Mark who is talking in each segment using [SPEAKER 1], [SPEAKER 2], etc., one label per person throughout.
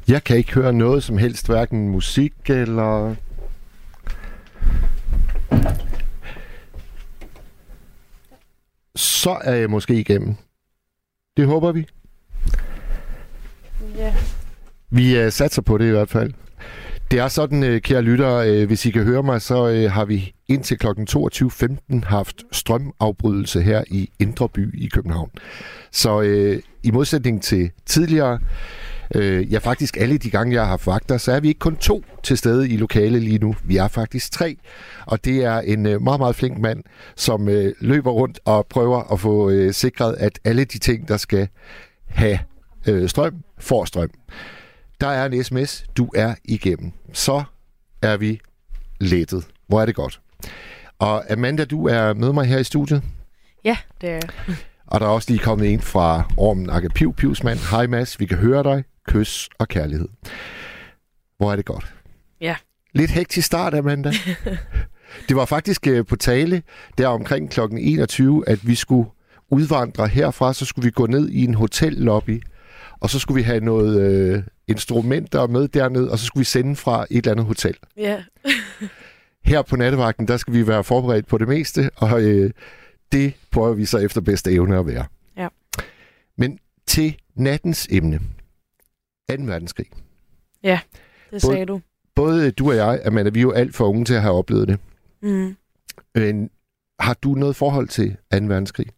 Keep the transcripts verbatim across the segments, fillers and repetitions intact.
[SPEAKER 1] Jeg kan ikke høre noget som helst, hverken musik eller... Så er jeg måske igennem. Det håber vi.
[SPEAKER 2] Ja.
[SPEAKER 1] Vi uh, satser på det i hvert fald. Det er sådan, uh, kære lyttere, uh, hvis I kan høre mig, så uh, har vi indtil klokken toogtyve femten haft strømafbrydelse her i Indre By i København. Så uh, i modsætning til tidligere, uh, ja faktisk alle de gange, jeg har haft vagter, så er vi ikke kun to til stede i lokalet lige nu. Vi er faktisk tre, og det er en uh, meget, meget flink mand, som uh, løber rundt og prøver at få uh, sikret, at alle de ting, der skal have uh, strøm, får strøm. Der er en sms, du er igennem. Så er vi lettet. Hvor er det godt. Og Amanda, du er med mig her i studiet.
[SPEAKER 2] Ja, det er
[SPEAKER 1] Og der er også lige kommet en fra Ormen Akke Piv Pivsmand. Hej Mads, vi kan høre dig. Kys og kærlighed. Hvor er det godt.
[SPEAKER 2] Ja.
[SPEAKER 1] Lidt hektisk start, Amanda. Det var faktisk uh, på tale der omkring klokken enogtyve, at vi skulle udvandre herfra. Så skulle vi gå ned i en hotellobby. Og så skulle vi have noget øh, instrumenter med dernede, og så skulle vi sende fra et eller andet hotel.
[SPEAKER 2] Ja.
[SPEAKER 1] Her på nattevagten, der skal vi være forberedt på det meste, og øh, det prøver vi så efter bedste evne at være.
[SPEAKER 2] Ja. Men
[SPEAKER 1] til nattens emne. anden verdenskrig.
[SPEAKER 2] Ja, det sagde
[SPEAKER 1] både,
[SPEAKER 2] du.
[SPEAKER 1] Både du og jeg, Amanda, vi er jo alt for unge til at have oplevet det.
[SPEAKER 2] Mm.
[SPEAKER 1] Men har du noget forhold til anden verdenskrig?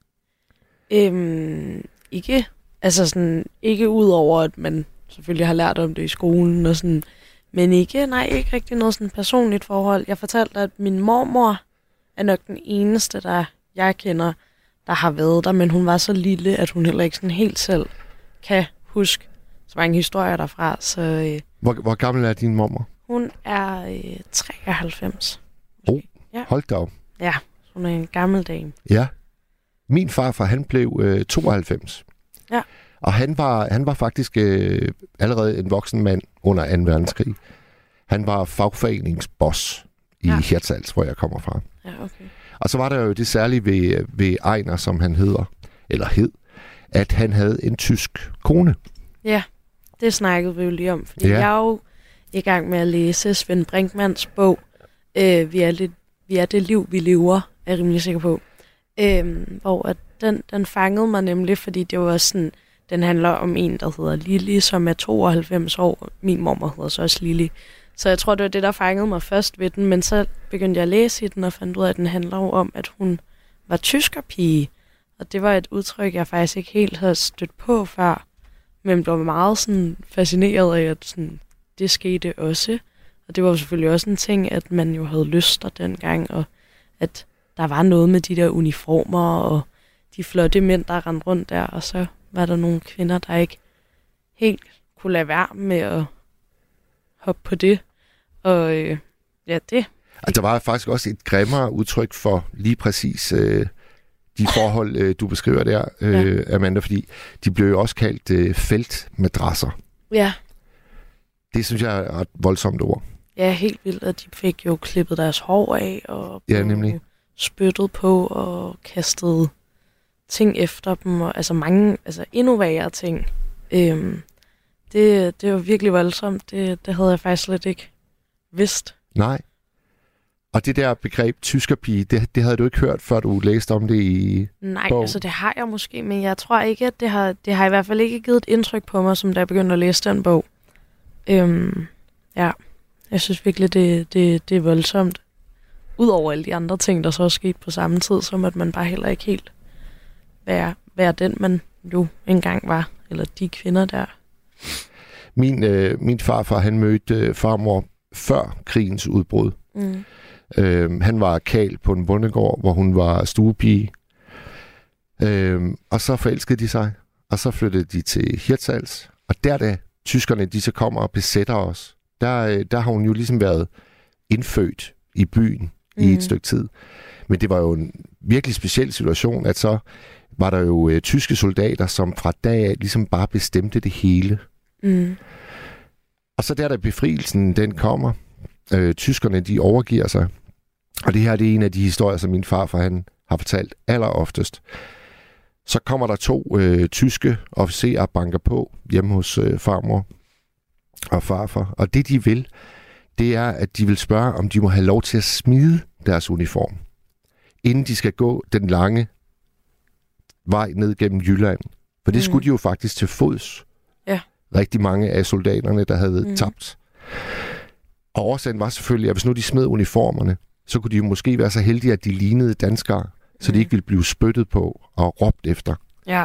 [SPEAKER 2] Øhm, ikke... Altså sådan, ikke ud over, at man selvfølgelig har lært om det i skolen og sådan, men ikke, nej, ikke rigtig noget sådan personligt forhold. Jeg fortalte, at min mormor er nok den eneste, der jeg kender, der har været der, men hun var så lille, at hun heller ikke sådan helt selv kan huske så mange historier derfra. Så, øh,
[SPEAKER 1] hvor, hvor gammel er din mormor?
[SPEAKER 2] Hun er øh, treoghalvfems.
[SPEAKER 1] Oh,
[SPEAKER 2] ja.
[SPEAKER 1] Hold da op.
[SPEAKER 2] Ja, hun er en gammel dame.
[SPEAKER 1] Ja. Min farfar, han blev øh, tooghalvfems.
[SPEAKER 2] Ja.
[SPEAKER 1] Og han var, han var faktisk øh, allerede en voksen mand under anden verdenskrig. Han var fagforeningsboss i
[SPEAKER 2] ja.
[SPEAKER 1] Hirtshals, hvor jeg kommer fra.
[SPEAKER 2] Ja, okay.
[SPEAKER 1] Og så var der jo det særlige ved, ved Ejner, som han hedder, eller hed, at han havde en tysk kone.
[SPEAKER 2] Ja, det snakkede vi jo lige om, fordi
[SPEAKER 1] ja.
[SPEAKER 2] jeg er jo i gang med at læse Svend Brinkmanns bog, øh, vi, er lidt, vi er det liv, vi lever, er jeg rimelig sikker på. Øh, hvor at den, den fangede mig nemlig, fordi det var sådan, den handler om en, der hedder Lili, som er tooghalvfems år. Min mormor hedder så også Lili. Så jeg tror, det var det, der fangede mig først ved den, men så begyndte jeg at læse i den og fandt ud af, at den handler om, at hun var tyskerpige. Og det var et udtryk, jeg faktisk ikke helt havde stødt på før, men blev meget sådan fascineret af, at sådan, det skete også. Og det var jo selvfølgelig også en ting, at man jo havde lyster dengang, og at der var noget med de der uniformer og de flotte mænd, der rendte rundt der, og så var der nogle kvinder, der ikke helt kunne lade være med at hoppe på det. Og øh, ja, det.
[SPEAKER 1] Altså, der var faktisk også et grimmere udtryk for lige præcis øh, de forhold, øh, du beskriver der, øh, ja. Amanda, fordi de blev jo også kaldt øh, feltmadrasser.
[SPEAKER 2] Ja.
[SPEAKER 1] Det synes jeg er et voldsomt ord.
[SPEAKER 2] Ja, helt vildt, at de fik jo klippet deres hår af, og
[SPEAKER 1] ja, nemlig.
[SPEAKER 2] spyttet på, og kastet ting efter dem, og altså mange, altså endnu værre ting. Øhm, det, det var virkelig voldsomt. Det, det havde jeg faktisk slet ikke vidst.
[SPEAKER 1] Nej. Og det der begreb tyskerpige, det, det havde du ikke hørt, før du læste om det i
[SPEAKER 2] Nej,
[SPEAKER 1] bogen.
[SPEAKER 2] Altså det har jeg måske, men jeg tror ikke, at det har, det har i hvert fald ikke givet et indtryk på mig, som da jeg begyndte at læse den bog. Øhm, ja, jeg synes virkelig, det, det, det er voldsomt. Udover alle de andre ting, der så er sket på samme tid, som at man bare heller ikke helt være, være den, man jo engang var. Eller de kvinder der.
[SPEAKER 1] Min, øh, min farfar, han mødte øh, farmor før krigens udbrud.
[SPEAKER 2] Mm.
[SPEAKER 1] Øh, han var karl på en bondegård, hvor hun var stuepige. Øh, og så forelskede de sig. Og så flyttede de til Hirtshals. Og der, da tyskerne de så kommer og besætter os, der, der har hun jo ligesom været indfødt i byen mm. i et stykke tid. Men det var jo en virkelig speciel situation, at så var der jo øh, tyske soldater, som fra dag af ligesom bare bestemte det hele.
[SPEAKER 2] Mm.
[SPEAKER 1] Og så der, da befrielsen den kommer, øh, tyskerne de overgiver sig. Og det her det er en af de historier, som min farfar han har fortalt alleroftest. Så kommer der to øh, tyske officerer og banker på hjemme hos øh, farmor. og farfar. Og det, de vil, det er, at de vil spørge, om de må have lov til at smide deres uniform, inden de skal gå den lange vej ned gennem Jylland. For det mm. skulle de jo faktisk til fods.
[SPEAKER 2] Ja. Rigtig
[SPEAKER 1] mange af soldaterne, der havde mm. tabt. Og årsagen var selvfølgelig, at hvis nu de smed uniformerne, så kunne de jo måske være så heldige, at de lignede danskere, så mm. de ikke ville blive spyttet på og råbt efter.
[SPEAKER 2] Ja.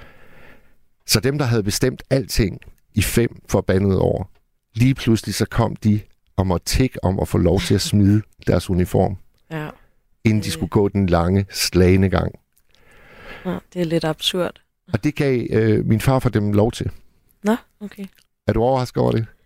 [SPEAKER 1] Så dem, der havde bestemt alting i fem forbandede år, lige pludselig så kom de og måtte tikke om at få lov til at smide deres uniform,
[SPEAKER 2] ja.
[SPEAKER 1] inden de skulle gå den lange, slagende gang.
[SPEAKER 2] Ja, det er lidt absurd.
[SPEAKER 1] Og det gav øh, min far for dem lov til.
[SPEAKER 2] Nå, okay.
[SPEAKER 1] Er du overrasket over det?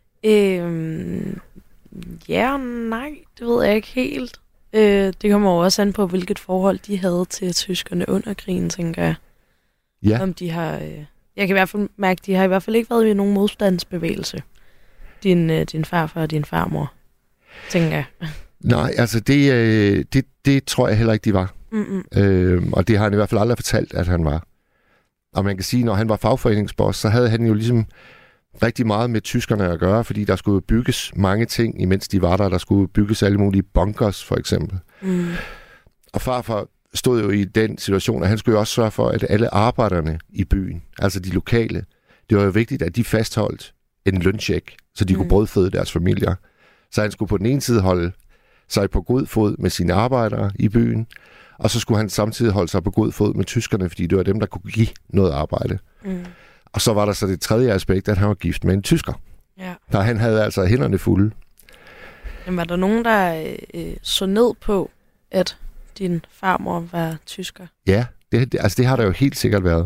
[SPEAKER 2] Øhm, ja og nej, det ved jeg ikke helt. Øh, det kommer også an på, hvilket forhold de havde til tyskerne under krigen, tænker jeg.
[SPEAKER 1] Ja.
[SPEAKER 2] Om de har... Øh, jeg kan i hvert fald mærke, at de har i hvert fald ikke været i nogen modstandsbevægelse. Din, øh, din farfar og din farmor, tænker jeg.
[SPEAKER 1] Nej, altså det, øh, det, det tror jeg heller ikke, de var. Øh, og det har han i hvert fald aldrig fortalt, at han var. Og man kan sige, når han var fagforeningsboss, så havde han jo ligesom rigtig meget med tyskerne at gøre, fordi der skulle bygges mange ting, imens de var der. Der skulle bygges alle mulige bunkers, for eksempel. Mm. Og farfar stod jo i den situation, at han skulle jo også sørge for, at alle arbejderne i byen, altså de lokale, det var jo vigtigt, at de fastholdt en løncheck, så de mm. kunne brødføde deres familier. Så han skulle på den ene side holde sig på god fod med sine arbejdere i byen, og så skulle han samtidig holde sig på god fod med tyskerne, fordi det var dem, der kunne give noget arbejde. Mm. Og så var der så det tredje aspekt, at han var gift med en tysker.
[SPEAKER 2] Ja.
[SPEAKER 1] Der han havde altså hænderne fulde.
[SPEAKER 2] Men var der nogen, der øh, så ned på, at din farmor var tysker?
[SPEAKER 1] Ja, det, altså det har der jo helt sikkert været.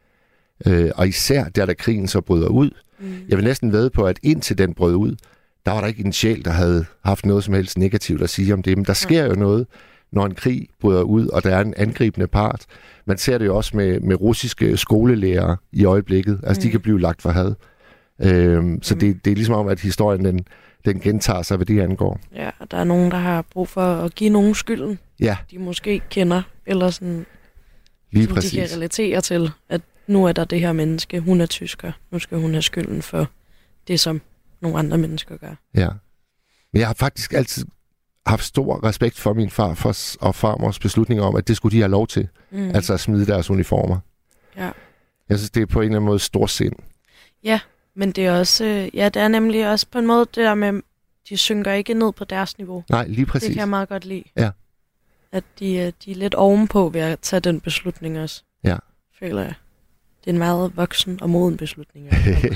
[SPEAKER 1] Øh, og især der, da krigen så bryder ud. Mm. Jeg vil næsten vædde på, at indtil den brød ud, der var der ikke en sjæl, der havde haft noget som helst negativt at sige om det. Men der sker ja. jo noget, når en krig bryder ud, og der er en angribende part. Man ser det jo også med, med russiske skolelærere i øjeblikket. Altså, mm. de kan blive lagt for had. Øhm, så mm. det, det er ligesom om, at historien, den, den gentager sig, hvad det angår.
[SPEAKER 2] Ja, og der er nogen, der har brug for at give nogen skylden.
[SPEAKER 1] Ja.
[SPEAKER 2] De måske kender, eller sådan,
[SPEAKER 1] lige
[SPEAKER 2] som
[SPEAKER 1] præcis.
[SPEAKER 2] De kan relatere til, at nu er der det her menneske, hun er tysker. Nu skal hun have skylden for det, som nogle andre mennesker gør.
[SPEAKER 1] Ja. Men jeg har faktisk altid haft stor respekt for min far og farmors beslutning om, at det skulle de have lov til. Mm. Altså at smide deres uniformer.
[SPEAKER 2] Ja.
[SPEAKER 1] Jeg synes, det er på en eller anden måde storsind.
[SPEAKER 2] Ja, men det er også, ja, det er nemlig også på en måde det der med, de synker ikke ned på deres niveau.
[SPEAKER 1] Nej, lige præcis.
[SPEAKER 2] Det kan jeg meget godt lide.
[SPEAKER 1] Ja.
[SPEAKER 2] At de, de er lidt ovenpå ved at tage den beslutning også.
[SPEAKER 1] Ja.
[SPEAKER 2] Føler jeg. Det er en meget voksen og moden beslutning.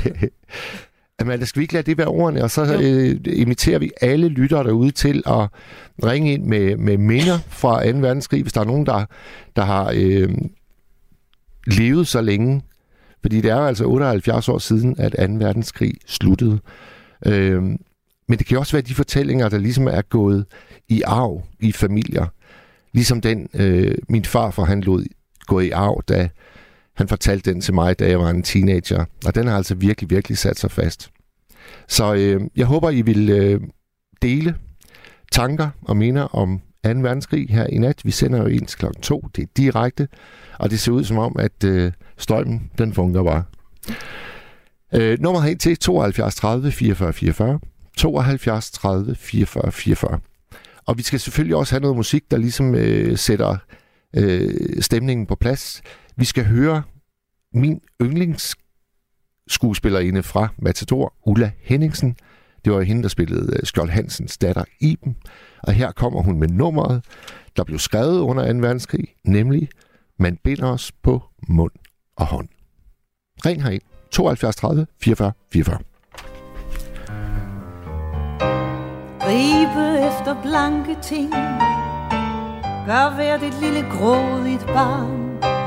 [SPEAKER 1] Jamen, skal vi ikke lade det være ordene, og så øh, inviterer vi alle lyttere derude til at ringe ind med, med minder fra anden verdenskrig, hvis der er nogen, der, der har øh, levet så længe. Fordi det er jo altså otteoghalvfjerds år siden, at anden verdenskrig sluttede. Øh, men det kan også være de fortællinger, der ligesom er gået i arv i familier. Ligesom den, øh, min farfar, han lod gå i arv, da han fortalte den til mig, da jeg var en teenager. Og den har altså virkelig, virkelig sat sig fast. Så øh, jeg håber, I vil øh, dele tanker og minder om anden verdenskrig her i nat. Vi sender jo en til klokken to. Det er direkte. Og det ser ud som om, at øh, strømmen, den fungerer bare. Øh, nummer herind til tooghalvfjerds tredive fireogfyrre fireogfyrre. tooghalvfjerds tredive fireogfyrre fireogfyrre. Og vi skal selvfølgelig også have noget musik, der ligesom øh, sætter øh, stemningen på plads. Vi skal høre min yndlingsskuespillerinde fra Matador, Ulla Henningsen. Det var hende, der spillede Skjold Hansens datter Iben. Og her kommer hun med nummeret, der blev skrevet under anden verdenskrig, nemlig Man binder os på mund og hånd. Ring herind. tooghalvfjerds tredive fireogfyrre fireogfyrre.
[SPEAKER 3] Gribe efter blanke ting. Gør hvert et lille grådigt barn.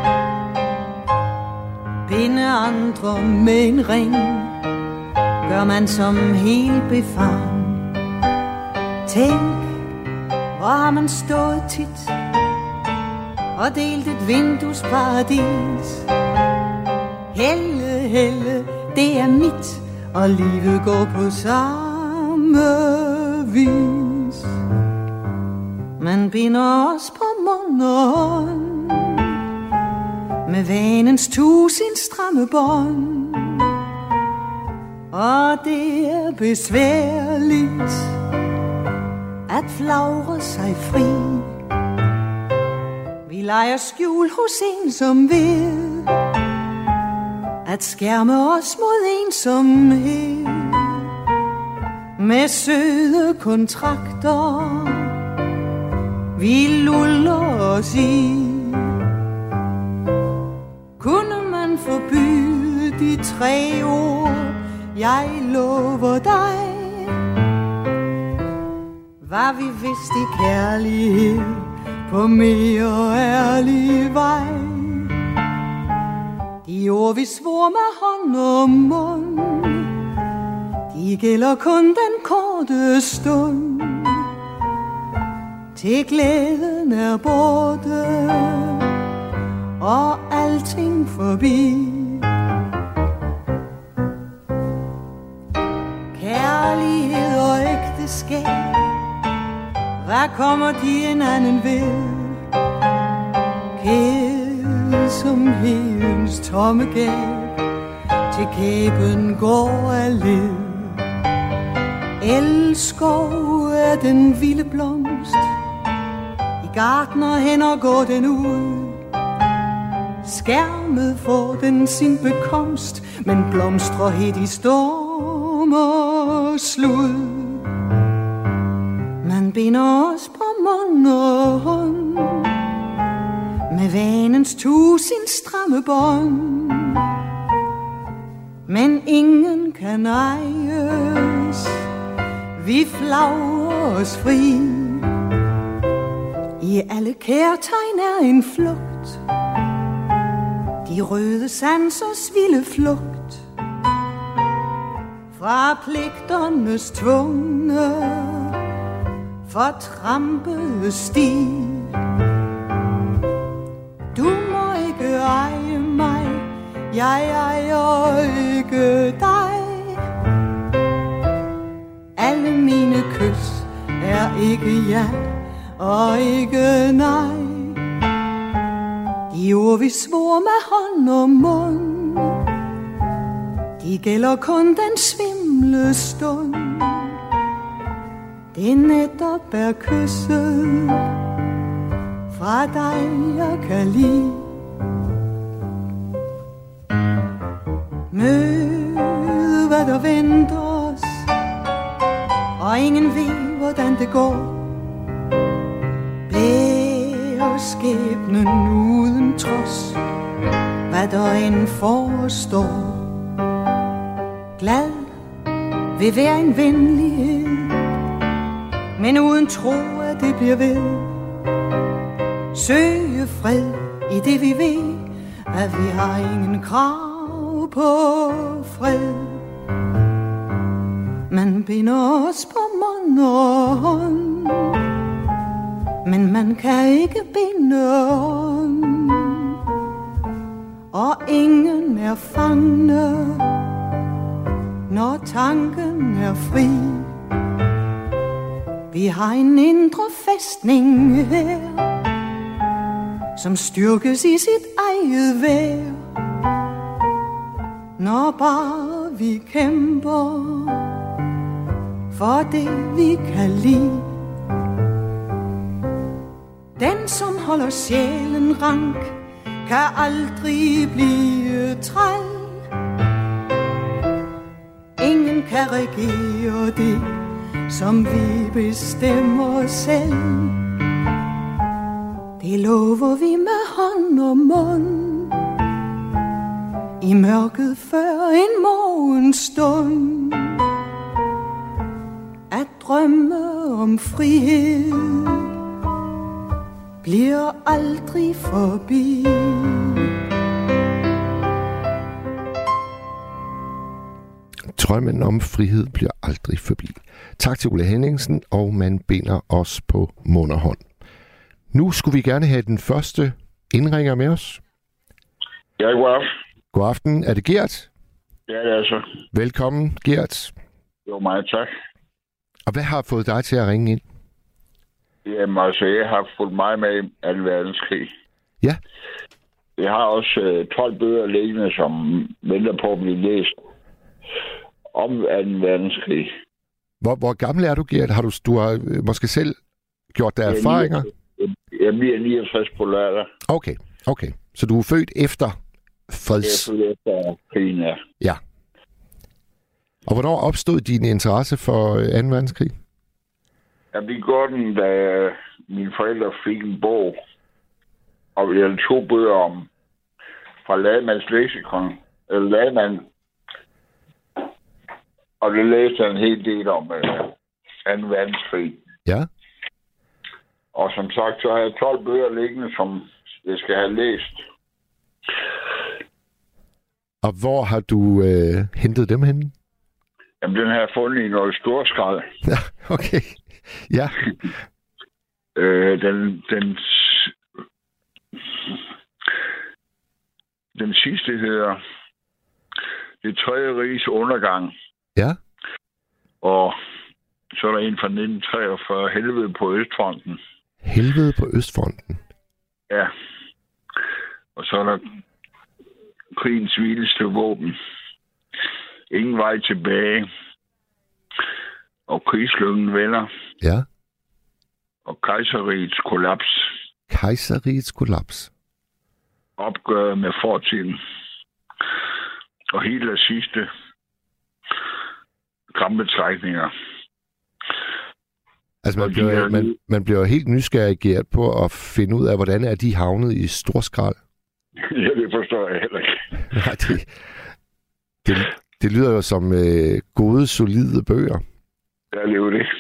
[SPEAKER 3] Binde andre med en ring. Gør man som helt befaren. Tænk, hvor har man stået tit og delt et vinduesparadis. Helle, helle, det er mit, og livet går på samme vis. Man binder os på mund og hånd med vanens tusind stramme bånd. og det er besværligt at flagre sig fri. Vi leger skjul hos en, som ved at skærme os mod ensomhed med søde kontrakter vi luller os i. Kunne man forbyde de tre ord, jeg lover dig, var vi vist i kærlighed på mere ærlig vej. De ord vi svor med hånd og mund, de gælder kun den korte stund, til glæden er borte og alting forbi. Kærlighed og ægteskab, hvad kommer de hinanden ved? Kædsomhedens tomme gab, til kæben går af led. Elskov er den vilde blomst, i gartner hænder går den ud. Skærmet får den sin bekomst, men blomstrer helt i storm og slud. Man binder os på mund og hånd med vanens tusind stramme bånd, men ingen kan ejes, vi flagrer os fri. I alle kærtegn er en flugt, de røde sansers vilde flugt, fra pligternes tvungne, fortrampede sti. Du må ikke eje mig, jeg ejer ikke dig. Alle mine kys er ikke ja og ikke nej. De ord vi svor med hånd og mund, de gælder kun den svimle stund. Det netop er kysset fra dig jeg kan lide. Møde hvad der venter os, og ingen ved hvordan det går. Bære skæbnen uden trods, hvad der end forestår. Glad vil være en venlighed, men uden tro at det bliver ved. Søge fred i det vi ved, at vi har ingen krav på fred. Man binder os på mund og hånd, men man kan ikke binde ånd, og ingen er fangne, når tanken er fri. Vi har en indre fæstning her, som styrkes i sit eget vejr, når bare vi kæmper for det vi kan lide. Den som holder sjælen rank, kan aldrig blive træl. Ingen kan regere det, som vi bestemmer selv. Det lover vi med hånd og mund, i mørket før en morgenstund. At drømme om frihed bliver aldrig forbi.
[SPEAKER 1] Drømmen om frihed bliver aldrig forbi. Tak til Ulla Henningsen, og man binder os på mund og hånd. Nu skulle vi gerne have den første indringer med os.
[SPEAKER 4] Ja, god aften.
[SPEAKER 1] God aften. Er det Gert?
[SPEAKER 4] Ja, det er så.
[SPEAKER 1] Velkommen, Gert.
[SPEAKER 4] Jo, meget tak.
[SPEAKER 1] Og hvad har fået dig til at ringe ind?
[SPEAKER 4] Jamen, altså, jeg har fulgt meget med i anden verdenskrig.
[SPEAKER 1] Ja.
[SPEAKER 4] Jeg har også øh, tolv bøger liggende, som venter på at blive læst. om anden verdenskrig.
[SPEAKER 1] Hvor, hvor gammel er du, Gert? Har du, du har øh, måske selv gjort der erfaringer?
[SPEAKER 4] Jeg bliver niogtres på lørdag.
[SPEAKER 1] Okay, okay. Så du er født efter freds...
[SPEAKER 4] Jeg er født efter krigen, ja.
[SPEAKER 1] Ja. Og hvornår opstod din interesse for øh, anden verdenskrig?
[SPEAKER 4] Jeg blev godt den, da mine forældre fik en bog, og jeg havde to bøger om, fra Lademanns leksikon, eller Lademand. Og det læste jeg en hel del om øh, anden verdenskrig.
[SPEAKER 1] Ja.
[SPEAKER 4] Og som sagt, så har jeg tolv bøger liggende, som jeg skal have læst.
[SPEAKER 1] Og hvor har du øh, hentet dem henne?
[SPEAKER 4] Jamen, den har jeg fundet i noget storskrald.
[SPEAKER 1] Ja, okay. Ja.
[SPEAKER 4] øh, den, den, den sidste hedder Det tredje riges undergang.
[SPEAKER 1] Ja.
[SPEAKER 4] Og så er der en fra nitten treogfyrre, Helvede på Østfronten.
[SPEAKER 1] Helvede på Østfronten.
[SPEAKER 4] Ja. Og så er der Krigens vildeste våben. Ingen vej tilbage. Og Krigslykken vender.
[SPEAKER 1] Ja.
[SPEAKER 4] Og Kejserrigets kollaps.
[SPEAKER 1] Kejserrigets kollaps.
[SPEAKER 4] Opgøret med fortiden. Og helt af sidste krampetrækninger.
[SPEAKER 1] Altså, man bliver, man, man bliver helt nysgerrig på at finde ud af, hvordan er de havnet i storskrald.
[SPEAKER 4] Ja, det forstår jeg heller ikke.
[SPEAKER 1] Nej, det, det, det lyder jo som øh, gode, solide bøger.
[SPEAKER 4] Ja, det er jo det.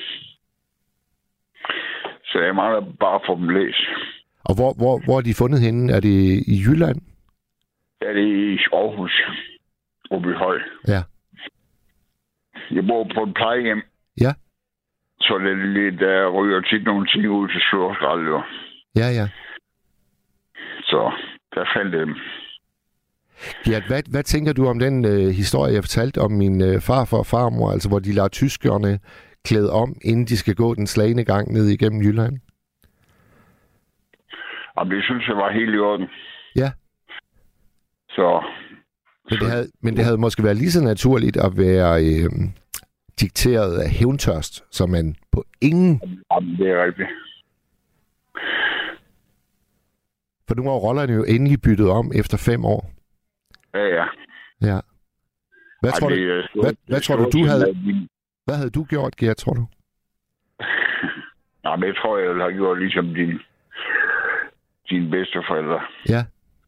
[SPEAKER 4] Så jeg mangler bare at få dem læst.
[SPEAKER 1] Og hvor, hvor, hvor er de fundet henne? Er det i Jylland?
[SPEAKER 4] Ja, det er i Aarhus. Oppe i Høj.
[SPEAKER 1] Ja.
[SPEAKER 4] Jeg bor på et plejehjem.
[SPEAKER 1] Ja.
[SPEAKER 4] Så det er lidt, der ryger tit nogle ting ud til storskrald, jo.
[SPEAKER 1] Ja, ja.
[SPEAKER 4] Så der faldt dem.
[SPEAKER 1] Ja, hvad, hvad tænker du om den øh, historie, jeg fortalte om min øh, farfar og farmor, altså hvor de lader tyskerne klæde om, inden de skal gå den slagne gang ned igennem Jylland?
[SPEAKER 4] Jamen, det synes jeg var helt i orden.
[SPEAKER 1] Ja.
[SPEAKER 4] Så...
[SPEAKER 1] Men det havde, men det havde måske været lige så naturligt at være øh, dikteret af hævntørst, som man på ingen...
[SPEAKER 4] Jamen, det er rigtigt.
[SPEAKER 1] For nu var rollerne jo endelig byttet om efter fem år.
[SPEAKER 4] Ja, ja.
[SPEAKER 1] Ja. Hvad,
[SPEAKER 4] Ej,
[SPEAKER 1] tror, du,
[SPEAKER 4] det,
[SPEAKER 1] hvad, hvad, hvad tror du, du havde... Hvad havde du gjort, Gert, tror du?
[SPEAKER 4] Nej, men jeg tror, jeg ville have gjort ligesom din, dine bedsteforældre.
[SPEAKER 1] Ja.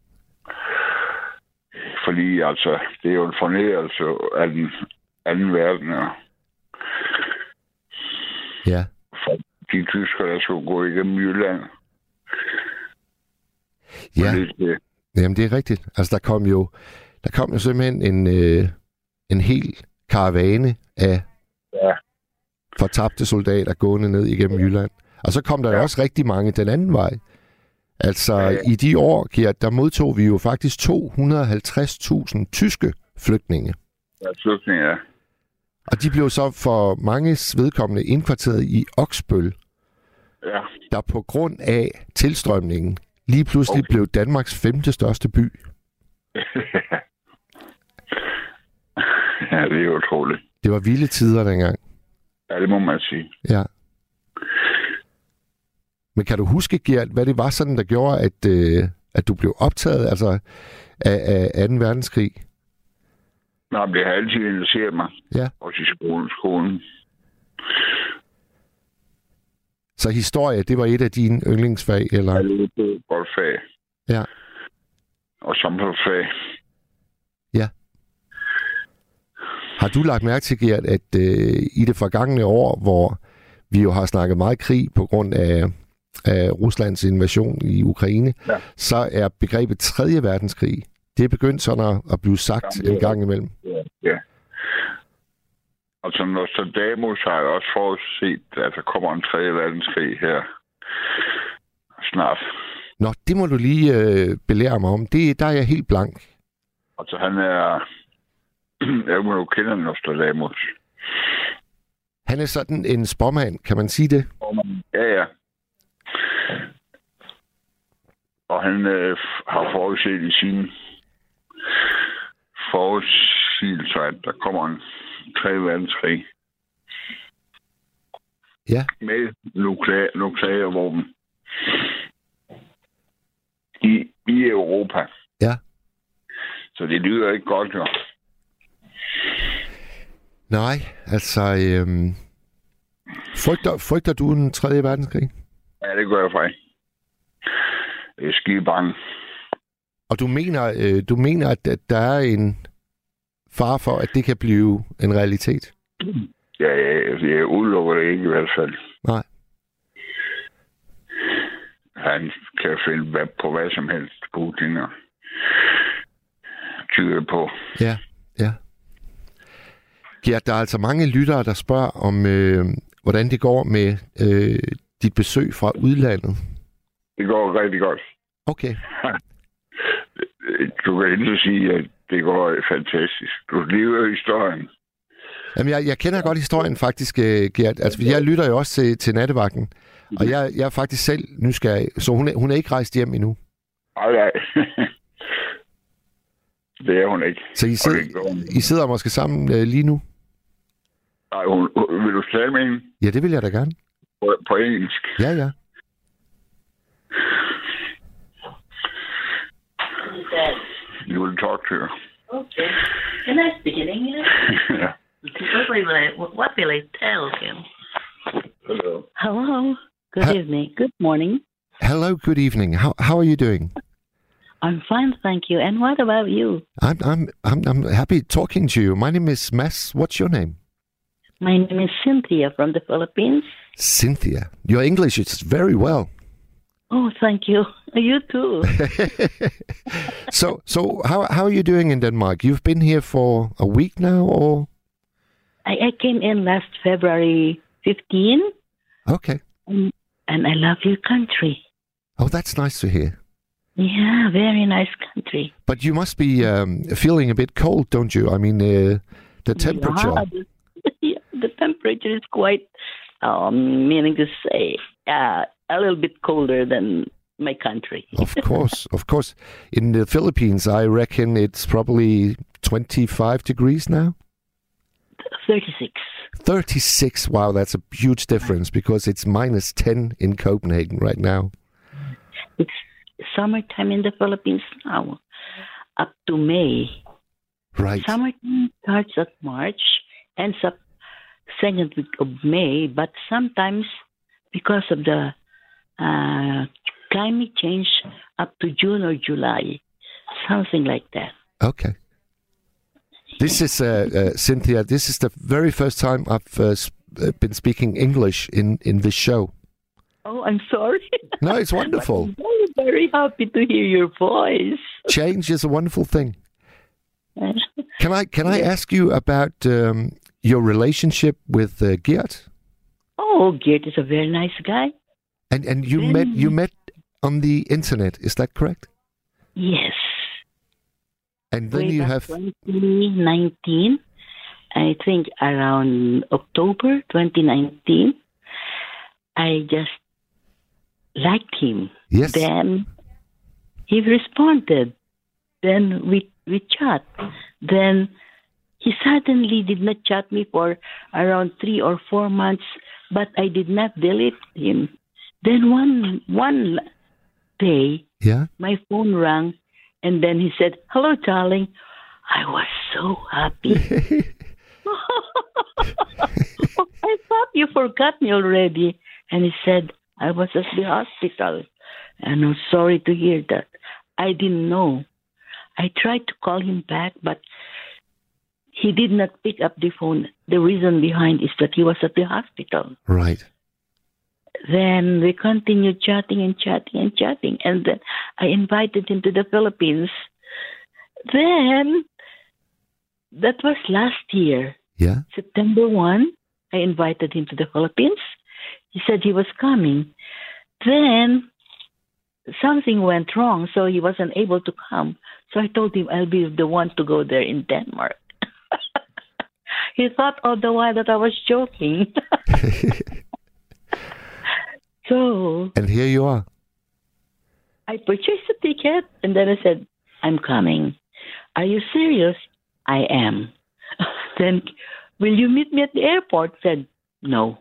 [SPEAKER 4] Fordi, altså, det er jo en fornedrelse af den anden verden, ja.
[SPEAKER 1] Ja.
[SPEAKER 4] For de tyskere, der skulle gå igennem Jylland.
[SPEAKER 1] Ja. Det, Jamen, det er rigtigt. Altså, der kom jo, der kom jo simpelthen en, øh, en hel karavane af
[SPEAKER 4] ja.
[SPEAKER 1] fortabte soldater gående ned igennem Jylland. Og så kom der ja. jo også rigtig mange den anden vej. Altså, ja, ja. i de år, Gert, der modtog vi jo faktisk to hundrede og halvtreds tusind tyske flygtninge.
[SPEAKER 4] Ja, flygtninge, ja.
[SPEAKER 1] Og de blev så for manges vedkommende indkvarteret i Oksbøl,
[SPEAKER 4] ja.
[SPEAKER 1] der på grund af tilstrømningen lige pludselig okay. blev Danmarks femte største by.
[SPEAKER 4] Ja, det er jo utroligt.
[SPEAKER 1] Det var vilde tider dengang.
[SPEAKER 4] Ja, det må man sige.
[SPEAKER 1] Ja. Men kan du huske, Gert, hvad det var sådan, der gjorde, at, øh, at du blev optaget altså, af, af anden verdenskrig?
[SPEAKER 4] Nej, det har altid interesseret mig.
[SPEAKER 1] Ja.
[SPEAKER 4] Også i skolen. skolen.
[SPEAKER 1] Så historie, det var et af dine yndlingsfag, eller?
[SPEAKER 4] Ja, det var et godt fag.
[SPEAKER 1] Ja.
[SPEAKER 4] Og samfundsfag.
[SPEAKER 1] Ja. Har du lagt mærke til, Gert, at øh, i det forgangne år, hvor vi jo har snakket meget krig på grund af, af Ruslands invasion i Ukraine, ja. så er begrebet tredje verdenskrig, det er begyndt sådan at, at blive sagt ja, en gang imellem.
[SPEAKER 4] Ja, ja. Altså Nostradamus har jeg også forudset, at der kommer en tredje verdenskrig her snart.
[SPEAKER 1] Nå, det må du lige øh, belære mig om. Det, der er jeg helt blank.
[SPEAKER 4] Altså han er... jeg må jo kende Nostradamus.
[SPEAKER 1] Han er sådan en spåmand, kan man sige det?
[SPEAKER 4] Ja, ja. Og han øh, har forudset i sine forudsigelser, at der kommer en tredje verdenskrig.
[SPEAKER 1] Ja.
[SPEAKER 4] Med nukleære, nukleære våben. I, I Europa.
[SPEAKER 1] Ja.
[SPEAKER 4] Så det lyder ikke godt, jo.
[SPEAKER 1] Nej, altså... Øhm, frygter, frygter du en tredje verdenskrig?
[SPEAKER 4] Ja, det gør jeg faktisk. Jeg er skide bange.
[SPEAKER 1] Og du mener, øh, du mener, at der er en fare for, at det kan blive en realitet?
[SPEAKER 4] Ja, jeg, jeg udelukker det ikke i hvert fald.
[SPEAKER 1] Nej.
[SPEAKER 4] Han kan finde hvad, på hvad som helst, Putin og tyder på.
[SPEAKER 1] Ja, ja. Ja, der er altså mange lyttere, der spørger om, øh, hvordan det går med øh, dit besøg fra udlandet.
[SPEAKER 4] Det går rigtig godt.
[SPEAKER 1] Okay.
[SPEAKER 4] Du kan ikke sige, at det går fantastisk. Du lever historien.
[SPEAKER 1] Jamen, jeg, jeg kender godt historien faktisk, uh, Gert. Altså, jeg lytter jo også til, til nattevagten, og jeg, jeg er faktisk selv nysgerrig, så hun er, hun er ikke rejst hjem endnu.
[SPEAKER 4] Nej, nej. Det er hun ikke.
[SPEAKER 1] Så I sidder, I sidder måske sammen uh, lige nu?
[SPEAKER 4] Nej, hun, vil du tale med hende?
[SPEAKER 1] Ja, det vil jeg da gerne.
[SPEAKER 4] På, på engelsk?
[SPEAKER 1] Ja, ja.
[SPEAKER 4] You will talk to her.
[SPEAKER 5] Okay. Can I speak in English?
[SPEAKER 4] Yeah.
[SPEAKER 5] What will I, what will I tell him?
[SPEAKER 4] Hello.
[SPEAKER 5] Hello. Good
[SPEAKER 1] Ha-
[SPEAKER 5] evening. Good morning.
[SPEAKER 1] Hello, good evening. How how are you doing?
[SPEAKER 5] I'm fine, thank you. And what about you?
[SPEAKER 1] I'm I'm I'm I'm happy talking to you. My name is Mads. What's your name?
[SPEAKER 5] My name is Cynthia from the Philippines.
[SPEAKER 1] Cynthia. Your English is very well.
[SPEAKER 5] Oh, thank you. You too.
[SPEAKER 1] so so how how are you doing in Denmark? You've been here for a week now, or?
[SPEAKER 5] I, I came in last February fifteenth.
[SPEAKER 1] Okay.
[SPEAKER 5] And, and I love your country.
[SPEAKER 1] Oh, that's nice to hear.
[SPEAKER 5] Yeah, very nice country.
[SPEAKER 1] But you must be um, feeling a bit cold, don't you? I mean, uh, the temperature.
[SPEAKER 5] Yeah, the, yeah, the temperature is quite, um, meaning to say, uh, a little bit colder than my country.
[SPEAKER 1] Of course, of course. In the Philippines, I reckon it's probably twenty-five degrees now.
[SPEAKER 5] thirty-six.
[SPEAKER 1] thirty-six. Wow, that's a huge difference because it's minus ten in Copenhagen right now.
[SPEAKER 5] It's summertime in the Philippines now, up to May.
[SPEAKER 1] Right.
[SPEAKER 5] Summertime starts at March, ends up second week of May, but sometimes because of the uh, climate change, up to June or July, something like that.
[SPEAKER 1] Okay. This is, uh, uh, Cynthia, this is the very first time I've uh, sp- been speaking English in, in this show.
[SPEAKER 5] Oh, I'm sorry.
[SPEAKER 1] No, it's wonderful.
[SPEAKER 5] I'm very, very happy to hear your voice.
[SPEAKER 1] Change is a wonderful thing. Can I can I ask you about um, your relationship with uh, Gert?
[SPEAKER 5] Oh, Gert is a very nice guy.
[SPEAKER 1] And and you
[SPEAKER 5] Very
[SPEAKER 1] met you
[SPEAKER 5] nice.
[SPEAKER 1] met on the internet, is that correct?
[SPEAKER 5] Yes.
[SPEAKER 1] And then
[SPEAKER 5] Way
[SPEAKER 1] you
[SPEAKER 5] back
[SPEAKER 1] have
[SPEAKER 5] twenty nineteen, I think around October twenty nineteen, I just liked him.
[SPEAKER 1] yes.
[SPEAKER 5] Then he responded. Then we we chat. Then he suddenly did not chat me for around three or four months, but I did not delete him. Then one one day,
[SPEAKER 1] Yeah.
[SPEAKER 5] my phone rang, and then he said, "Hello, darling." I was so happy. I thought you forgot me already. And he said, I was at the hospital. And I'm sorry to hear that. I didn't know. I tried to call him back, but he did not pick up the phone. The reason behind is that he was at the hospital.
[SPEAKER 1] Right.
[SPEAKER 5] Then we continued chatting and chatting and chatting. And then I invited him to the Philippines. Then, that was last year.
[SPEAKER 1] Yeah.
[SPEAKER 5] September first, I invited him to the Philippines. He said he was coming. Then, something went wrong, so he wasn't able to come. So I told him I'll be the one to go there in Denmark. He thought all the while that I was joking. So,
[SPEAKER 1] And here you are.
[SPEAKER 5] I purchased a ticket, and then I said, I'm coming. Are you serious? I am. Then will you meet me at the airport? I said, no.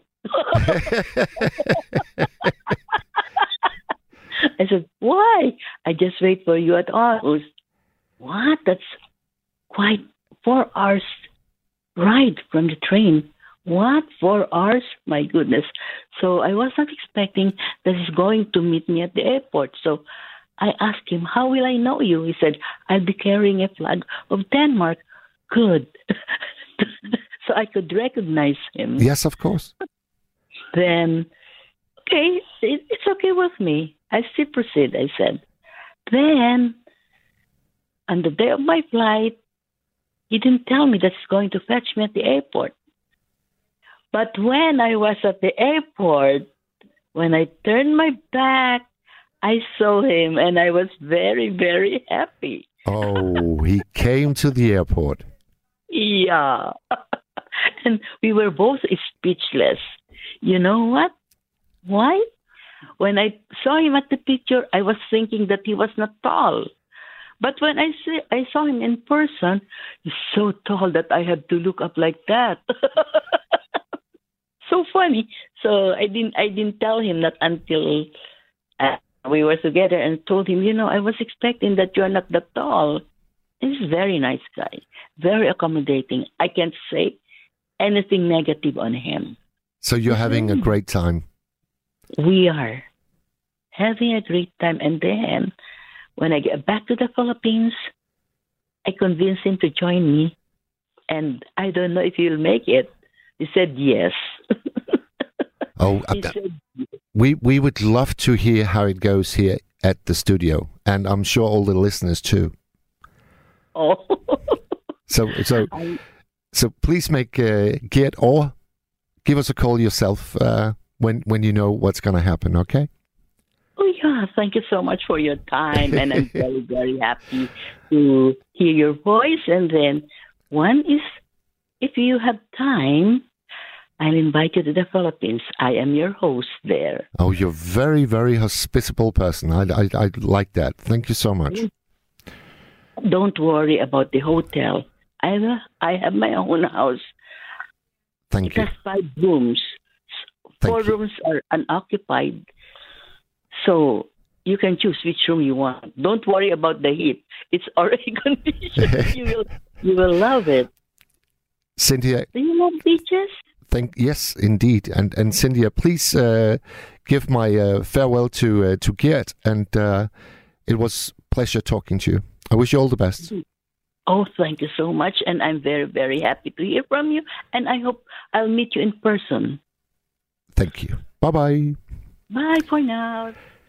[SPEAKER 5] I said, why? I just wait for you at Aarhus. What? That's quite four hours ride from the train. What? Four hours? My goodness. So I was not expecting that he's going to meet me at the airport. So I asked him, how will I know you? He said, I'll be carrying a flag of Denmark. Good. So I could recognize him.
[SPEAKER 1] Yes, of course.
[SPEAKER 5] Then, okay, it, it's okay with me. I still proceed, I said. Then, on the day of my flight, he didn't tell me that he's going to fetch me at the airport. But when I was at the airport, when I turned my back, I saw him and I was very, very happy.
[SPEAKER 1] Oh, he came to the airport.
[SPEAKER 5] Yeah. And we were both speechless. You know what? Why? When I saw him at the picture, I was thinking that he was not tall. But when I see, I saw him in person, he's so tall that I had to look up like that. So funny. So I didn't I didn't tell him that until uh, we were together, and told him, you know, I was expecting that you're not that tall. He's a very nice guy, very accommodating. I can't say anything negative on him.
[SPEAKER 1] So you're having a great time.
[SPEAKER 5] We are having a great time. And then when I get back to the Philippines, I convinced him to join me. And I don't know if he'll make it. He said yes.
[SPEAKER 1] Oh,
[SPEAKER 5] he
[SPEAKER 1] uh,
[SPEAKER 5] said,
[SPEAKER 1] we we would love to hear how it goes here at the studio, and I'm sure all the listeners too.
[SPEAKER 5] oh.
[SPEAKER 1] So so
[SPEAKER 5] I,
[SPEAKER 1] so please make uh, Gert or give us a call yourself uh, when when you know what's going to happen. Okay.
[SPEAKER 5] oh, yeah. Thank you so much for your time. And I'm very, very happy to hear your voice. And then one is, if you have time, I'll invite you to the Philippines. I am your host there.
[SPEAKER 1] Oh, you're very, very hospitable person. I, I, I like that. Thank you so much.
[SPEAKER 5] Don't worry about the hotel. I have, I have my own house.
[SPEAKER 1] Thank
[SPEAKER 5] It
[SPEAKER 1] you.
[SPEAKER 5] has five rooms.
[SPEAKER 1] Thank
[SPEAKER 5] Four
[SPEAKER 1] you.
[SPEAKER 5] rooms are unoccupied. So you can choose which room you want. Don't worry about the heat. It's already conditioned. you will you will love it.
[SPEAKER 1] Cynthia,
[SPEAKER 5] Do you love beaches?
[SPEAKER 1] thank yes, indeed. And and Cynthia, please uh, give my uh, farewell to uh, to Gert. And uh, it was pleasure talking to you. I wish you all the best.
[SPEAKER 5] Oh, thank you so much. And I'm very, very happy to hear from you. And I hope I'll meet you in person.
[SPEAKER 1] Thank you. Bye bye.
[SPEAKER 5] Bye for now.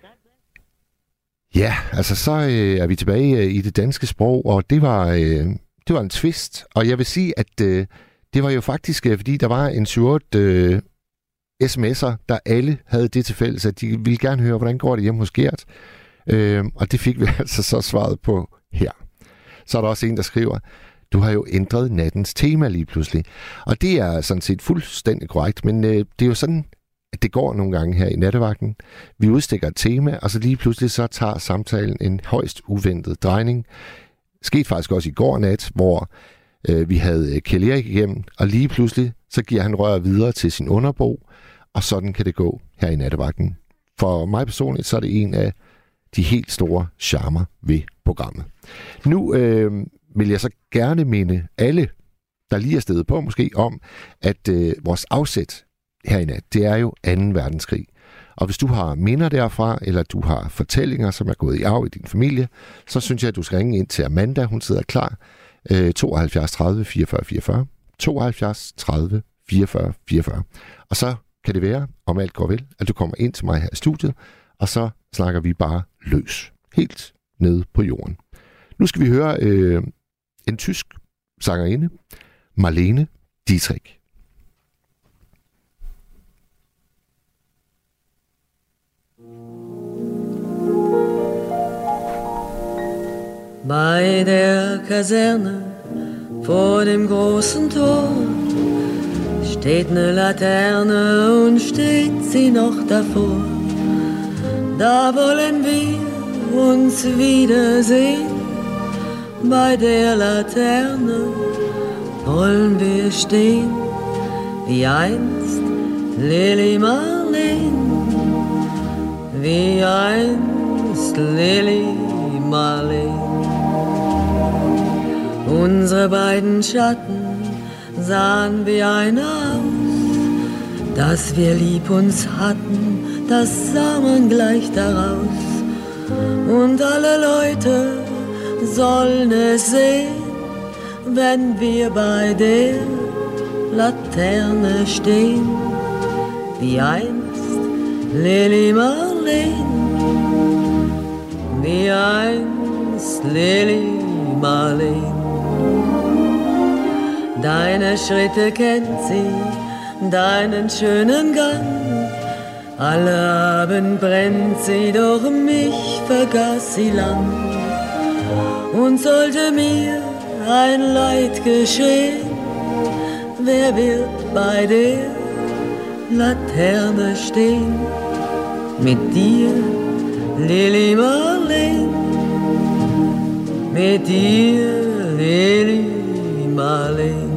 [SPEAKER 1] Ja, altså så øh, er vi tilbage øh, i det danske sprog, og det var, øh, det var en twist. Og jeg vil sige, at øh, det var jo faktisk, øh, fordi der var en syv otte øh, sms'er, der alle havde det til fælles, at de ville gerne høre, hvordan går det hjemme hos Gert. Øh, og det fik vi altså så svaret på her. Så er der også en, der skriver, du har jo ændret nattens tema lige pludselig. Og det er sådan set fuldstændig korrekt, men øh, det er jo sådan, at det går nogle gange her i nattevagten. Vi udstikker et tema, og så lige pludselig så tager samtalen en højst uventet drejning. Skete faktisk også i går nat, hvor øh, vi havde Kjell Erik igennem, og lige pludselig så giver han rør videre til sin underbo, og sådan kan det gå her i nattevagten. For mig personligt, så er det en af de helt store charmer ved programmet. Nu øh, vil jeg så gerne minde alle, der lige er stedet på måske, om, at øh, vores afsæt her i nat, det er jo anden verdenskrig. Og hvis du har minder derfra, eller du har fortællinger, som er gået i arv i din familie, så synes jeg, at du skal ringe ind til Amanda. Hun sidder klar. Øh, tooghalvfjerds tredive fireogfyrre fireogfyrre. tooghalvfjerds tredive fireogfyrre fireogfyrre. Og så kan det være, om alt går vel, at du kommer ind til mig her i studiet, og så snakker vi bare løs. Helt nede på jorden. Nu skal vi høre øh, en tysk sangerinde, Marlene Dietrich.
[SPEAKER 6] Bei der Kaserne vor dem großen Tor steht ne Laterne und steht sie noch davor. Da wollen wir uns wiedersehen bei der Laterne wollen wir stehen, wie einst Lili Marleen, wie einst Lili Marleen. Unsere beiden Schatten sahen wie einer aus, dass wir lieb uns hatten, das sah man gleich daraus. Und alle Leute sollen es sehen, wenn wir bei der Laterne stehen, wie einst Lili Marleen, wie einst Lili Marleen. Deine Schritte kennt sie, deinen schönen Gang. Alle Abend brennt sie, doch mich vergaß sie lang. Und sollte mir ein Leid geschehen, wer wird bei der Laterne stehen? Mit dir, Lili Marleen, mit dir, Lili Marleen.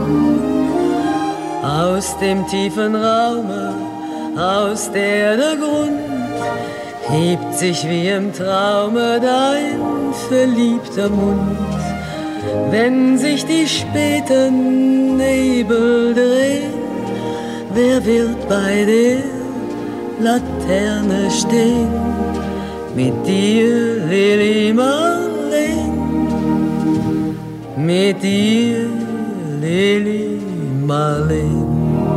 [SPEAKER 6] Aus dem tiefen Raume, aus der Erde Grund, hebt sich wie im Traume dein verliebter Mund. Wenn sich die späten Nebel drehen, wer wird bei der Laterne stehen? Mit dir, Lili Marleen, mit dir, Lili Marleen.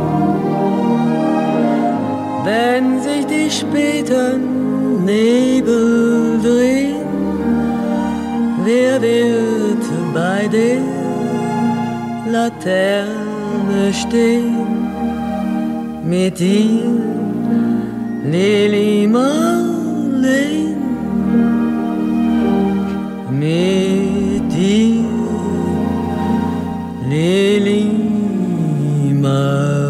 [SPEAKER 6] Wenn sich die späten Nebel drehen, wer wird bei der Laterne stehen? Mit dir, Lili Marleen, mit dir, Lili Marleen.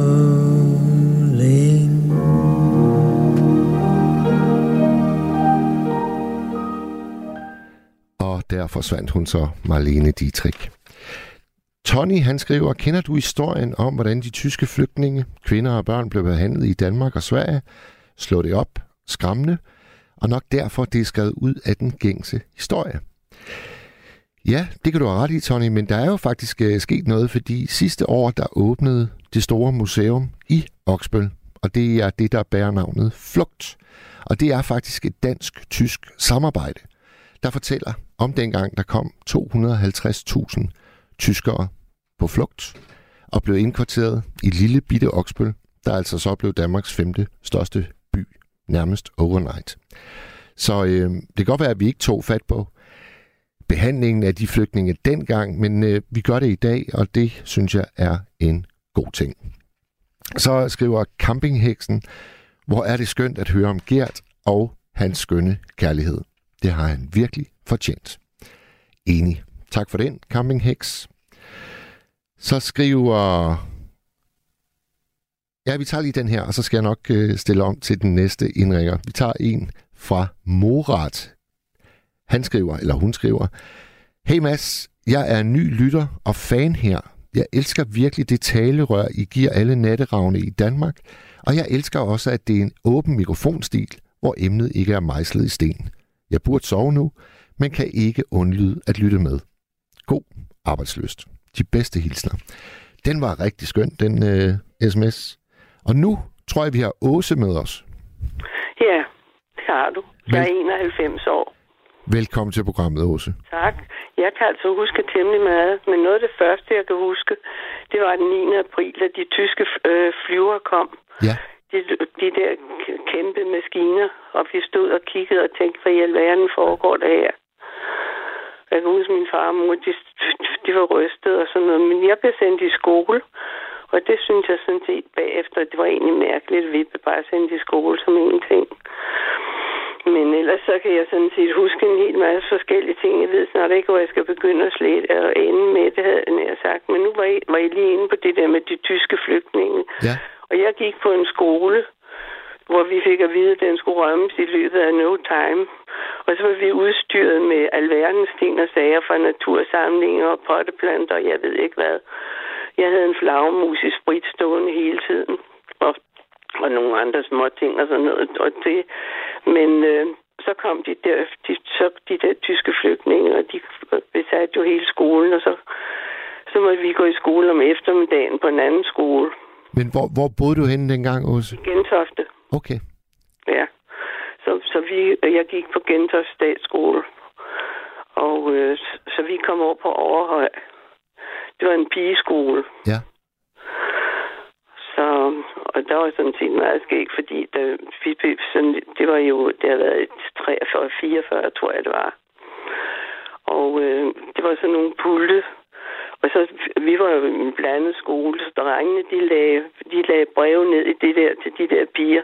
[SPEAKER 1] Og der forsvandt hun så, Marlene Dietrich. Tony, han skriver, kender du historien om, hvordan de tyske flygtninge, kvinder og børn blev behandlet i Danmark og Sverige? Slå det op, skræmmende, og nok derfor det er skrevet ud af den gængse historie. Ja, det kan du have ret i, Tony, men der er jo faktisk uh, sket noget, fordi sidste år, der åbnede det store museum i Oksbøl, og det er det, der bærer navnet Flugt. Og det er faktisk et dansk-tysk samarbejde, der fortæller om dengang, der kom to hundrede og halvtreds tusind tyskere på flugt og blev indkvarteret i lille bitte Oksbøl, der altså så blev Danmarks femte største by, nærmest overnight. Så øh, det kan godt være, at vi ikke tog fat på behandlingen af de flygtninge dengang, men øh, vi gør det i dag, og det synes jeg er en god ting. Så skriver Campingheksen, hvor er det skønt at høre om Gert og hans skønne kærlighed. Det har han virkelig fortjent. Enig. Tak for den, Campingheks. Så skriver... Ja, vi tager lige den her, og så skal jeg nok øh, stille om til den næste indringer. Vi tager en fra Morat. Han skriver, eller hun skriver, hey Mads, jeg er en ny lytter og fan her. Jeg elsker virkelig det talerør, I giver alle natteravne i Danmark, og jeg elsker også, at det er en åben mikrofonstil, hvor emnet ikke er mejslet i sten. Jeg burde sove nu, men kan ikke undlyde at lytte med. God arbejdslyst. De bedste hilsner. Den var rigtig skøn, den øh, sms. Og nu tror jeg, vi har Åse med os.
[SPEAKER 7] Ja, det har du. Jeg er enoghalvfems år.
[SPEAKER 1] Velkommen til programmet, Åse.
[SPEAKER 7] Tak. Jeg kan altså huske temmelig meget, men noget af det første, jeg kan huske, det var den niende april, da de tyske øh, flyver kom.
[SPEAKER 1] Ja.
[SPEAKER 7] De, de der kæmpe maskiner, og vi stod og kiggede og tænkte, hvad i alverden foregår der her? Jeg kan huske, min far og mor, de, de var rystet og sådan noget, men jeg blev sendt i skole, og det synes jeg sådan set bagefter, det var egentlig mærkeligt, at vi blev bare sendt i skole som ingenting. Men ellers så kan jeg sådan set huske en hel masse forskellige ting. Jeg ved snart ikke, hvor jeg skal begynde at slæde og ende med det, havde jeg sagt. Men nu var I, var I lige inde på det der med de tyske flygtninge.
[SPEAKER 1] Ja.
[SPEAKER 7] Og jeg gik på en skole, hvor vi fik at vide, at den skulle rømmes i løbet af no time. Og så var vi udstyret med alverdens ting og sager fra natursamlinger og potteplanter, og jeg ved ikke hvad. Jeg havde en flagermus i sprit stående hele tiden, og, og nogle andre små ting og sådan noget. Og det, men øh, så kom de der, de, så de der tyske flygtninge, og de besatte jo hele skolen, og så, så måtte vi gå i skole om eftermiddagen på en anden skole.
[SPEAKER 1] Men hvor, hvor boede du henne dengang, Åse?
[SPEAKER 7] Gentofte.
[SPEAKER 1] Okay.
[SPEAKER 7] Ja. Så, så vi, jeg gik på Gentofte Statsskole, og øh, så vi kom over på Overhøj. Det var en pigeskole.
[SPEAKER 1] Ja.
[SPEAKER 7] Så, og der var sådan set meget skægt, fordi der, vi, sådan, det var jo, det havde været treogfyrre fireogfyrre, tror jeg det var. Og øh, det var sådan nogle pulte. Og så, vi var jo en blandet skole, så drengene, de lagde, de lagde breve ned i det der, til de der piger.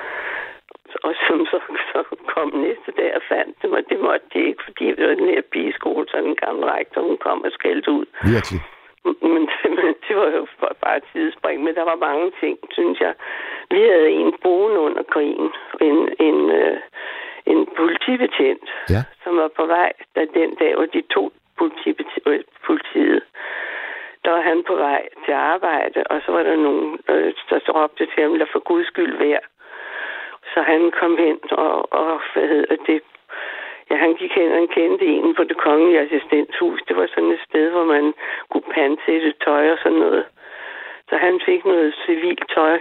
[SPEAKER 7] Og som så, så kom næste dag og fandt dem, og det måtte de ikke, fordi det var den her pigeskole, så den gamle rektor, hun kom og skældte ud.
[SPEAKER 1] Virkelig?
[SPEAKER 7] Men, men det var jo bare et tidsspring, men der var mange ting, synes jeg. Vi havde en boende under krigen, en, en, øh, en politibetjent,
[SPEAKER 1] ja. Som
[SPEAKER 7] var på vej, da den dag, hvor de to politiet, der var han på vej til arbejde, og så var der nogen, øh, der så råbte til ham, lad for guds skyld være. Så han kom hen, og, og hvad hedder det, ja, han gik hen, og han kendte en på det kongelige assistenthus. Det var sådan et sted, hvor man kunne pantsætte tøj og sådan noget. Så han fik noget civilt tøj.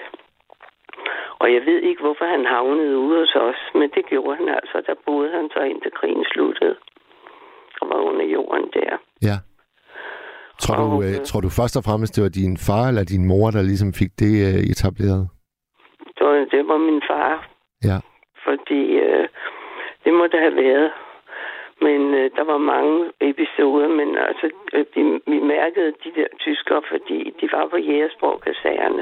[SPEAKER 7] Og jeg ved ikke, hvorfor han havnede ude hos os, men det gjorde han altså. Der boede han så indtil krigen sluttede. Og var under jorden der.
[SPEAKER 1] Ja. Tror du, og, øh, tror du først og fremmest, det var din far eller din mor, der ligesom fik det øh, etableret?
[SPEAKER 7] Det var, det var min far.
[SPEAKER 1] Ja.
[SPEAKER 7] Fordi øh, det må det have været. Men øh, der var mange episoder, men altså, øh, de, vi mærkede de der tyskere, fordi de var på Jægersborg kaserne.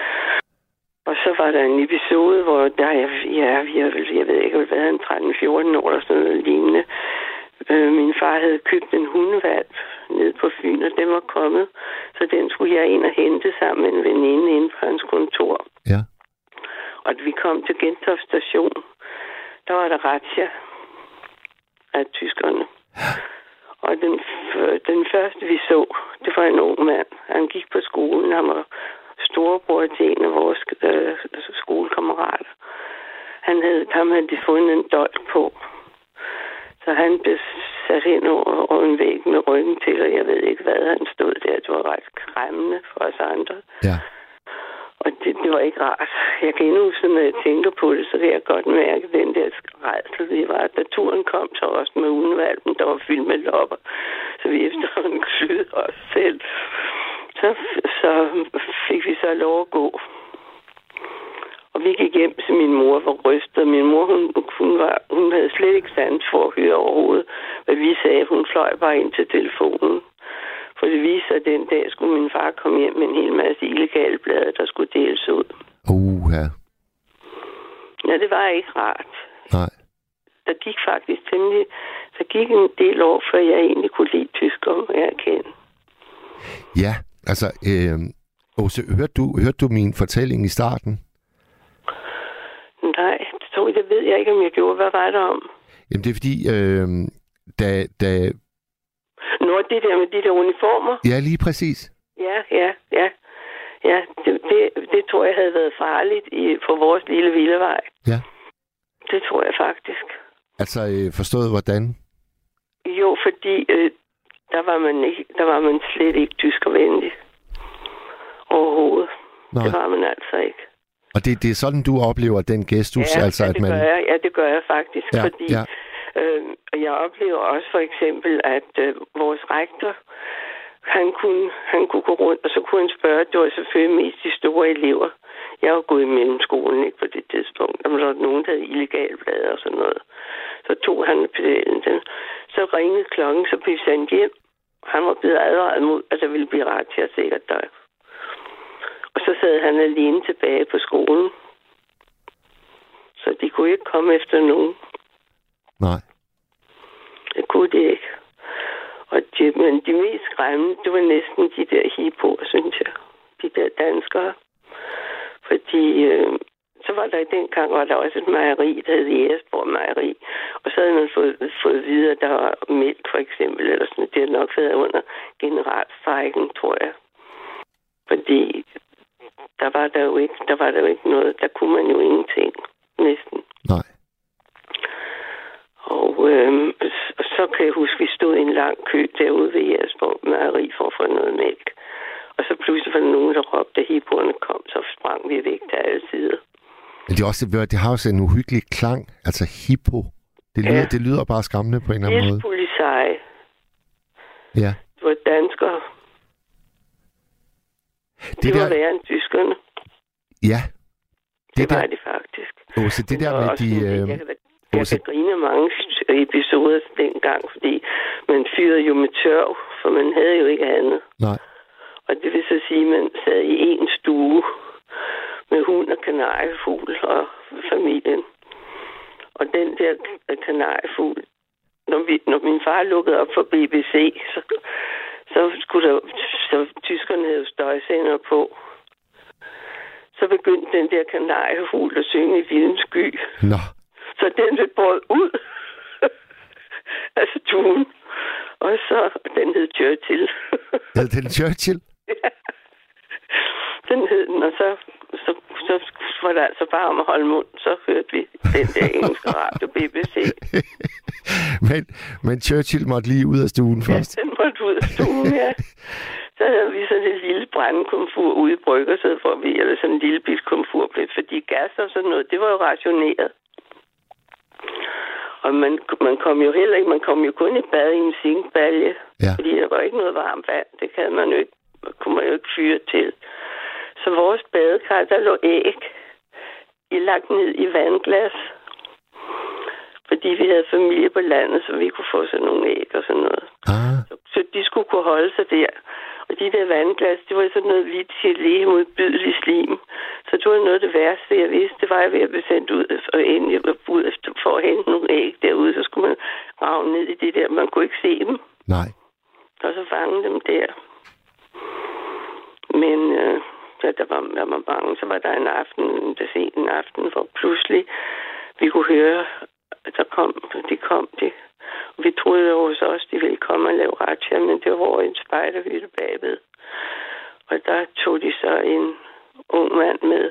[SPEAKER 7] Og så var der en episode, hvor der, ja, jeg, jeg, jeg ved ikke, hvad han tretten fjorten år eller sådan noget lignende. Øh, min far havde købt en hundevalp nede på Fyn, og den var kommet. Så den skulle jeg ind og hente sammen med en veninde inde på hans kontor.
[SPEAKER 1] Ja.
[SPEAKER 7] Og da vi kom til Gentofte Station, der var der razzia af tyskerne. Og den, den første, vi så, det var en ung mand. Han gik på skolen. Han var storebror til en af vores øh, skolekammerater. Han havde, ham havde de fundet en dolk på. Så han blev sat hen over, over en væg med ryggen til, og jeg ved ikke, hvad han stod der. Det var ret skræmmende for os andre.
[SPEAKER 1] Ja.
[SPEAKER 7] Og det, det var ikke rart. Jeg kan endnu, så når jeg tænker på det, så kan jeg godt mærke den der rædsel. Det var, da turen kom så også med hundevalpen, der var fyldt med lopper. Så vi efterhånden kløede os selv. Så, så fik vi så lov at gå. Og vi gik hjem til min mor, var rystet. Min mor, hun, hun, var, hun havde slet ikke sans for at høre overhovedet, hvad vi sagde. Hun fløj bare ind til telefonen. For det viste sig, at den dag skulle min far komme hjem med en hel masse illegale blade, der skulle deles ud.
[SPEAKER 1] Uh, ja.
[SPEAKER 7] Ja, det var ikke rart.
[SPEAKER 1] Nej.
[SPEAKER 7] Der gik faktisk temmelig... Der gik en del år, før jeg egentlig kunne lide tysker, må jeg erkende.
[SPEAKER 1] Ja, altså... Øh, Åse, hørte du, hørte du min fortælling i starten?
[SPEAKER 7] Nej, det, tror jeg, det ved jeg ikke, om jeg gjorde. Hvad var det om?
[SPEAKER 1] Jamen, det er fordi, øh, da... da
[SPEAKER 7] Nå, det der med de der uniformer?
[SPEAKER 1] Ja, lige præcis.
[SPEAKER 7] Ja, ja, ja. Ja, det, det, det tror jeg havde været farligt i, på vores lille vildevej.
[SPEAKER 1] Ja.
[SPEAKER 7] Det tror jeg faktisk.
[SPEAKER 1] Altså, øh, forstået hvordan?
[SPEAKER 7] Jo, fordi øh, der, var man ikke, der var man slet ikke tyskervenlig. Overhovedet. Nej. Det var man altså ikke.
[SPEAKER 1] Og det, det er sådan, du oplever den gestus?
[SPEAKER 7] Ja,
[SPEAKER 1] altså,
[SPEAKER 7] ja,
[SPEAKER 1] at
[SPEAKER 7] det
[SPEAKER 1] man...
[SPEAKER 7] gør jeg. Ja, det gør jeg faktisk,
[SPEAKER 1] ja,
[SPEAKER 7] fordi...
[SPEAKER 1] Ja.
[SPEAKER 7] Øh, jeg oplever også for eksempel, at øh, vores rektor, han kunne, han kunne gå rundt, og så kunne han spørge, det var selvfølgelig mest de store elever. Jeg var gået i mellemskolen ikke på det tidspunkt. Der var nogen, der havde illegale blade og sådan noget. Så tog han pedalen. Så ringede klokken, så blev han hjem. Han var blevet advaret mod, at der ville blive ret til at sikkert dig. Og så sad han alene tilbage på skolen. Så de kunne ikke komme efter nogen.
[SPEAKER 1] Nej.
[SPEAKER 7] Det kunne de ikke. Og de, men de mest skræmmende, det var næsten de der hippoer, synes jeg. De der danskere. Fordi øh, så var var der i den gang var der også et mejeri, der hed Jægersborg Mejeri. Og så havde man fået, fået videre, at der var mælk for eksempel, eller sådan. Det har nok været under generalstrækken, tror jeg. Fordi der var der jo ikke, der var der jo ikke noget, der kunne man jo ingenting, næsten.
[SPEAKER 1] Nej.
[SPEAKER 7] Og øhm, så kan jeg huske, at vi stod i en lang kø derude ved Jægersborg Mejeri for at få noget mælk. Og så pludselig var der nogen, der råbte, at hippoerne kom, så sprang vi væk til alle sider.
[SPEAKER 1] Men det, er også, det har også en uhyggelig klang, altså hippo. Det lyder, ja. det lyder bare skræmmende på en eller anden måde.
[SPEAKER 7] Polizei.
[SPEAKER 1] Ja.
[SPEAKER 7] Det var danskere. Det, det var der... værre end tyskerne.
[SPEAKER 1] Ja.
[SPEAKER 7] Det, det var der... det faktisk.
[SPEAKER 1] Oh, så det der med de... Øh...
[SPEAKER 7] Jeg kan, jeg kan grine mange episoder dengang, fordi man fyrede jo med tørv, for man havde jo ikke andet.
[SPEAKER 1] Nej.
[SPEAKER 7] Og det vil så sige, at man sad i en stue med hund og kanariefugl og familien. Og den der kanariefugl, når, vi, når min far lukkede op for B B C, så, så skulle der, så tyskerne havde støjsender på. Så begyndte den der kanariefugl at synge i vildens sky.
[SPEAKER 1] Nå.
[SPEAKER 7] Så den blev båret ud. Altså tuen. Og så, den hed Churchill.
[SPEAKER 1] Hed den Churchill?
[SPEAKER 7] Ja. Den hed den, og så, så, så var det altså bare om at holde mund. Så hørte vi den der engelske radio B B C.
[SPEAKER 1] men, men Churchill måtte lige ud af stuen først?
[SPEAKER 7] Ja, den måtte ud af stuen, ja. Så havde vi sådan et lille brændekomfur ude i Bryggersædet, hvor vi, eller sådan en lille bit komfur, fordi gas og sådan noget, det var jo rationeret. Og man, man kom jo heller ikke, man kom jo kun i bad i en zinkbalje,
[SPEAKER 1] ja.
[SPEAKER 7] Fordi der var ikke noget varmt vand. Det kan man jo ikke, kunne man jo ikke fyre til. Så vores badekar, der lå æg, I lagt ned i vandglas, fordi vi havde familie på landet, så vi kunne få sådan nogle æg og sådan noget.
[SPEAKER 1] Ah.
[SPEAKER 7] Så, så de skulle kunne holde sig der. Og de der vandglas, det var sådan noget hvidt gelé modbydelig slim. Så det var noget af det værste, jeg vidste. Det var, jeg ved at blive sendt ud, og inden jeg var ud efter, for at hente nogle æg derude, så skulle man rave ned i det der. Man kunne ikke se dem.
[SPEAKER 1] Nej.
[SPEAKER 7] Og så fange dem der. Men øh, ja, der var, der var bange. Så var der en aften, der sen en aften, hvor pludselig vi kunne høre, at der kom, de kom, de. Og vi troede jo hos os, de ville komme og lave razzia, men det var over en spejderhytte bagved. Og der tog de så en ung mand med,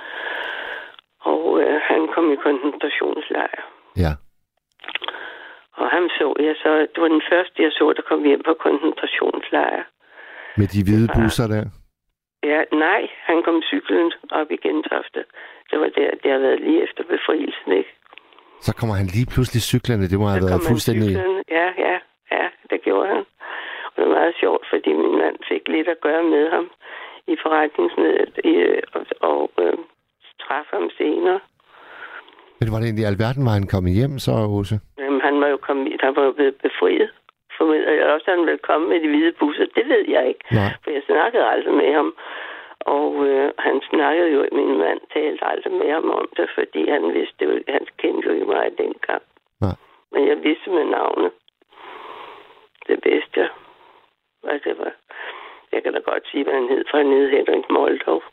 [SPEAKER 7] og øh, han kom i koncentrationslejr.
[SPEAKER 1] Ja.
[SPEAKER 7] Og ham så jeg så, det var den første, jeg så, der kom hjem på koncentrationslejr.
[SPEAKER 1] Med de hvide busser der?
[SPEAKER 7] Ja, nej, han kom cyklen op i Gentofte. Det var der, det har været lige efter befrielsen, ikke?
[SPEAKER 1] Så kommer han lige pludselig cyklerne. Det må have været fuldstændig...
[SPEAKER 7] Cyklerne. Ja, ja, ja, det gjorde han. Og det var meget sjovt, fordi min mand fik lidt at gøre med ham i forretningsnedet og, og øh, træffe ham senere.
[SPEAKER 1] Men var det egentlig i alverden, var han kommet hjem så, Åse?
[SPEAKER 7] Jamen, han var jo kommet, han var jo blevet befriet. Og også han ville komme med de hvide busser, det ved jeg ikke.
[SPEAKER 1] Nej.
[SPEAKER 7] For jeg snakkede aldrig med ham. Og øh, han snakkede jo, min mand talte aldrig med ham om det, fordi han vidste jo, han kendte jo ikke mig dengang.
[SPEAKER 1] Nej.
[SPEAKER 7] Men jeg vidste med navnet. Det vidste jeg. Og det var, jeg kan da godt sige, hvad han hed, for han hed Henrik Moldov.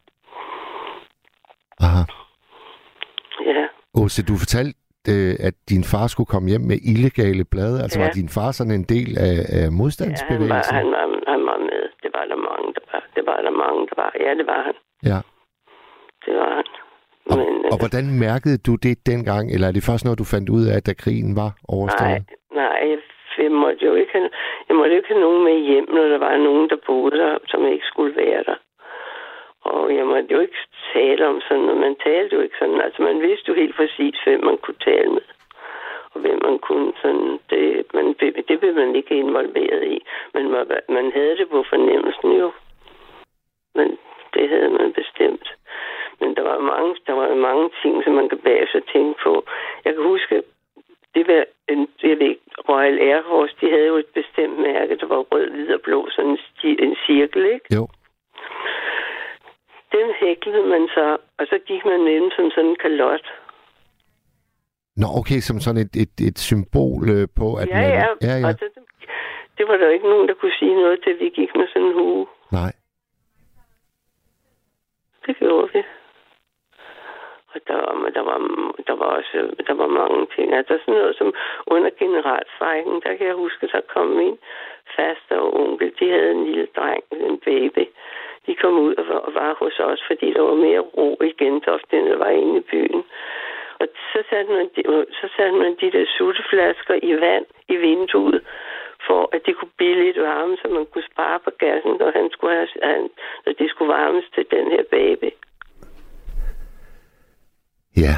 [SPEAKER 1] Aha.
[SPEAKER 7] Ja.
[SPEAKER 1] Åse, du fortalte, øh, at din far skulle komme hjem med illegale blade. Altså
[SPEAKER 7] ja.
[SPEAKER 1] Var din far sådan en del af, af modstandsbevægelsen?
[SPEAKER 7] Ja, han var, han, var, han var med. Det var der mange, der var. Det var der mange, der var. Ja, det var han.
[SPEAKER 1] Ja.
[SPEAKER 7] Det var han.
[SPEAKER 1] Og,
[SPEAKER 7] Men,
[SPEAKER 1] og hvordan mærkede du det dengang? Eller er det først noget, du fandt ud af, da krigen var overstået?
[SPEAKER 7] Nej, nej. Jeg, jeg måtte jo ikke have, jeg måtte ikke have nogen med hjem, når der var nogen, der boede der, som ikke skulle være der. Og jeg måtte jo ikke tale om sådan noget. Man talte jo ikke sådan. Altså, man vidste jo helt præcis, hvem man kunne tale med. Og hvem man kunne sådan... Det, man, det blev man ikke involveret i. Men man, man havde det på fornemmelsen jo. Men det havde man bestemt. Men der var mange, der var mange ting, som man kan bagefter tænke på. Jeg kan huske, det var en, jeg ved ikke, Royal Air Force, de havde jo et bestemt mærke, der var rød, hvid og blå, sådan en, sti, en cirkel, ikke?
[SPEAKER 1] Jo.
[SPEAKER 7] Den hæklede man så, og så gik man med den som sådan en kalot.
[SPEAKER 1] Nå, okay, som sådan et, et, et symbol øh, på, at
[SPEAKER 7] ja,
[SPEAKER 1] man...
[SPEAKER 7] Ja,
[SPEAKER 1] ja, ja.
[SPEAKER 7] Og det, det var der ikke nogen, der kunne sige noget til, at vi gik med sådan en hue.
[SPEAKER 1] Nej.
[SPEAKER 7] Det gjorde vi. Og der var, der var, der var også der var mange ting. Altså sådan noget som under generalstrækken, der kan jeg huske, der kom min faster og onkel. De havde en lille dreng, en baby. De kom ud og var, og var hos os, fordi der var mere ro i Gentofte, end der var inde i byen. Og så satte man de, så satte man de der sutteflasker i vand i vinduet, for at de kunne blive lidt varme, så man kunne spare på gassen, når, han skulle have, han, når de skulle varmes til den her baby.
[SPEAKER 1] Ja.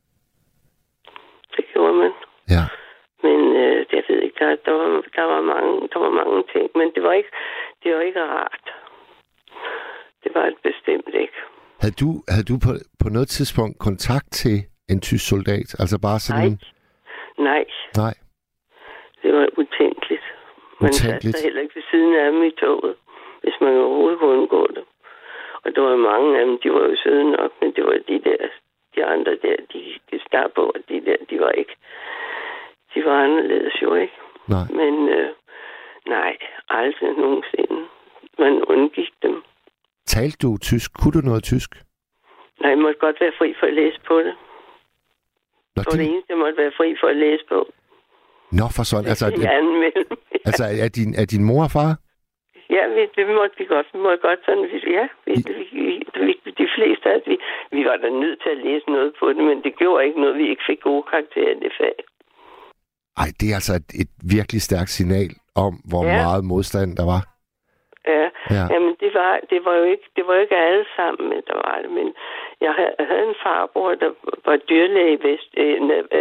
[SPEAKER 7] Det gjorde man.
[SPEAKER 1] Ja.
[SPEAKER 7] Men øh, jeg ved ikke, der, der, var, der, var mange, der var mange ting, men det var ikke, det var ikke rart. Det var det bestemt ikke.
[SPEAKER 1] Havde du, havde du på, på noget tidspunkt kontakt til en tysk soldat? Altså bare sådan...
[SPEAKER 7] Nej. Nej.
[SPEAKER 1] Nej.
[SPEAKER 7] Det var utænkeligt. Man satte sig heller ikke ved siden af dem i toget, hvis man overhovedet kunne undgå det. Og der var mange af dem, de var jo søde nok, men det var de der, de andre der, de, de starter på, og de der, de var ikke, de var anderledes jo ikke.
[SPEAKER 1] Nej.
[SPEAKER 7] Men øh, nej, aldrig nogensinde. Man undgik dem.
[SPEAKER 1] Talte du tysk? Kunne du noget tysk?
[SPEAKER 7] Nej, jeg måtte godt være fri for at læse på det. Nå, det var det eneste, jeg måtte være fri for at læse på.
[SPEAKER 1] Nå, for sådan. Altså,
[SPEAKER 7] det, ja.
[SPEAKER 1] altså er, din, er din mor og far?
[SPEAKER 7] Ja, vi, det måtte vi godt. Vi måtte godt sådan, vi, ja, vi, vi, vi, de fleste af os, vi, vi var da nødt til at læse noget på det, men det gjorde ikke noget, vi ikke fik gode karakterer i det fag.
[SPEAKER 1] Ej, det er altså et, et virkelig stærkt signal om, hvor ja. meget modstand der var.
[SPEAKER 7] Ja, ja. Jamen det var, det var jo ikke, det var jo ikke alle sammen, der var det, men jeg havde, jeg havde en farbror, der var dyrlæge i Vest. Øh,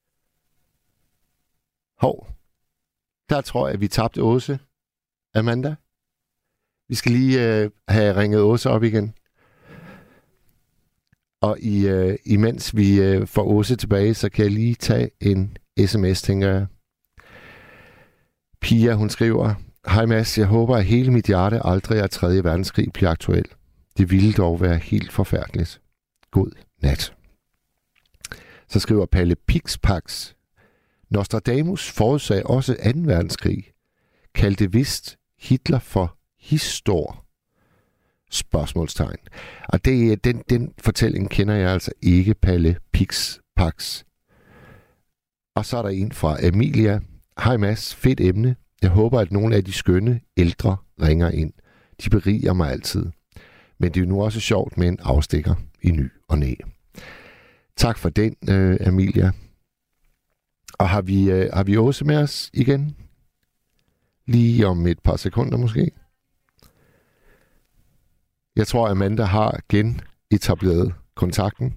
[SPEAKER 1] Hov, der tror jeg, vi tabte Åse. Amanda? Vi skal lige øh, have ringet Åse op igen. Og i, øh, imens vi øh, får Åse tilbage, så kan jeg lige tage en sms, tænker jeg. Pia, hun skriver: Hej Mads, jeg håber, at hele mit hjerte aldrig er tredje verdenskrig bliver aktuel. Det ville dog være helt forfærdeligt. God nat. Så skriver Palle Pixpax: Nostradamus forudsagde også anden verdenskrig. Kaldte vist Hitler for histor? Spørgsmålstegn. Og det, den, den fortælling kender jeg altså ikke, Palle Pixpax. Og så er der en fra Emilia. Hej Mads, fedt emne. Jeg håber, at nogle af de skønne ældre ringer ind. De beriger mig altid. Men det er jo nu også sjovt med en afstikker i ny og næ. Tak for den, øh, Emilia. Og har vi, øh, har vi Åse med os igen? Lige om et par sekunder måske. Jeg tror, Amanda har genetableret kontakten.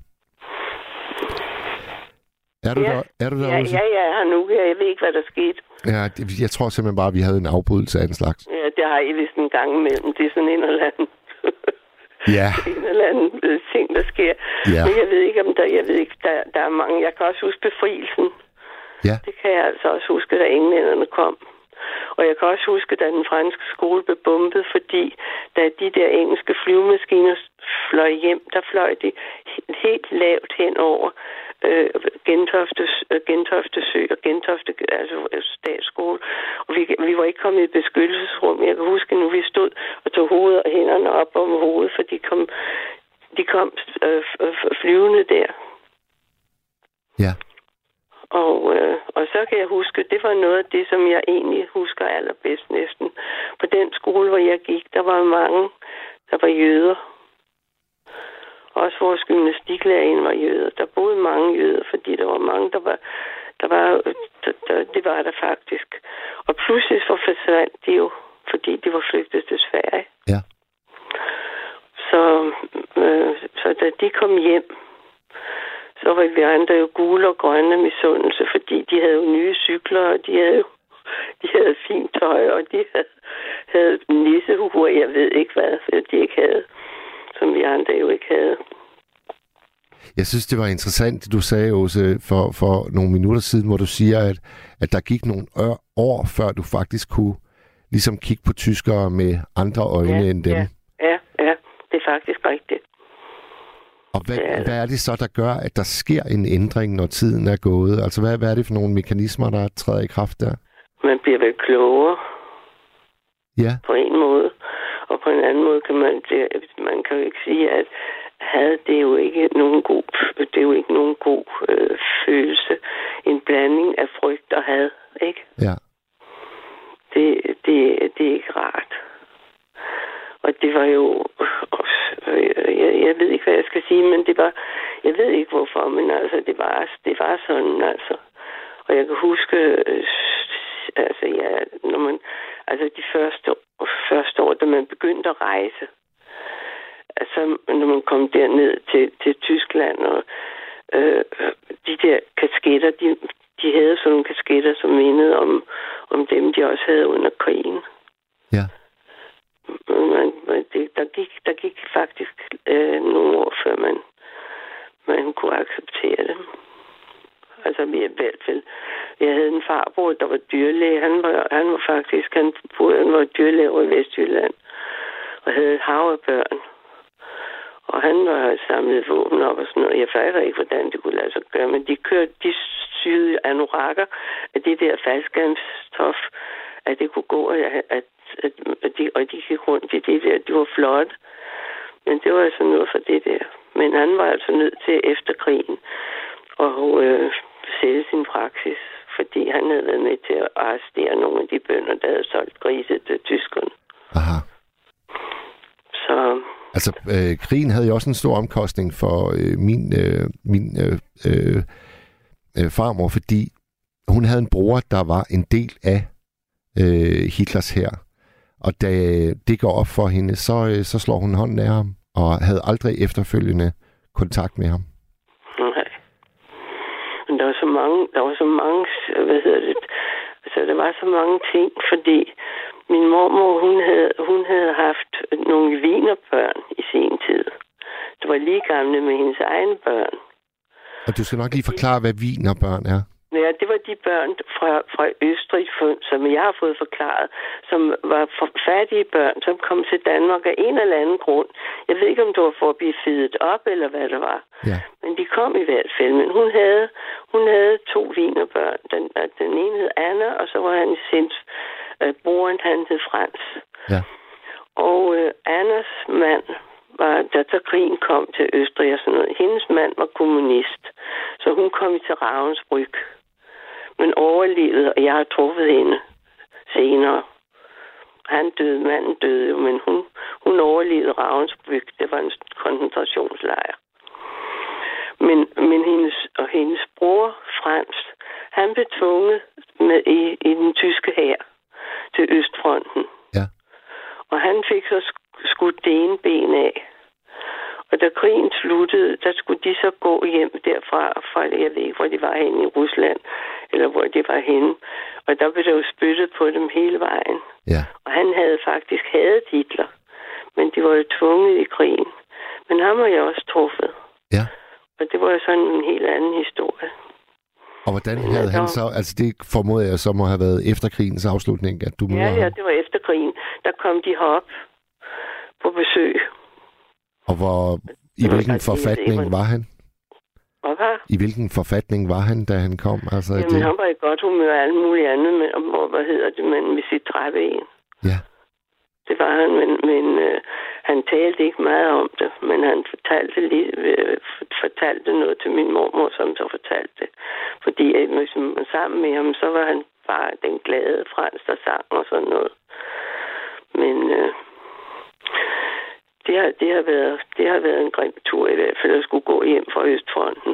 [SPEAKER 1] Er du
[SPEAKER 7] ja.
[SPEAKER 1] der, er du der
[SPEAKER 7] ja,
[SPEAKER 1] Åse?
[SPEAKER 7] Ja, jeg er her nu. Jeg ved ikke, hvad der skete.
[SPEAKER 1] Ja, det, jeg tror simpelthen bare, at vi havde en afbrydelse af en slags.
[SPEAKER 7] Ja, det har I vist en gang imellem. Det er sådan en eller anden...
[SPEAKER 1] Ja.
[SPEAKER 7] en eller anden ting, der sker.
[SPEAKER 1] Ja.
[SPEAKER 7] Men jeg ved ikke, om der... Jeg ved ikke, der, der er mange... Jeg kan også huske befrielsen.
[SPEAKER 1] Ja.
[SPEAKER 7] Det kan jeg altså også huske, da englænderne kom. Og jeg kan også huske, da den franske skole blev bombet, fordi da de der engelske flyvemaskiner fløj hjem, der fløj de helt lavt hen over øh, Gentofte, øh, Gentofte Sø og Gentofte, altså statsskole. Og vi, vi var ikke kommet i et beskyttelsesrum. Jeg kan huske, nu vi stod og tog hovedet og hænderne op om hovedet, for de kom, de kom øh, flyvende der.
[SPEAKER 1] Ja.
[SPEAKER 7] Og, øh, og så kan jeg huske, det var noget af det, som jeg egentlig husker allerbedst næsten. På den skole, hvor jeg gik, der var mange, der var jøder. Også vores gymnastiklærerinde var jøder. Der boede mange jøder, fordi der var mange, der var, der var, der, der, det var der faktisk. Og pludselig så forsvandt de jo, fordi de var flygtet til Sverige.
[SPEAKER 1] Ja.
[SPEAKER 7] Så, øh, så da de kom hjem, så var vi andre jo gule og grønne af misundelse, fordi de havde jo nye cykler, og de havde jo de havde fint tøj, og de havde, havde nissehuer, jeg ved ikke hvad, de ikke havde, som vi andre jo ikke havde.
[SPEAKER 1] Jeg synes, det var interessant, det du sagde, Åse, for, for nogle minutter siden, hvor du siger, at, at der gik nogle år, før du faktisk kunne ligesom kigge på tyskere med andre øjne
[SPEAKER 7] ja,
[SPEAKER 1] end dem.
[SPEAKER 7] Ja, ja, ja, det er faktisk rigtigt.
[SPEAKER 1] Og hvad, ja. hvad er det så, der gør, at der sker en ændring, når tiden er gået? Altså, hvad, hvad er det for nogle mekanismer, der træder i kraft der?
[SPEAKER 7] Man bliver vel klogere.
[SPEAKER 1] Ja.
[SPEAKER 7] På en måde. Og på en anden måde kan man, man kan jo ikke sige, at had det er jo ikke nogen god ikke hvorfor, men altså, det var, det var sådan, altså. Og jeg kan huske, øh, altså, ja, når man, altså de første, første år, da man begyndte at rejse, altså, når man kom derned til, til Tyskland, og øh, de der kasketter, de, de havde sådan nogle kasketter, som mindede om, om dem, de også havde under krigen.
[SPEAKER 1] Ja.
[SPEAKER 7] Man, man, det, der, gik, der gik faktisk øh, nogle år, før man, man kunne acceptere dem. Altså, i hvert fald. Jeg havde en farbror, der var dyrlæge. Han var, han var faktisk, han, han var dyrlæge over i Vestjylland, og havde et hav af børn. Og han var samlet våben op og sådan noget. Jeg fatter ikke, hvordan det kunne lade sig gøre, men de kørte, de syede anorakker af det der faldskærmsstof, at det kunne gå, at, at, at de, og de gik rundt i det der. De var flotte. Men det var altså noget for det der. Men han var altså nødt til efter krigen at øh, sælge sin praksis, fordi han havde været med til at arrestere nogle af de bønder, der havde solgt grise til tyskerne.
[SPEAKER 1] Aha.
[SPEAKER 7] Så...
[SPEAKER 1] Altså, øh, krigen havde jo også en stor omkostning for øh, min, øh, min øh, øh, øh, farmor, fordi hun havde en bror, der var en del af øh, Hitlers hær. Og da det går op for hende, så, øh, så slår hun hånden af ham, og havde aldrig efterfølgende kontakt med ham.
[SPEAKER 7] Nej. Men der var så mange, der var så mange, hvad hedder det, altså der var så mange ting, fordi min mormor, hun havde, hun havde haft nogle wienerbørn i sin tid. Det var lige gamle med hendes egne børn.
[SPEAKER 1] Og du skal nok lige forklare, hvad wienerbørn er.
[SPEAKER 7] Ja, det var de børn fra, fra Østrig, som jeg har fået forklaret, som var fattige børn, som kom til Danmark af en eller anden grund. Jeg ved ikke, om det var for at blive fedet op, eller hvad det var.
[SPEAKER 1] Ja.
[SPEAKER 7] Men de kom i hvert fald. Men hun havde, hun havde to wienerbørn. Den, den ene hed Anna, og så var han sin øh, broren, han hed Frans.
[SPEAKER 1] Ja.
[SPEAKER 7] Og øh, Annas mand var, da, da krigen kom til Østrig og sådan noget, hendes mand var kommunist. Så hun kom til Ravensbrück, men overlevede, og jeg har truffet hende senere. Han døde, manden døde jo, men hun, hun overlevede Ravensbrück. Det var en koncentrationslejr. Men, men hendes, og hendes bror, Frans, han blev tvunget med i, i den tyske hær til Østfronten.
[SPEAKER 1] Ja.
[SPEAKER 7] Og han fik så skudt det ene ben af. Og da krigen sluttede, der skulle de så gå hjem derfra, fra jeg ved ikke, hvor de var henne i Rusland, eller hvor de var henne. Og der blev der jo spyttet på dem hele vejen.
[SPEAKER 1] Ja.
[SPEAKER 7] Og han havde faktisk hadet Hitler, men de var jo tvunget i krigen. Men ham har jeg også truffet.
[SPEAKER 1] Ja.
[SPEAKER 7] Og det var jo sådan en helt anden historie.
[SPEAKER 1] Og hvordan havde han så, altså det formoder jeg så må have været efter krigens afslutning, at du møder
[SPEAKER 7] Ja, ja,
[SPEAKER 1] ham.
[SPEAKER 7] det var efter krigen. Der kom de herop på besøg.
[SPEAKER 1] Og hvor, i hvilken forfatning var han?
[SPEAKER 7] Okay.
[SPEAKER 1] I hvilken forfatning var han, da han kom? Altså,
[SPEAKER 7] Jamen,
[SPEAKER 1] det...
[SPEAKER 7] han var i godt humør og alt muligt andet, men, og, hvad hedder det, men med sit dræbben.
[SPEAKER 1] Ja.
[SPEAKER 7] Det var han, men, men øh, han talte ikke meget om det, men han fortalte, lige, øh, fortalte noget til min mormor, som så fortalte det. Fordi øh, hvis man var sammen med ham, så var han bare den glade Frans, der sang og sådan noget. Men øh, det, har, det, har været, det har været en grim tur i hvert fald, at skulle gå hjem fra Østfronten.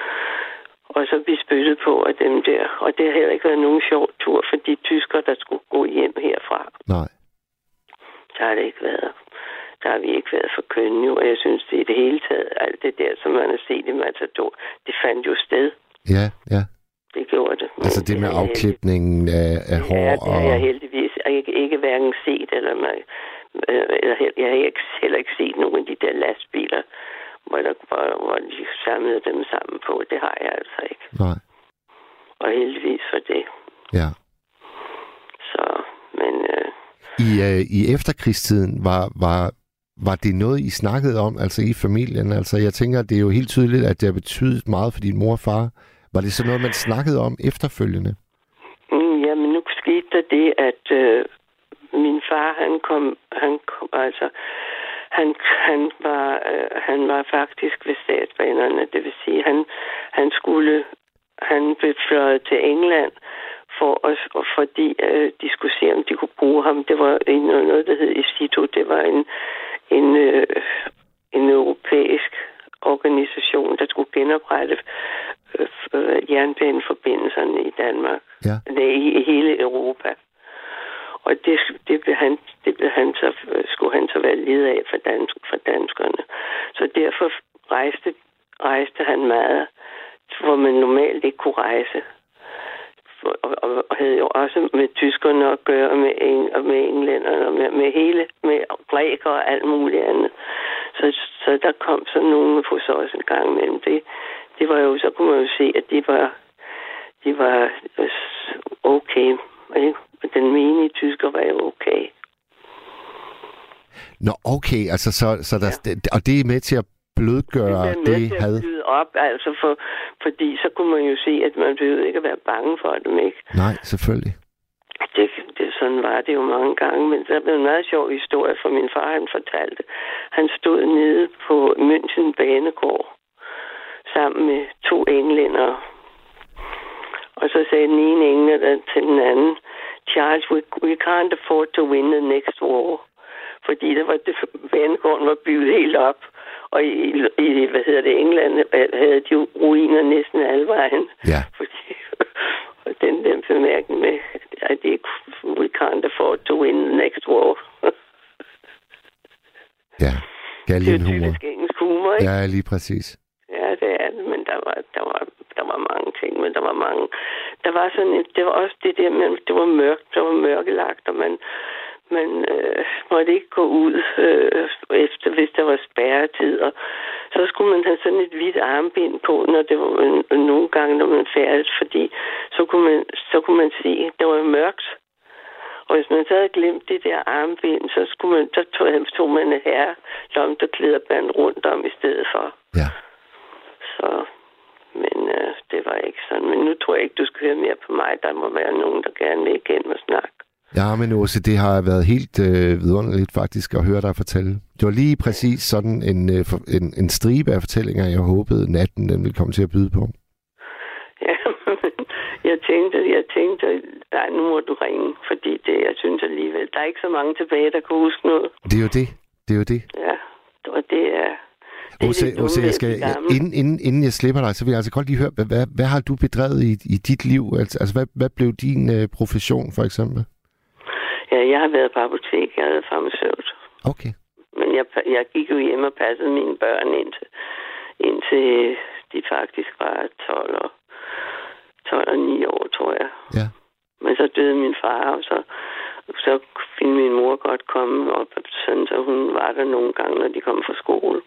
[SPEAKER 7] Og så blive spyttet på af dem der. Og det har heller ikke været nogen sjov tur for de tyskere, der skulle gå hjem herfra.
[SPEAKER 1] Nej.
[SPEAKER 7] Der har det ikke været. Der har vi ikke været for kønne, og jeg synes, det i det hele taget, alt det der, som man har set i Matador, det fandt jo sted.
[SPEAKER 1] Ja, ja.
[SPEAKER 7] Det gjorde det.
[SPEAKER 1] Altså det med afklipningen af, af hår
[SPEAKER 7] ja, det har
[SPEAKER 1] og...
[SPEAKER 7] jeg heldigvis ikke, ikke hverken set, eller, med, eller jeg har ikke, heller ikke set nogen af de der lastbiler, hvor, der, hvor, hvor de samlede dem sammen på. Det har jeg altså ikke.
[SPEAKER 1] Nej.
[SPEAKER 7] Og heldigvis for det.
[SPEAKER 1] Ja.
[SPEAKER 7] Så, men... Øh,
[SPEAKER 1] I, øh, I efterkrigstiden var, var, var det noget, I snakkede om, altså i familien? Altså jeg tænker, det er jo helt tydeligt, at det har betydet meget for din mor og far. Var det så noget, man snakkede om efterfølgende?
[SPEAKER 7] Mm, jamen nu skete der det, at øh, min far, han kom, han kom altså, han, han, var, øh, han var faktisk ved statsbanerne, det vil sige, han, han skulle, han blev fløjet til England, for os, og fordi øh, de skulle se, om de kunne bruge ham. Det var en, noget, der hed ESITO. Det var en, en, øh, en europæisk organisation, der skulle genoprette øh, øh, jernbaneforbindelserne i Danmark.
[SPEAKER 1] Ja.
[SPEAKER 7] Nej, i, i hele Europa. Og det, det, blev han, det blev han så, skulle han så være leder af for, dansk, for danskerne. Så derfor rejste, rejste han meget, hvor man normalt ikke kunne rejse. Og, og, og havde jo også med tyskerne at gøre, med, og med englænderne, og med, med hele, med grækere og alt muligt andet. Så, så der kom så nogen hos os en gang imellem. Det, det var jo, så kunne man jo se, at de var, de var okay. Ikke? Den menige tysker var jo okay.
[SPEAKER 1] Nå, okay, altså så, så der, ja. Og det er med til at blødgøre det,
[SPEAKER 7] det med
[SPEAKER 1] had?
[SPEAKER 7] Til at op, altså for, fordi så kunne man jo se, at man behøvede ikke at være bange for dem, ikke?
[SPEAKER 1] Nej, selvfølgelig.
[SPEAKER 7] Det, det, sådan var det jo mange gange, men der blev en meget sjov historie, for min far, han fortalte. Han stod nede på München Banegård sammen med to englændere. Og så sagde den ene englænder til den anden, Charles, we, we can't afford to win the next war. Fordi der var det, banegården var bygget helt op. Og i, i hvad hedder det, England havde de ruiner næsten alle vejen.
[SPEAKER 1] Ja.
[SPEAKER 7] Fordi, og den der bemærkning med, at det ikke, we can't afford to win the next war.
[SPEAKER 1] Ja, galgenhumor.
[SPEAKER 7] Det er jo typisk engelsk humor, ikke?
[SPEAKER 1] Ja, lige præcis.
[SPEAKER 7] Ja, det er det, men der var, der var, der var mange ting, men der var mange. Der var sådan et, det var også det der, men det var mørkt, det var mørkelagt, og man, man øh, måtte ikke gå ud øh, efter, hvis der var spærretid, og så skulle man have sådan et hvidt armbind på, når det var øh, nogle gange, når man færdes, fordi så kunne man, så kunne man se, at det var mørkt. Og hvis man så havde glemt det der armbind, så, skulle man, så tog, tog man et herre lomterklæder band rundt om i stedet for.
[SPEAKER 1] Ja.
[SPEAKER 7] Så, men øh, det var ikke sådan. Men nu tror jeg ikke, du skal høre mere på mig. Der må være nogen, der gerne vil igen og snakke.
[SPEAKER 1] Ja, men også det har været helt øh, vidunderligt faktisk at høre dig fortælle. Det var lige præcis sådan en, øh, en, en stribe af fortællinger, jeg håbede natten den ville komme til at byde på.
[SPEAKER 7] Ja, men jeg tænkte, jeg tænkte, nej, nu må du ringe, fordi det, jeg synes alligevel, der er ikke så mange tilbage, der kan huske noget.
[SPEAKER 1] Det er jo det. Det er jo det.
[SPEAKER 7] Ja, og det er...
[SPEAKER 1] Ose, Ose, jeg skal, inden, inden, inden jeg slipper dig, så vil jeg altså godt lige høre, hvad, hvad, hvad har du bedrevet i, i dit liv? Altså, altså hvad, hvad blev din øh, profession, for eksempel?
[SPEAKER 7] Ja, jeg har været på apotek. Jeg har været farmaceut.
[SPEAKER 1] Okay.
[SPEAKER 7] Men jeg, jeg gik jo hjem og passede mine børn indtil, indtil de faktisk var tolv og, tolv og ni år, tror jeg.
[SPEAKER 1] Ja.
[SPEAKER 7] Men så døde min far, og så, så ville min mor godt komme op, sådan, så hun var der nogle gange, når de kom fra skole.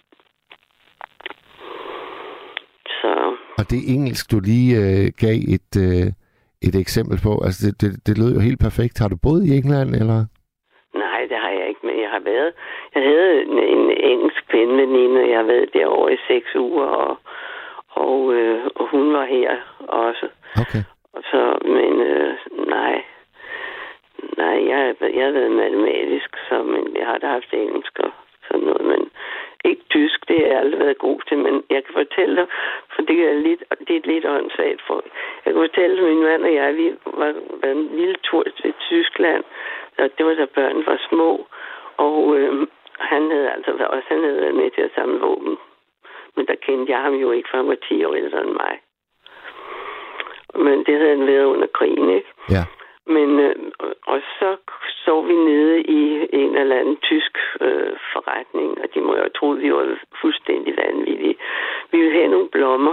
[SPEAKER 7] Så.
[SPEAKER 1] Og det engelsk, du lige øh, gav et, øh, et eksempel på, altså det, det, det lød jo helt perfekt. Har du boet i England, eller?
[SPEAKER 7] Nej, det har jeg ikke, men jeg har været... Jeg havde en, en engelsk veninde, og jeg har været derovre i seks uger, og, og, øh, og hun var her også.
[SPEAKER 1] Okay.
[SPEAKER 7] Og så, men øh, nej... Nej, jeg, jeg har været matematisk, så, men jeg har da haft engelsk og sådan noget, men ikke tysk, det har jeg aldrig været god til, men jeg kan fortælle dig, for det er lidt, det er lidt åndssvagt for. Jeg kan fortælle dig, min mand og jeg, vi var, var en lille tur til Tyskland, og det var da børn var små, og øh, han havde altså også han havde været med til at samle våben. Men der kendte jeg ham jo ikke, for han var ti år ældre end mig. Men det havde han været under krigen, ikke?
[SPEAKER 1] Ja.
[SPEAKER 7] Men, øh, og så så vi nede i en eller anden tysk øh, forretning, og de må jo have troet, vi var fuldstændig vanvittige. Vi ville have nogle blommer.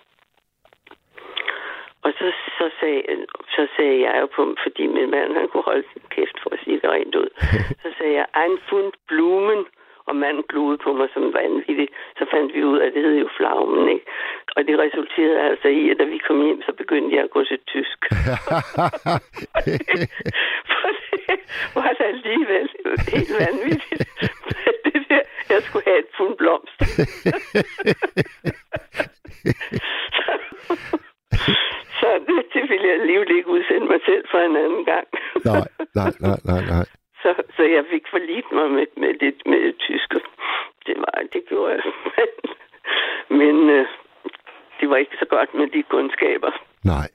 [SPEAKER 7] Og så, så, sagde, så sagde jeg jo på, fordi min mand han kunne holde sin kæft for at sige det rent ud. Så sagde jeg, ein Pfund Blumen, og manden glodede på mig som vanvittig. Så fandt vi ud af, at det hed jo flagmen, ikke? Og det resulterede altså i, at da vi kom hjem, så begyndte jeg at gå til tysk. For det var det alligevel helt vanvittigt. Det der, jeg skulle have et pund blomst. så så det, det ville jeg alligevel ikke udsende mig selv for en anden gang.
[SPEAKER 1] nej, nej, nej, nej, nej.
[SPEAKER 7] Så, så jeg fik forlidt mig med, med, det, med det tyske. Det var, det gjorde jeg. Men øh, det var ikke så godt med de kundskaber.
[SPEAKER 1] Nej.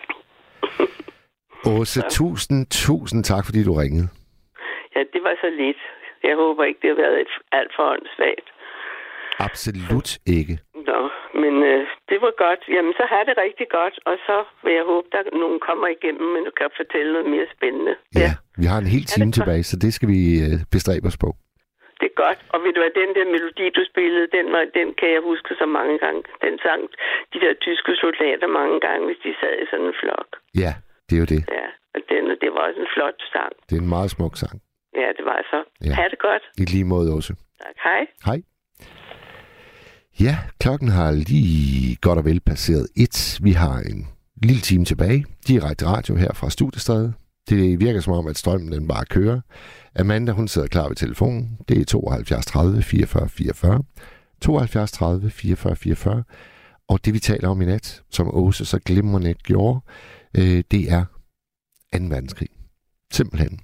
[SPEAKER 1] Åse, tusind, tusind tak, fordi du ringede.
[SPEAKER 7] Ja, det var så lidt. Jeg håber ikke, det har været et alt for åndssvagt.
[SPEAKER 1] Absolut ikke.
[SPEAKER 7] Nå, men øh, det var godt. Jamen, så har det rigtig godt, og så vil jeg håbe, at nogen kommer igennem, men du kan fortælle noget mere spændende.
[SPEAKER 1] Ja, ja. Vi har en hel time tilbage, så det skal vi øh, bestræbe os på.
[SPEAKER 7] Det er godt. Og ved du hvad, den der melodi, du spillede, den, var, den kan jeg huske så mange gange. Den sang de der tyske soldater mange gange, hvis de sad i sådan en flok.
[SPEAKER 1] Ja, det er jo det.
[SPEAKER 7] Ja, og den, det var også en flot sang.
[SPEAKER 1] Det er en meget smuk sang.
[SPEAKER 7] Ja, det var så.
[SPEAKER 1] Ja.
[SPEAKER 7] Ha' det godt.
[SPEAKER 1] I lige måde også.
[SPEAKER 7] Tak, hej.
[SPEAKER 1] Hej. Ja, klokken har lige godt og vel passeret et. Vi har en lille time tilbage. Direkte radio her fra Studiestræde. Det virker som om, at strømmen den bare kører. Amanda, hun sidder klar ved telefonen. Det er tooghalvfjerds tredive fireogfyrre fireogfyrre. tooghalvfjerds tredive fireogfyrre fireogfyrre. Og det, vi taler om i nat, som Åse så glimrende gjorde, øh, det er anden verdenskrig. Simpelthen.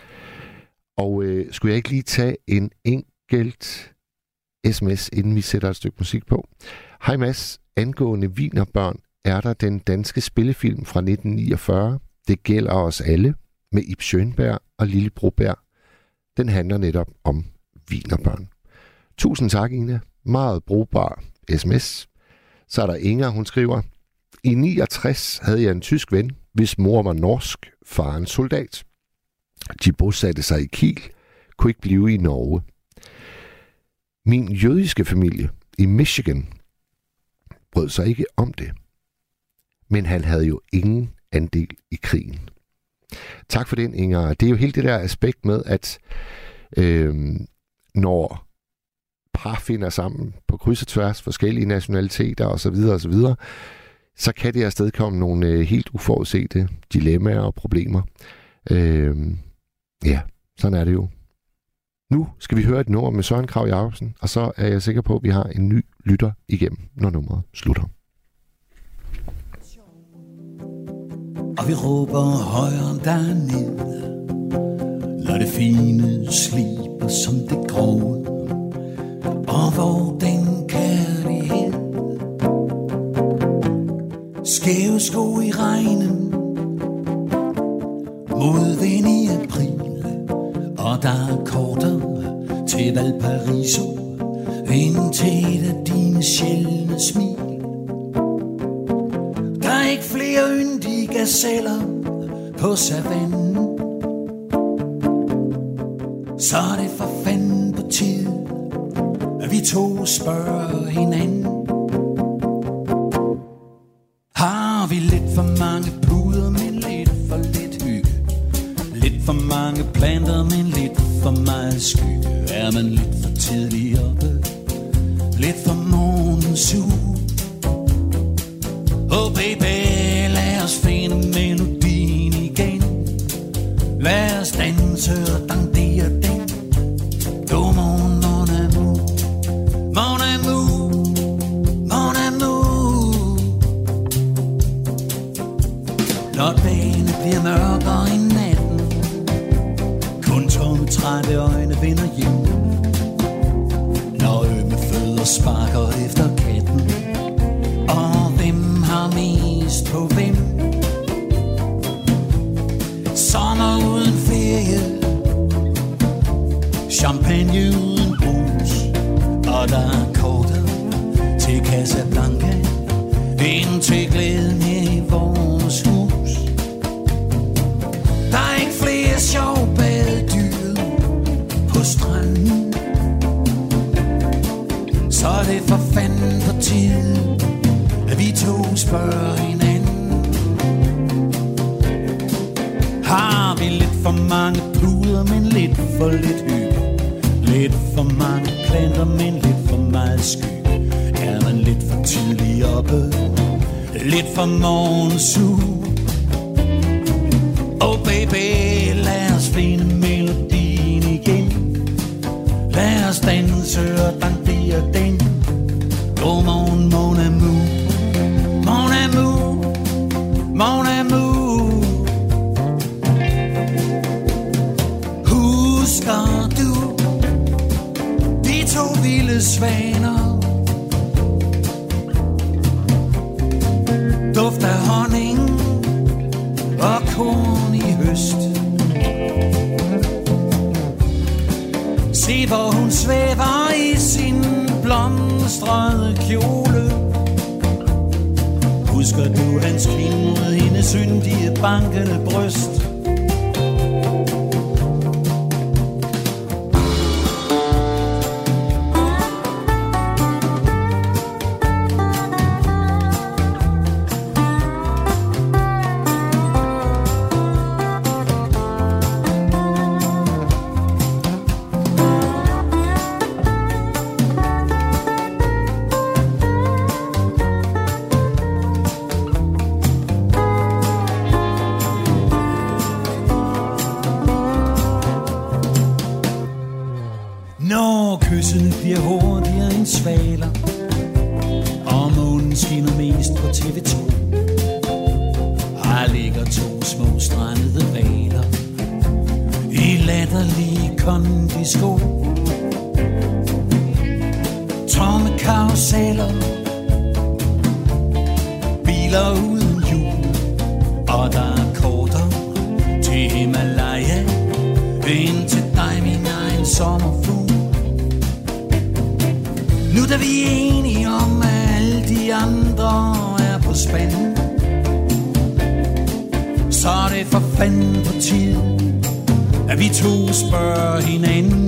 [SPEAKER 1] Og øh, skulle jeg ikke lige tage en enkelt sms, inden vi sætter et stykke musik på? Hej Mads, angående Wienerbørn er der den danske spillefilm fra nitten niogfyrre. Det gælder os alle, med Ib Schønberg og Lille Broberg. Den handler netop om Wienerbørn. Tusind tak, Ina. Meget brugbar sms. Så er der Inger, hun skriver: I niogtres havde jeg en tysk ven, hvis mor var norsk, far en soldat. De bosatte sig i Kiel, kunne ikke blive i Norge. Min jødiske familie i Michigan brød sig ikke om det. Men han havde jo ingen andel i krigen. Tak for den, Inger. Det er jo helt det der aspekt med, at øh, når par finder sammen på kryds og tværs, forskellige nationaliteter osv., osv., så kan det afstedkomme nogle øh, helt uforudsete dilemmaer og problemer. Øh, ja, sådan er det jo. Nu skal vi høre et nummer med Søren Kragh Jacobsen, og så er jeg sikker på, at vi har en ny lytter igennem, når nummeret slutter.
[SPEAKER 8] Og vi råber højere derned. Lad det fine slibe som det grove. Og hvor den kærlighed skæve sko i regnen, modvind i april, og der er korter til Valparaiso, indtil et af dine sjældne smil. Der er ikke flere yndige gazeller på savannen, så er det for fanden på tide, at vi to spørger hinanden. Har vi lidt for mange puder, men lidt for lidt hygge? Lidt for mange planter, men lidt for meget skygge? Er man lidt for tidlig oppe? Lidt for morgens uge? Oh baby, lad os finde melodien igen. Lad os danse og dandere den. Do mon mon amour, mon amour, mon amour. Når dagen bliver mørkere i natten, kun tomme trætte øjne vender hjem. Når ømme fødder sparker efter katten, og hvem har mest på hvem? Sommer uden ferie, champagne uden brus, og der er korter til Casablanca, ind til glæden i vores hus. Der er ikke flere sjove badedyr på stranden, så er det for fanden på tide, at vi to spørger hinanden. Har vi lidt for mange puder, men lidt for lidt hygge? Lidt for mange planter, men lidt for meget skygge? Er man lidt for tidlig oppe? Lidt for morgens uge? Oh baby, lad os finde melodien igen. Lad os danse og dandere den. Oh mon, mon amour, mon amour, mon amour. Husker du de to vilde svaner? Duft af honning og korn i høst. Se hvor hun svæver i sin blomst. strøget kjole. Husker du hans kind mod hendes syndige bankende bryst? Bliver hurtigere end svaler, og månen skinner mest på T V to. Her ligger to små strandede hvaler i latterlige kondisko. Tomme karuseller, biler uden hjul, og der er korter til Himalaya. Ind til dig, min egen sommerfugl. Nu da vi er enige om, at alle de andre er på spanden, så er det for fanden på tide, at vi to spørger hinanden.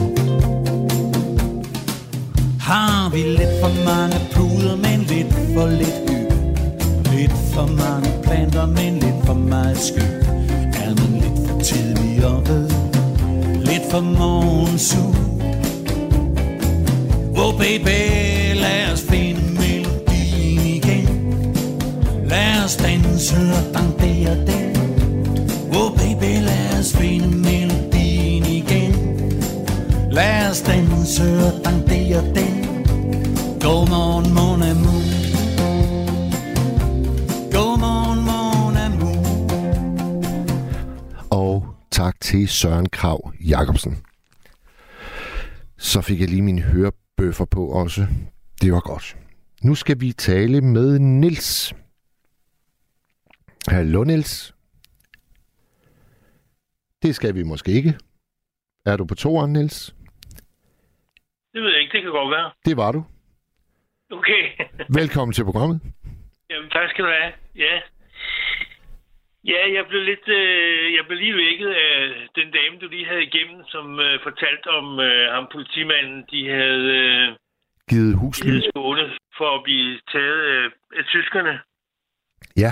[SPEAKER 8] Har vi lidt for mange puder, men lidt for lidt hygge? Lidt for mange planter, men lidt for meget skygge? Er man lidt for tidlig oppe? Lidt for morgensug? Oh baby, lad os finde melodien igen. Lad os danse og dansere den. Oh baby, lad os finde melodien igen. Lad os danse og dansere den. Godmorgen, mon amour. Godmorgen, mon amour.
[SPEAKER 1] Og tak til Søren Krag Jacobsen. Så fik jeg lige min hørebøffer på også. Det var godt. Nu skal vi tale med Niels. Hallo, Niels. Det skal vi måske ikke. Er du på toeren, Niels?
[SPEAKER 9] Det ved jeg ikke. Det kan godt være.
[SPEAKER 1] Det var du.
[SPEAKER 9] Okay.
[SPEAKER 1] Velkommen til programmet.
[SPEAKER 9] Jamen, tak skal du have. Ja. Ja, jeg blev lidt, øh, jeg blev lige vækket af den dame, du lige havde igennem, som øh, fortalte om øh, ham politimanden, de havde øh,
[SPEAKER 1] givet husly
[SPEAKER 9] i Skåne for at blive taget øh, af tyskerne.
[SPEAKER 1] Ja.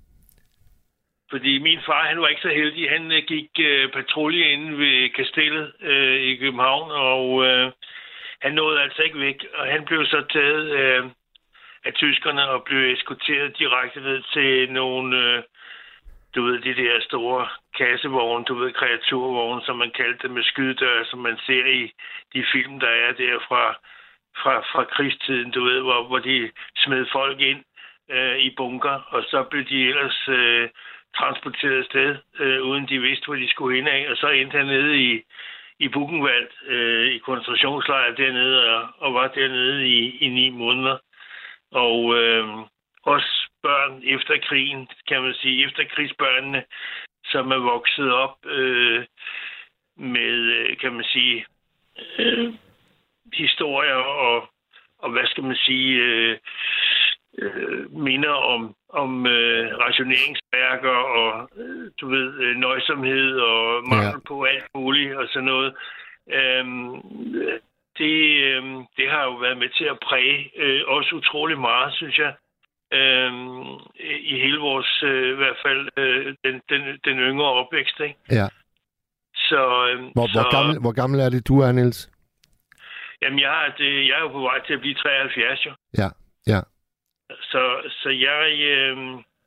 [SPEAKER 9] Fordi min far, han var ikke så heldig. Han øh, gik øh, patrulje inde ved Kastellet øh, i København, og øh, han nåede altså ikke væk. Og han blev så taget øh, af tyskerne og blev eskorteret direkte ned til nogle... Øh, Du ved, de der store kassevogne, du ved, kreaturvogne, som man kaldte det, med skydedør, som man ser i de film, der er der fra, fra, fra krigstiden, du ved, hvor, hvor de smed folk ind øh, i bunker, og så blev de ellers øh, transporteret afsted, øh, uden de vidste, hvor de skulle hen af, og så endte han nede i, i Buchenwald, øh, i koncentrationslejr dernede, og, og var dernede i, i ni måneder. Og øh, også børn efter krigen, kan man sige, efter krigsbørnene, som er vokset op øh, med, kan man sige, øh, historier og, og, hvad skal man sige, øh, øh, minder om, om øh, rationeringsværker og, øh, du ved, øh, nøjsomhed og mangel ja. på alt muligt og sådan noget. Øh, det, øh, det har jo været med til at præge øh, også utrolig meget, synes jeg. Øhm, i hele vores, øh, i hvert fald, øh, den, den, den yngre opvækst, ikke?
[SPEAKER 1] Ja.
[SPEAKER 9] Så, øh,
[SPEAKER 1] hvor,
[SPEAKER 9] så,
[SPEAKER 1] hvor, gammel, hvor gammel er det, du er, Niels?
[SPEAKER 9] Jamen, jeg er, det, jeg er jo på vej til at blive treoghalvfjerds, jo.
[SPEAKER 1] Ja, ja.
[SPEAKER 9] Så, så jeg... Øh,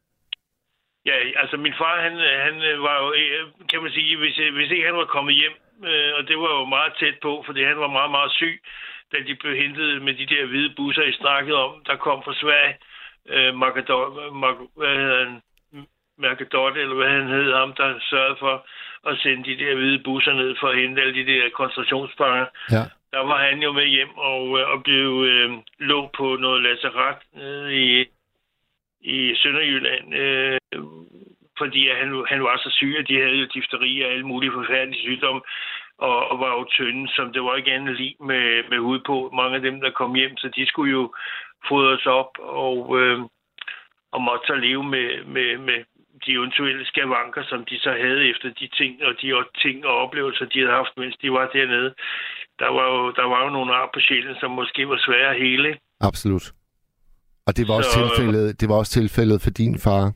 [SPEAKER 9] ja, altså, min far, han, han var jo, kan man sige, hvis, hvis ikke han var kommet hjem, øh, og det var jo meget tæt på, fordi han var meget, meget syg, da de blev hentet med de der hvide busser, I snakkede om, der kom fra Sverige. Øh, Margadot, Mar, hvad hedder han? Margadot, eller hvad han hed, ham, der sørgede for at sende de der hvide busser ned for at hente alle de der koncentrationsfanger.
[SPEAKER 1] Ja.
[SPEAKER 9] Der var han jo med hjem og, og blev øh, lå på noget lazaret nede i, i Sønderjylland, øh, fordi han, han var så syg, at de havde jo difteri og alle mulige forfærdelige sygdomme. og, og var jo tynde, som det var ikke andet lige med, med hud på. Mange af dem, der kom hjem, så de skulle jo fodres op og, øh, og måtte så leve med, med, med de eventuelle skavanker, som de så havde efter de ting og de ting og oplevelser, de havde haft, mens de var dernede. Der var jo, der var jo nogle ar på sjælen, som måske var svære at hele.
[SPEAKER 1] Absolut. Og det var,
[SPEAKER 9] så,
[SPEAKER 1] også tilfældet, det var også tilfældet for din far.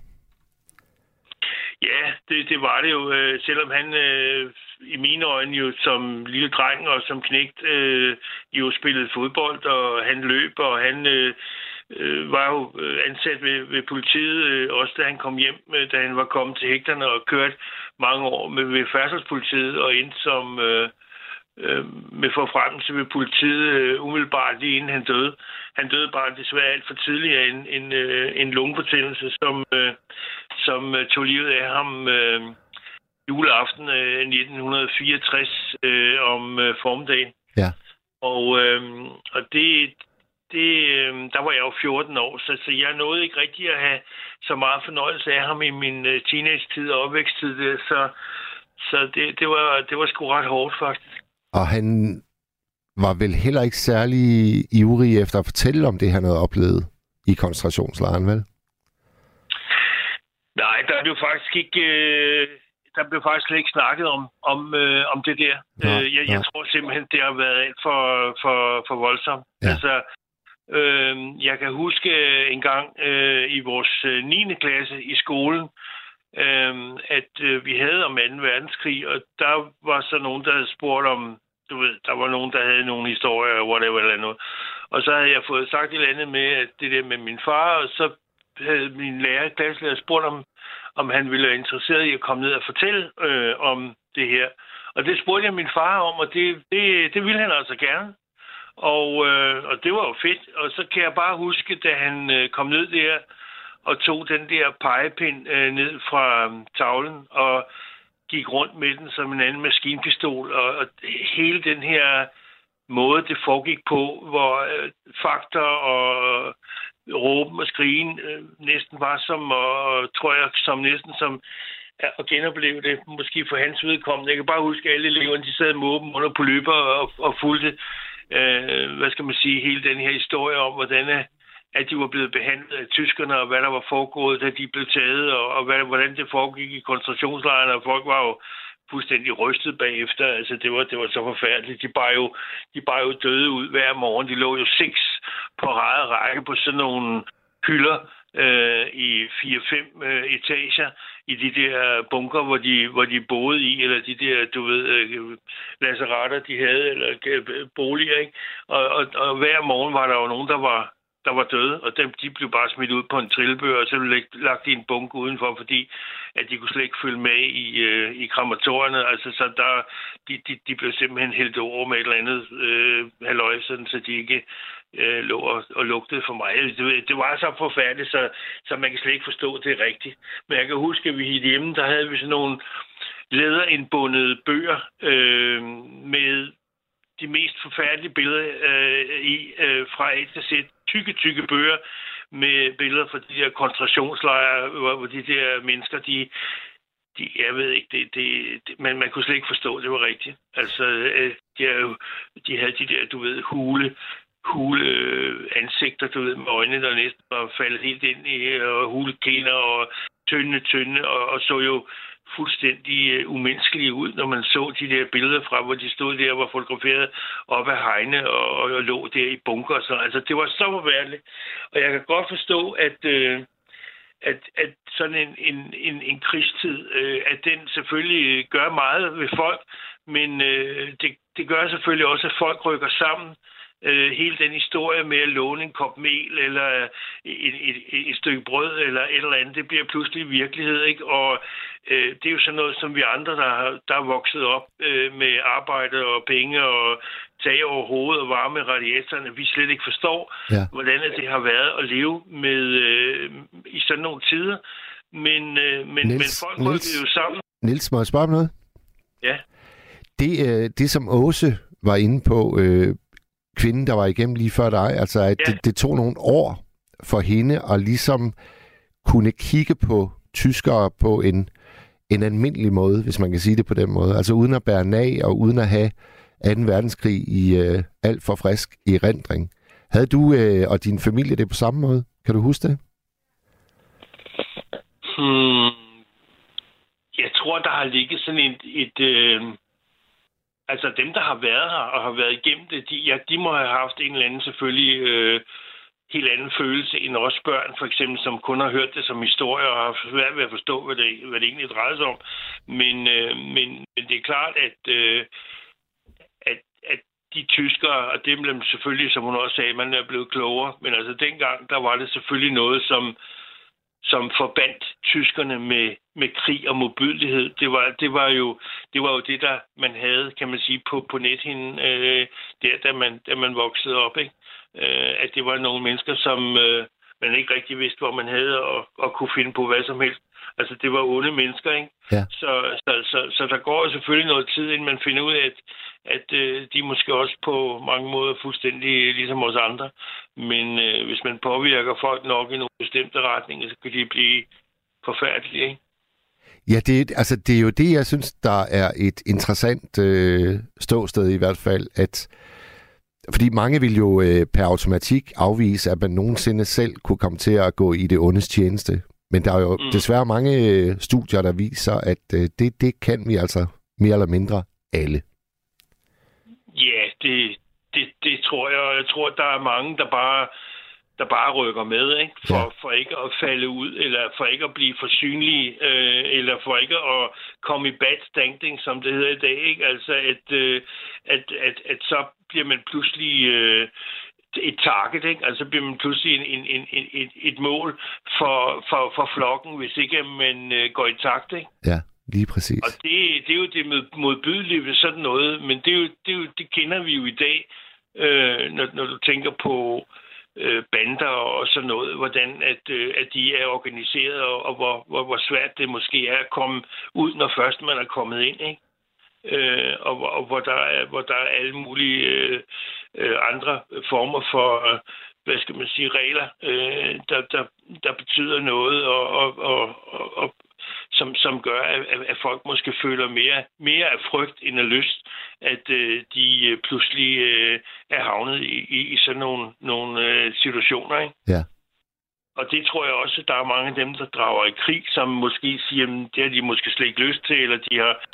[SPEAKER 9] Ja, det, det var det jo. Øh, selvom han øh, i mine øjne jo som lille dreng og som knægt øh, jo spillede fodbold, og han løb, og han øh, øh, var jo ansat ved, ved politiet, øh, også da han kom hjem, øh, da han var kommet til hægterne og kørt mange år med, ved færdselspolitiet og endte som øh, øh, med forfremmelse ved politiet øh, umiddelbart lige inden han døde. Han døde bare desværre alt for tidligt af en, en, øh, en lungebetændelse, som, øh, som øh, tog livet af ham øh, juleaften øh, nitten fireogtres øh, om øh, formiddagen.
[SPEAKER 1] Ja.
[SPEAKER 9] Og, øh, og det, det, øh, der var jeg jo fjorten år, så, så jeg nåede ikke rigtig at have så meget fornøjelse af ham i min øh, teenage-tid og opvæksttid. Der, så så det, det, var, det var sgu ret hårdt, faktisk.
[SPEAKER 1] Og han var vel heller ikke særlig ivrig efter at fortælle om det, han havde oplevet i koncentrationslejren, vel?
[SPEAKER 9] Nej, der blev faktisk ikke, øh, der blev faktisk slet ikke snakket om, om, øh, om det der.
[SPEAKER 1] Nej,
[SPEAKER 9] øh, jeg, jeg tror simpelthen, det har været alt for, for, for voldsomt. Ja. Altså, øh, jeg kan huske en gang øh, i vores øh, niende klasse i skolen, øh, at øh, vi havde om anden verdenskrig, og der var så nogen, der havde spurgt om, du ved, der var nogen, der havde nogle historier, whatever eller noget. Og så havde jeg fået sagt et eller andet med, at det der med min far, og så havde min lærer, klasselærer, spurgt om, om han ville være interesseret i at komme ned og fortælle øh, om det her. Og det spurgte jeg min far om, og det, det, det ville han altså gerne. Og, øh, og det var jo fedt. Og så kan jeg bare huske, da han øh, kom ned der og tog den der pegepind øh, ned fra øh, tavlen og gik rundt med den som en anden maskinpistol. Og, og hele den her måde, det foregik på, hvor øh, fakter og råben og skrigen øh, næsten var som, og tror jeg, som næsten som at genopleve det, måske for hans vedkommende. Jeg kan bare huske, at alle eleverne, de sad med åben under på løber og, og fulgte, øh, hvad skal man sige, hele den her historie om, hvordan at de var blevet behandlet af tyskerne, og hvad der var foregået, da de blev taget, og, og hvad, hvordan det foregik i koncentrationslejrene, og folk var jo fuldstændig rystet bagefter. Altså, det var, det var så forfærdeligt. De bare jo, de bare jo døde ud hver morgen. De lå jo seks på rad og række på sådan nogle hylder øh, i fire-fem øh, etager i de der bunker, hvor de, hvor de boede i, eller de der, du ved, øh, lazaretter, de havde, eller øh, boliger, ikke? Og, og, og hver morgen var der jo nogen, der var der var døde, og dem, de blev bare smidt ud på en trillebør, og så blev lagt i en bunke udenfor, fordi at de kunne slet ikke følge med i, øh, i krematorierne. Altså, så der, de, de, de blev simpelthen hældt over med et eller andet øh, halløj, sådan, så de ikke øh, lå og, og lugtede for mig. Det, det var så forfærdeligt, så, så man kan slet ikke forstå, at det er rigtigt. Men jeg kan huske, at vi hjemme, der havde vi sådan nogle læderindbundede bøger øh, med de mest forfærdelige billeder øh, i øh, fra A til Z. Tykke, tykke bøger med billeder fra de der koncentrationslejre, hvor, hvor de der mennesker, de, de jeg ved ikke, det, det, det, man, man kunne slet ikke forstå, at det var rigtigt. Altså, øh, de, er, de havde de der, du ved, hule, hule ansigter, du ved, med øjnene, der næsten var faldet helt ind i, og hule kinder, og tynde, tynde, og, og så jo fuldstændig uh, umenneskelige ud, når man så de der billeder fra, hvor de stod der og var fotograferet op ad hegne og, og, og lå der i bunker. Så, altså, det var så forfærdeligt. Og jeg kan godt forstå, at, uh, at, at sådan en, en, en, en krigstid, uh, at den selvfølgelig gør meget ved folk, men uh, det, det gør selvfølgelig også, at folk rykker sammen. Uh, hele den historie med at låne en kop mel eller et, et, et, et stykke brød eller et eller andet, det bliver pludselig virkelighed, ikke? Og uh, det er jo sådan noget, som vi andre, der har, der er vokset op uh, med arbejde og penge og tag over hovedet og varme radiatorerne, vi slet ikke forstår, ja. Hvordan det har været at leve med uh, i sådan nogle tider. Men, uh, men, Niels, men folk rykker jo sammen.
[SPEAKER 1] Niels, må jeg spørge om noget?
[SPEAKER 9] Ja.
[SPEAKER 1] Det, uh, det som Åse var inde på, uh, kvinden, der var igennem lige før dig, altså at ja. det, det tog nogle år for hende at ligesom kunne kigge på tyskere på en, en almindelig måde, hvis man kan sige det på den måde. Altså uden at bære nag og uden at have anden verdenskrig i øh, alt for frisk erindring. Havde du øh, og din familie det på samme måde? Kan du huske det?
[SPEAKER 9] Hmm. Jeg tror, der har ligget sådan et... et øh... Altså dem, der har været her og har været igennem det, de, ja, de må have haft en eller anden selvfølgelig øh, helt anden følelse end os børn, for eksempel, som kun har hørt det som historie og har svært ved at forstå, hvad det, hvad det egentlig drejer sig om. Men, øh, men, men det er klart, at, øh, at, at de tyskere, og dem blev selvfølgelig, som hun også sagde, man er blevet klogere, men altså dengang, der var det selvfølgelig noget, som som forbandt tyskerne med, med krig og modbydelighed. Det var, det var jo det var jo det, der man havde, kan man sige, på, på nethinden, øh, der, da man, da man voksede op, ikke? Øh, at det var nogle mennesker, som øh, man ikke rigtig vidste, hvor man havde, og, og kunne finde på hvad som helst. Altså, det var onde mennesker, ikke?
[SPEAKER 1] Ja.
[SPEAKER 9] Så, så, så, så der går selvfølgelig noget tid, inden man finder ud af, at, at øh, de måske også på mange måder fuldstændig ligesom os andre. Men øh, hvis man påvirker folk nok i nogle bestemte retninger, så kan de blive forfærdelige, ikke?
[SPEAKER 1] Ja, det, altså, det er jo det, jeg synes, der er et interessant øh, ståsted i hvert fald, at fordi mange vil jo øh, per automatik afvise, at man nogensinde selv kunne komme til at gå i det ondes tjeneste. Men der er jo mm. desværre mange øh, studier, der viser, at øh, det, det kan vi altså mere eller mindre alle.
[SPEAKER 9] Ja, det, det, det tror jeg. Og jeg tror, der er mange, der bare, der bare rykker med, ikke? For, ja. for ikke at falde ud, eller for ikke at blive for synlige, øh, eller for ikke at komme i bad standing, som det hedder i dag, ikke? Altså, at, øh, at, at, at så bliver man pludselig... Øh, et target, ikke? Altså bliver man pludselig en, en, en, en, et, et mål for, for, for flokken, hvis ikke man øh, går i takt, ikke?
[SPEAKER 1] Ja, lige præcis.
[SPEAKER 9] Og det, det er jo det med modbydelige ved sådan noget, men det, er jo, det, er jo, det kender vi jo i dag, øh, når, når du tænker på øh, bander og sådan noget, hvordan at, øh, at de er organiseret, og, og hvor, hvor, hvor svært det måske er at komme ud, når først man er kommet ind, ikke? Øh, og, og hvor der er hvor der er alle mulige øh, øh, andre former for øh, hvad skal man sige regler øh, der, der der betyder noget og, og, og, og, og som som gør at, at folk måske føler mere mere af frygt end af lyst, at øh, de øh, pludselig øh, er havnet i, i, i sådan nogle nogle øh, situationer, ikke?
[SPEAKER 1] Ja.
[SPEAKER 9] Og det tror jeg også, at der er mange af dem, der drager i krig, som måske siger, at det har de måske slet ikke lyst til, eller de har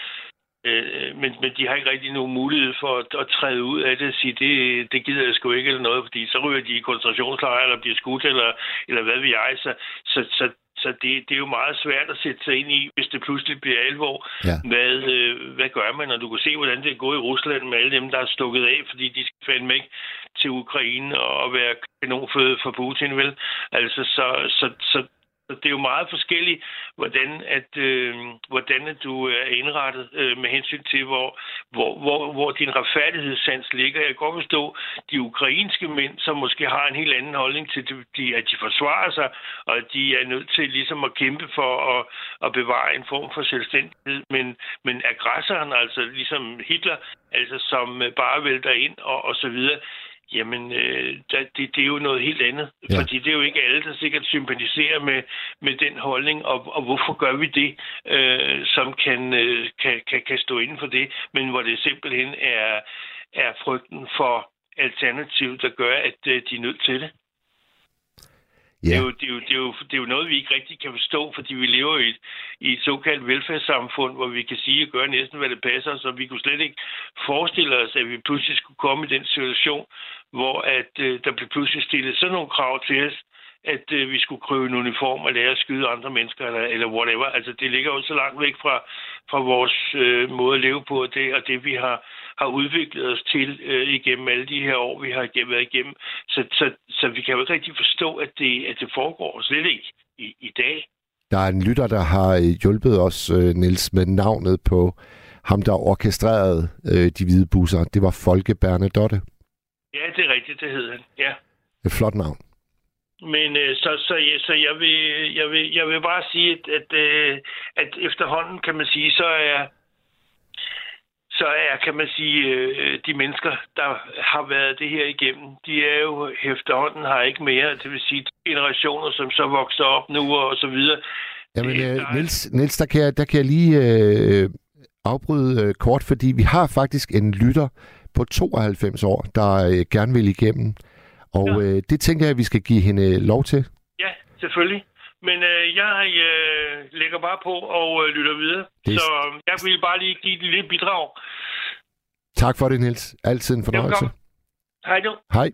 [SPEAKER 9] Øh, men, men de har ikke rigtig nogen mulighed for at, at træde ud af det og sige, det, det gider jeg sgu ikke eller noget, fordi så ryger de i koncentrationslejre eller bliver skudt, eller, eller hvad ved jeg. Så, så, så, så det, det er jo meget svært at sætte sig ind i, hvis det pludselig bliver alvor. Ja. Hvad, øh, hvad gør man, når du kan se, hvordan det er gået i Rusland med alle dem, der er stukket af, fordi de skal fandme ikke til Ukraine og være kanonføde for Putin, vel? Altså, så, så, så det er jo meget forskelligt, hvordan at øh, hvordan at du er indrettet øh, med hensyn til, hvor, hvor, hvor, hvor din retfærdighedssans ligger. Jeg kan godt forstå de ukrainske mænd, som måske har en helt anden holdning til, de, at de forsvarer sig, og at de er nødt til ligesom at kæmpe for at, at bevare en form for selvstændighed. Men, men aggressoren, altså ligesom Hitler, altså som bare vælter ind og, og så videre, jamen, øh, det, det er jo noget helt andet. Ja. Fordi det er jo ikke alle, der sikkert sympatiserer med, med den holdning, og, og hvorfor gør vi det, øh, som kan, øh, kan, kan, kan stå inden for det, men hvor det simpelthen er, er frygten for alternativ, der gør, at øh, de er nødt til det. Yeah. Det, er jo, det, er jo, det, er jo, det er jo noget, vi ikke rigtig kan forstå, fordi vi lever i et, i et såkaldt velfærdssamfund, hvor vi kan sige og gøre næsten, hvad det passer, så vi kunne slet ikke forestille os, at vi pludselig skulle komme i den situation, hvor at, øh, der blev pludselig stillet sådan nogle krav til os, at øh, vi skulle krybe en uniform og lære at skyde andre mennesker, eller, eller whatever. Altså, det ligger jo så langt væk fra, fra vores øh, måde at leve på, og det, og det vi har, har udviklet os til øh, igennem alle de her år, vi har igennem, været igennem. Så, så, så vi kan jo ikke rigtig forstå, at det, at det foregår slet ikke i, i dag.
[SPEAKER 1] Der er en lytter, der har hjulpet os, øh, Niels, med navnet på ham, der orkestrerede øh, de hvide busser. Det var Folke Bernadotte.
[SPEAKER 9] Ja, det er rigtigt, det hed han, ja.
[SPEAKER 1] Et flot navn.
[SPEAKER 9] Men øh, så, så, ja, så jeg, vil, jeg, vil, jeg vil bare sige, at, at, øh, at efterhånden, kan man sige, så er, så er kan man sige, øh, de mennesker, der har været det her igennem, de er jo efterhånden har ikke mere, det vil sige generationer, som så vokser op nu og så videre,
[SPEAKER 1] Jamen, øh, Niels, Niels, der kan jeg, der kan jeg lige øh, afbryde øh, kort, fordi vi har faktisk en lytter på tooghalvfems år, der øh, gerne vil igennem. Og ja. øh, det tænker jeg, at vi skal give hende lov til.
[SPEAKER 9] Ja, selvfølgelig. Men øh, jeg øh, lægger bare på og øh, lytter videre. Det... Så jeg vil bare lige give et lille bidrag.
[SPEAKER 1] Tak for det, Niels. Altid en fornøjelse.
[SPEAKER 9] Hej du.
[SPEAKER 1] Hej.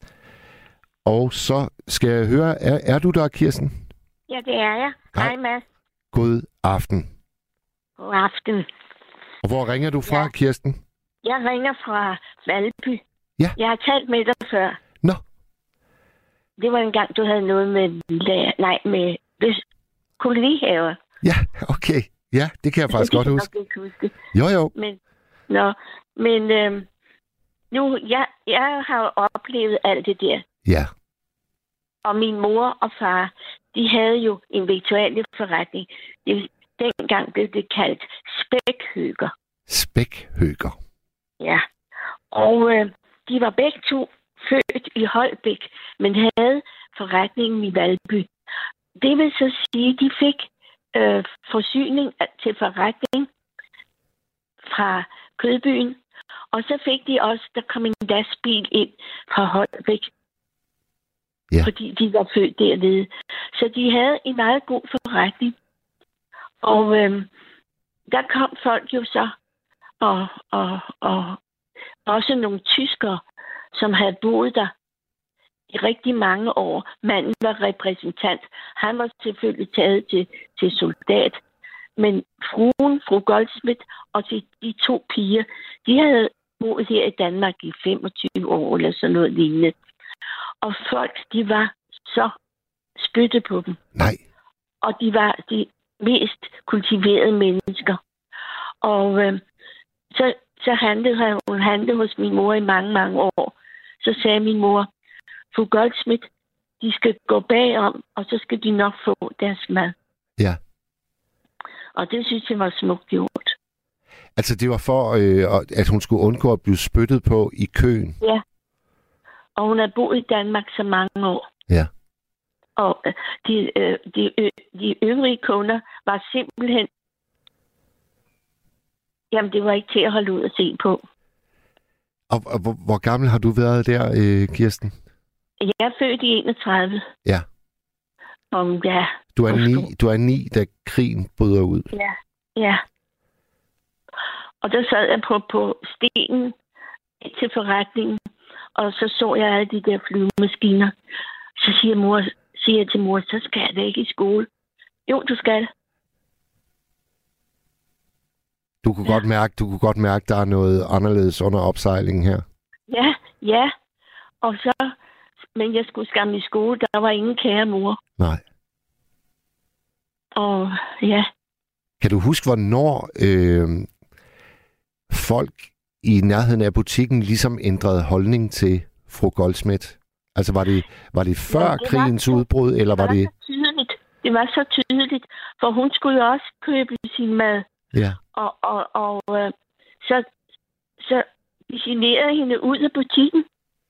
[SPEAKER 1] Og så skal jeg høre, er, er du der, Kirsten?
[SPEAKER 10] Ja, det er jeg. Hej, Hej Mads.
[SPEAKER 1] God aften.
[SPEAKER 10] God aften.
[SPEAKER 1] Og hvor ringer du fra, ja. Kirsten?
[SPEAKER 10] Jeg ringer fra Valby.
[SPEAKER 1] Ja.
[SPEAKER 10] Jeg har talt med dig før.
[SPEAKER 1] Nå.
[SPEAKER 10] Det var engang, du havde noget med lærer, nej, med kolonihaver.
[SPEAKER 1] Ja, okay. Ja, det kan jeg faktisk godt huske.
[SPEAKER 10] Jeg kan huske.
[SPEAKER 1] Jo, jo.
[SPEAKER 10] Men, nå, men øhm, nu, jeg, jeg har oplevet alt det der.
[SPEAKER 1] Ja.
[SPEAKER 10] Og min mor og far, de havde jo en viktualieforretning. Det, dengang blev det kaldt spækhøger.
[SPEAKER 1] Spækhøger?
[SPEAKER 10] Ja. Og øh, de var begge to født i Holbæk, men havde forretningen i Valby. Det vil så sige, at de fik øh, forsyning til forretning fra Kødbyen, og så fik de også, der kom en lastbil ind fra Holbæk, ja. Fordi de var født dernede. Så de havde en meget god forretning. Og øh, der kom folk jo så, og, og, og også nogle tyskere, som havde boet der i rigtig mange år. Manden var repræsentant. Han var selvfølgelig taget til, til soldat. Men fruen, fru Goldsmith og de, de to piger, de havde boet her i Danmark i femogtyve år eller sådan noget lignende. Og folk, de var så spyttet på dem.
[SPEAKER 1] Nej.
[SPEAKER 10] Og de var de mest kultiverede mennesker. Og øh, så, så handlede hun handlede hos min mor i mange, mange år. Så sagde min mor, fru Goldsmith, de skal gå bagom, og så skal de nok få deres mad.
[SPEAKER 1] Ja.
[SPEAKER 10] Og det synes jeg var smukt gjort.
[SPEAKER 1] Altså det var for, øh, at hun skulle undgå at blive spyttet på i køen?
[SPEAKER 10] Ja. Og hun har boet i Danmark så mange år.
[SPEAKER 1] Ja.
[SPEAKER 10] Og de, øh, de, øh, de øvrige kunder var simpelthen... Jamen, det var ikke til at holde ud at se på.
[SPEAKER 1] Og, og hvor, hvor gammel har du været der, øh, Kirsten?
[SPEAKER 10] Jeg er født i enogtredive.
[SPEAKER 1] Ja.
[SPEAKER 10] Og ja...
[SPEAKER 1] Du er, ni, du er ni, da krigen bryder ud.
[SPEAKER 10] Ja, ja. Og der sad jeg på, på stenen til forretningen, og så så jeg alle de der flyvemaskiner. Så siger, mor, siger jeg til mor, så skal jeg da ikke i skole. Jo, du skal.
[SPEAKER 1] Du kunne, ja. godt mærke, du kunne godt mærke, der er noget anderledes under opsejlingen her.
[SPEAKER 10] Ja, ja. Og så, men jeg skulle skamme i skole, der var ingen kære mor.
[SPEAKER 1] Nej.
[SPEAKER 10] Og ja.
[SPEAKER 1] Kan du huske, hvornår øh, folk i nærheden af butikken ligesom ændrede holdning til fru Goldsmith? Altså var det, var det før ja, det krigens så, udbrud, eller var det...
[SPEAKER 10] Det var så tydeligt. Det var så tydeligt, for hun skulle jo også købe sin mad.
[SPEAKER 1] Ja.
[SPEAKER 10] Og, og, og øh, så, så designerede hende ud af butikken.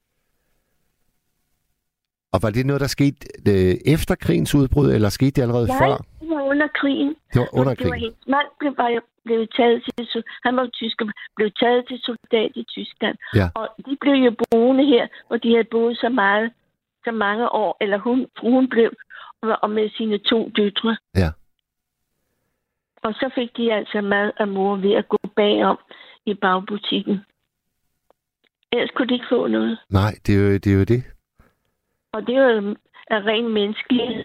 [SPEAKER 1] Og var det noget, der skete øh, efter krigens udbrud, eller skete det allerede
[SPEAKER 10] Nej,
[SPEAKER 1] før?
[SPEAKER 10] Nej, det var under krigen.
[SPEAKER 1] Det var under
[SPEAKER 10] krigen?
[SPEAKER 1] Det var
[SPEAKER 10] hendes mand, blev, var, blev taget til, han var tysker, blev taget til soldat i Tyskland.
[SPEAKER 1] Ja.
[SPEAKER 10] Og de blev jo boende her, hvor de havde boet så meget, så mange år, eller hun, hun blev, og med sine to døtre.
[SPEAKER 1] Ja.
[SPEAKER 10] Og så fik de altså mad af mor ved at gå bagom i bagbutikken. Ellers kunne de ikke få noget.
[SPEAKER 1] Nej, det er jo det. Er jo det.
[SPEAKER 10] Og det er jo af ren menneskelighed.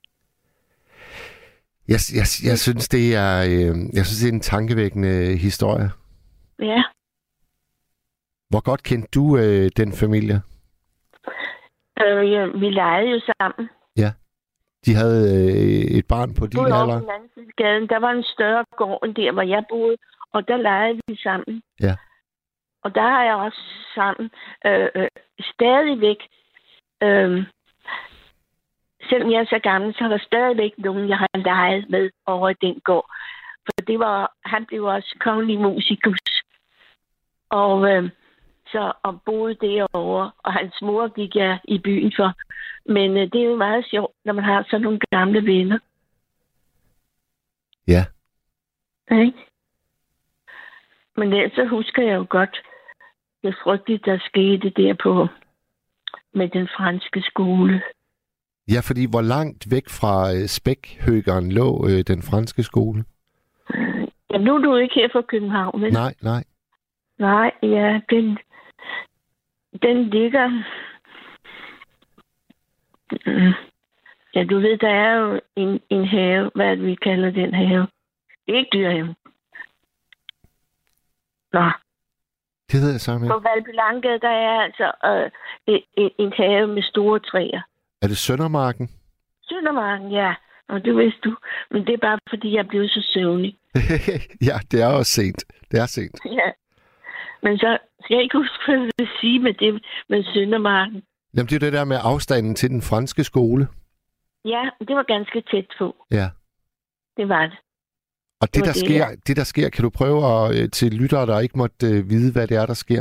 [SPEAKER 1] Jeg, jeg, jeg, synes, det er, øh, jeg synes, det er en tankevækkende historie.
[SPEAKER 10] Ja.
[SPEAKER 1] Hvor godt kendte du øh, den familie?
[SPEAKER 10] Øh, ja, vi legede jo sammen.
[SPEAKER 1] Ja. De havde øh, et barn på din alder?
[SPEAKER 10] På den anden side gaden. Der var en større gård end der, hvor jeg boede. Og der legede vi sammen.
[SPEAKER 1] Ja.
[SPEAKER 10] Og der har jeg også sammen øh, øh, stadigvæk... Øh, selvom jeg er så gammel, så er der stadigvæk nogen, jeg har leget med over i den gård. For det var, han blev også kongelig musikus. Og øh, så og boede derovre, og hans mor gik jeg i byen for. Men øh, det er jo meget sjovt, når man har sådan nogle gamle venner.
[SPEAKER 1] Ja.
[SPEAKER 10] Okay. Men ellers så husker jeg jo godt det frygtelige, der skete der på med den franske skole.
[SPEAKER 1] Ja, fordi hvor langt væk fra øh, Spækhøgeren lå øh, den franske skole?
[SPEAKER 10] Ja, nu er du ikke her fra København, vel?
[SPEAKER 1] Nej, nej.
[SPEAKER 10] Nej, ja, den, den ligger... Ja, du ved, der er jo en, en have, hvad vi kalder den have. Det er ikke Dyrehave. Nå.
[SPEAKER 1] Det ved jeg så med.
[SPEAKER 10] På Valby Langgade, der er altså øh, en, en have med store træer.
[SPEAKER 1] Er det Søndermarken?
[SPEAKER 10] Søndermarken, ja. Og det vidste du. Men det er bare, fordi jeg blev så søvnig.
[SPEAKER 1] Ja, det er også sent. Det er sent.
[SPEAKER 10] Ja. Men så skal jeg ikke huske, hvad jeg vil sige med det med Søndermarken.
[SPEAKER 1] Jamen, det er det der med afstanden til den franske skole.
[SPEAKER 10] Ja, det var ganske tæt på.
[SPEAKER 1] Ja.
[SPEAKER 10] Det var det.
[SPEAKER 1] Og det,
[SPEAKER 10] det
[SPEAKER 1] der
[SPEAKER 10] det,
[SPEAKER 1] sker,
[SPEAKER 10] ja.
[SPEAKER 1] det, der sker, kan du prøve at, til lyttere, der ikke måtte uh, vide, hvad det er, der sker?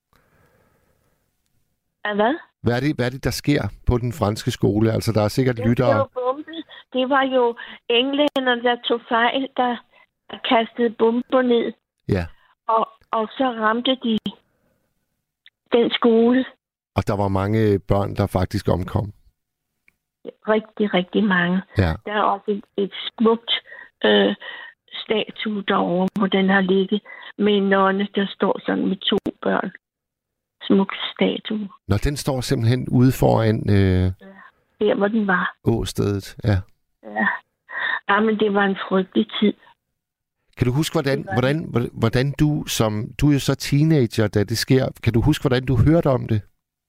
[SPEAKER 10] Ja, hvad?
[SPEAKER 1] Hvad er, det, hvad er det, der sker på den franske skole? Altså, der er sikkert
[SPEAKER 10] det
[SPEAKER 1] lyttere...
[SPEAKER 10] Var bombe. Det var jo englænderne, der tog fejl, der kastede bomber ned.
[SPEAKER 1] Ja.
[SPEAKER 10] Og, og så ramte de den skole.
[SPEAKER 1] Og der var mange børn, der faktisk omkom.
[SPEAKER 10] Rigtig, rigtig mange.
[SPEAKER 1] Ja.
[SPEAKER 10] Der er også et, et smukt øh, statue derovre, hvor den har ligget med en nonne, der står sådan med to børn. Smukt statue.
[SPEAKER 1] Nå, den står simpelthen ude foran øh,
[SPEAKER 10] ja, der, hvor den var.
[SPEAKER 1] åstedet. Ja.
[SPEAKER 10] Ja. Ja, men det var en frygtelig tid.
[SPEAKER 1] Kan du huske, hvordan, hvordan, hvordan du, som du er jo så teenager, da det sker, kan du huske, hvordan du hørte om det?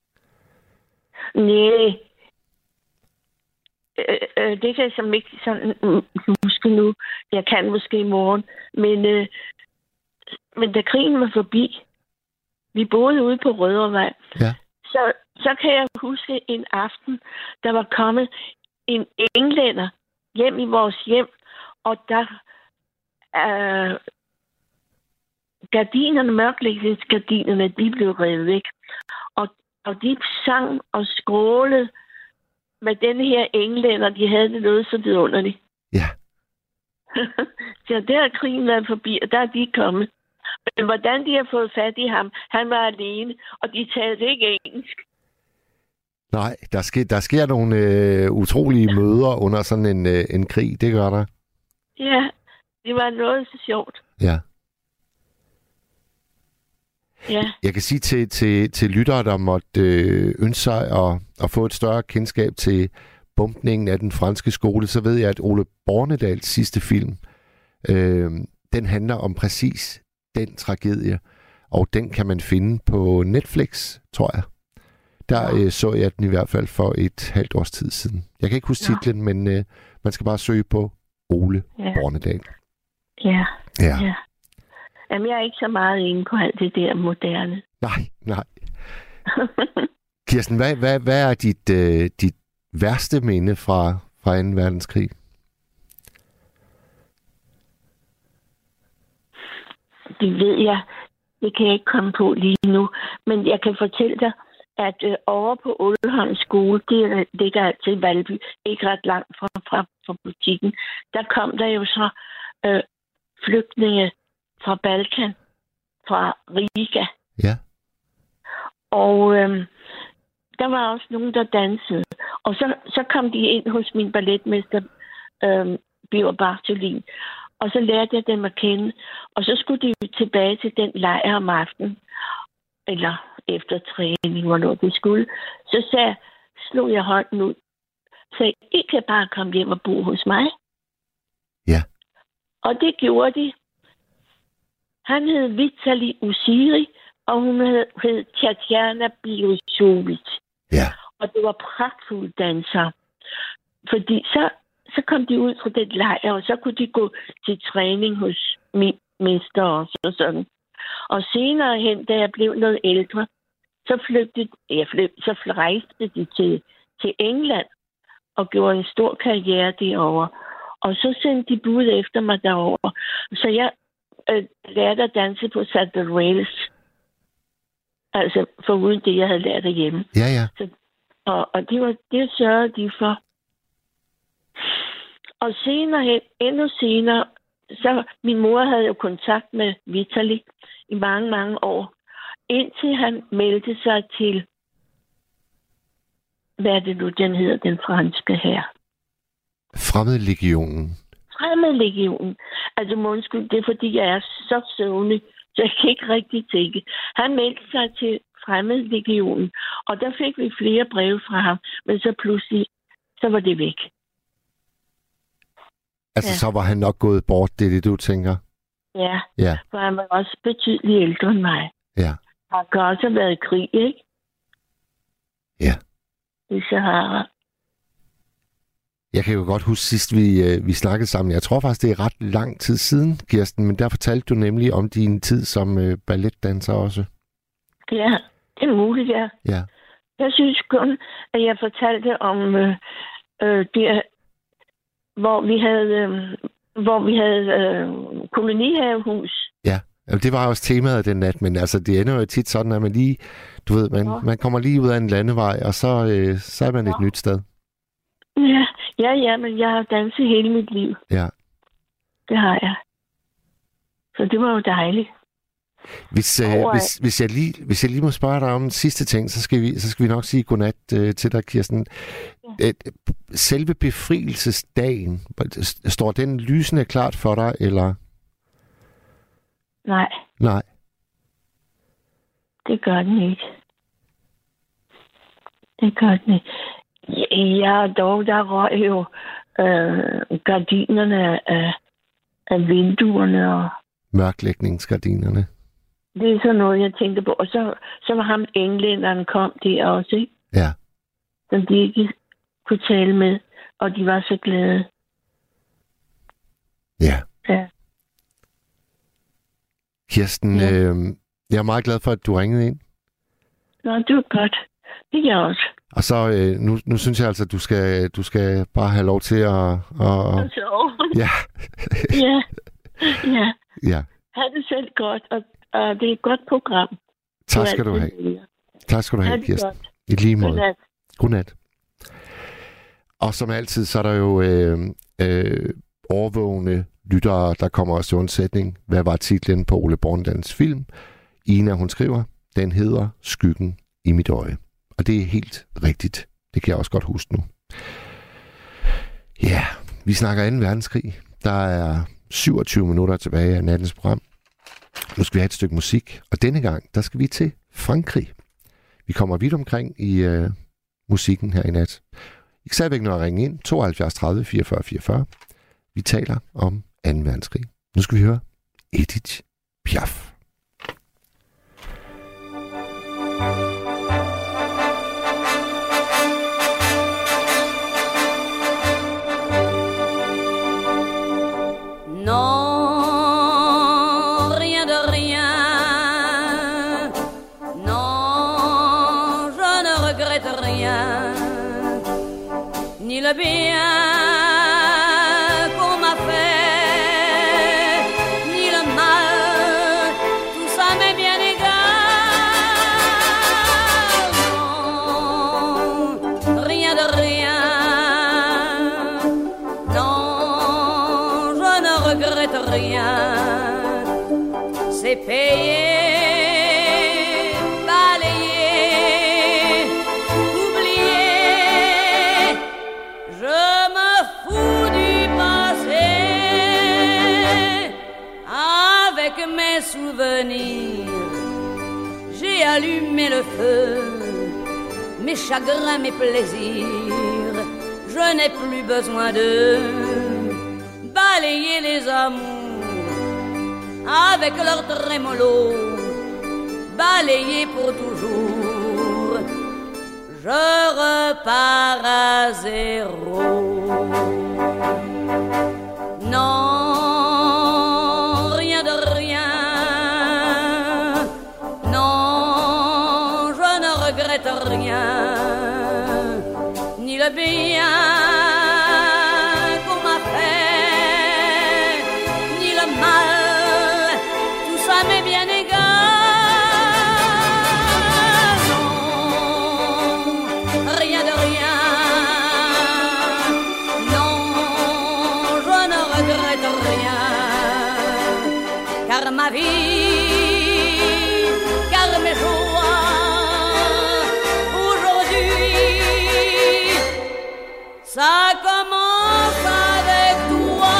[SPEAKER 10] Nej. Øh, øh, det kan jeg som ikke sådan huske nu. Jeg kan måske i morgen. Men, øh, men da krigen var forbi, vi boede ude på Rødovre.
[SPEAKER 1] Ja.
[SPEAKER 10] Så, så kan jeg huske en aften, der var kommet en englænder hjem i vores hjem, og der øh, gardinerne, mørklægningsgardinerne, de blev revet væk. Og, og de sang og skrålede med denne her englænder, de havde det noget så vidunderligt.
[SPEAKER 1] Ja.
[SPEAKER 10] Så der er krigen været forbi, og der er de kommet. Men hvordan de har fået fat i ham, han var alene, og de talte ikke engelsk.
[SPEAKER 1] Nej, der sker, der sker nogle øh, utrolige møder under sådan en, øh, en krig, det gør der.
[SPEAKER 10] Ja, det var noget så sjovt.
[SPEAKER 1] Ja.
[SPEAKER 10] Ja.
[SPEAKER 1] Jeg kan sige til, til, til lyttere, der måtte øh, ønske sig at, at få et større kendskab til bombningen af den franske skole, så ved jeg, at Ole Bornedals sidste film, øh, den handler om præcis den tragedie, og den kan man finde på Netflix, tror jeg. Der øh, så jeg den i hvert fald for et halvt års tid siden. Jeg kan ikke huske ja. titlen, men øh, man skal bare søge på Ole ja. Bornedal.
[SPEAKER 10] Ja.
[SPEAKER 1] Ja.
[SPEAKER 10] ja. Jamen, jeg er ikke så meget inde på alt det der moderne.
[SPEAKER 1] Nej, nej. Kirsten, hvad, hvad, hvad er dit, øh, dit værste minde fra, fra anden verdenskrig?
[SPEAKER 10] Det ved jeg. Det kan jeg ikke komme på lige nu. Men jeg kan fortælle dig, at øh, over på Ålholm skole, det ligger altid i Valby, ikke ret langt fra, fra, fra butikken, der kom der jo så øh, flygtninge fra Balkan, fra Riga.
[SPEAKER 1] Ja.
[SPEAKER 10] Og øh, der var også nogen, der dansede. Og så, så kom de ind hos min balletmester, øh, Biver Bartolin. Og så lærte jeg dem at kende. Og så skulle de jo tilbage til den lejr om aftenen. Eller efter træning, hvornår de skulle. Så sagde, slog jeg hånden ud. Så I kan bare komme hjem og bo hos mig.
[SPEAKER 1] Ja.
[SPEAKER 10] Og det gjorde de. Han hed Vitali Usiri, og hun hed, hed Tatjana Bilosovic.
[SPEAKER 1] Ja.
[SPEAKER 10] Og det var pragtfulde dansere. Fordi så, så kom de ud fra den lejr, og så kunne de gå til træning hos min mester også og sådan. Og senere hen, da jeg blev noget ældre, så flygtede, jeg flygtede, så rejste de til, til England og gjorde en stor karriere derovre. Og så sendte de bud efter mig derovre. Så jeg øh, lærte at danse på Saddle Rails. Altså foruden det, jeg havde lært derhjemme.
[SPEAKER 1] Ja, ja.
[SPEAKER 10] Så, og og det, var, det sørgede de for. Og senere hen, endnu senere, så min mor havde jo kontakt med Vitali i mange, mange år, indtil han meldte sig til, hvad er det nu, den hedder, den franske her?
[SPEAKER 1] Fremmedlegionen.
[SPEAKER 10] Fremmedlegionen. Altså, undskyld, det er fordi, jeg er så søvnig, så jeg kan ikke rigtig tænke. Han meldte sig til Fremmedlegionen, og der fik vi flere breve fra ham, men så pludselig, så var det væk.
[SPEAKER 1] Altså, ja. Så var han nok gået bort, det er det, du tænker?
[SPEAKER 10] Ja,
[SPEAKER 1] ja.
[SPEAKER 10] For han var også betydeligt ældre end mig.
[SPEAKER 1] Ja.
[SPEAKER 10] Han kan også have været i krig, ikke?
[SPEAKER 1] Ja.
[SPEAKER 10] I Sahara.
[SPEAKER 1] Jeg kan jo godt huske sidst, vi, øh, vi snakkede sammen. Jeg tror faktisk, det er ret lang tid siden, Kirsten, men der fortalte du nemlig om din tid som øh, balletdanser også.
[SPEAKER 10] Ja, det er muligt, ja.
[SPEAKER 1] Ja.
[SPEAKER 10] Jeg synes kun, at jeg fortalte om øh, øh, det, hvor vi havde, øh, hvor vi havde øh, kolonihavehus.
[SPEAKER 1] Ja, det var også temaet af den nat, men altså, det ender jo tit sådan, at man lige, du ved, man, ja. man kommer lige ud af en landevej, og så, øh, så er man ja. et nyt sted.
[SPEAKER 10] Ja, ja, ja, men jeg har danset hele mit liv.
[SPEAKER 1] Ja.
[SPEAKER 10] Det har jeg. Så det var jo dejligt.
[SPEAKER 1] Hvis, øh, hvis, hvis, jeg lige, hvis jeg lige må spørge dig om den sidste ting, så skal vi, så skal vi nok sige godnat øh, til dig, Kirsten. Ja. Selve befrielsesdagen, står den lysende klart for dig, eller?
[SPEAKER 10] Nej.
[SPEAKER 1] Nej.
[SPEAKER 10] Det gør den ikke. Det gør den ikke. Ja, dog, der røg jo øh, gardinerne af, af vinduerne. Og
[SPEAKER 1] mørklægningsgardinerne.
[SPEAKER 10] Det er sådan noget, jeg tænkte på. Og så, så var ham englænderen kom der også, ikke?
[SPEAKER 1] Ja.
[SPEAKER 10] Som de ikke kunne tale med, og de var så glade.
[SPEAKER 1] Ja.
[SPEAKER 10] Ja.
[SPEAKER 1] Kirsten, ja. Øh, jeg er meget glad for, at du ringede ind.
[SPEAKER 10] Nå, det var godt. Det er jeg også.
[SPEAKER 1] Og så, øh, nu, nu synes jeg altså, at du skal, du skal bare have lov til at... at...
[SPEAKER 10] Og så.
[SPEAKER 1] Ja.
[SPEAKER 10] ja. Ja.
[SPEAKER 1] Ja.
[SPEAKER 10] Ha' det selv godt, og, og det er et godt program.
[SPEAKER 1] Tak skal du have. Tak skal du have, Kirsten. I lige måde.
[SPEAKER 10] Godnat.
[SPEAKER 1] Godnat. Og som altid, så er der jo øh, øh, overvågende lyttere, der kommer også til undsætning. Hvad var titlen på Ole Bornedals film? Ina, hun skriver, den hedder Skyggen i mit øje. Og det er helt rigtigt. Det kan jeg også godt huske nu. Ja, vi snakker anden verdenskrig. Der er syvogtyve minutter tilbage af nattens program. Nu skal vi have et stykke musik. Og denne gang, der skal vi til Frankrig. Vi kommer vidt omkring i øh, musikken her i nat. I kan stadigvæk nå at ringe ind. tooghalvfjerds tredive fireogfyrre fireogfyrre. Vi taler om anden verdenskrig. Nu skal vi høre Edith Piaf.
[SPEAKER 11] Non, rien de rien. Non, je ne regrette rien. Ni le bien qu'on m'a fait, ni le mal, tout ça m'est bien égal. Non, rien de rien. Rien, c'est payé, balayé, oublié. Je me fous du passé, avec mes souvenirs. J'ai allumé le feu, mes chagrins, mes plaisirs. Je n'ai plus besoin de balayer les amours avec leur trémolo, balayer pour toujours. Je repars à zéro. Non, rien de rien. Non, je ne regrette rien, ni le bien qu'on m'a fait, ni le mal. Tout ça m'est bien égal. Non, rien de rien. Non, je ne regrette rien. car ma vie, car mes jours aujourd'hui, ça commence avec toi.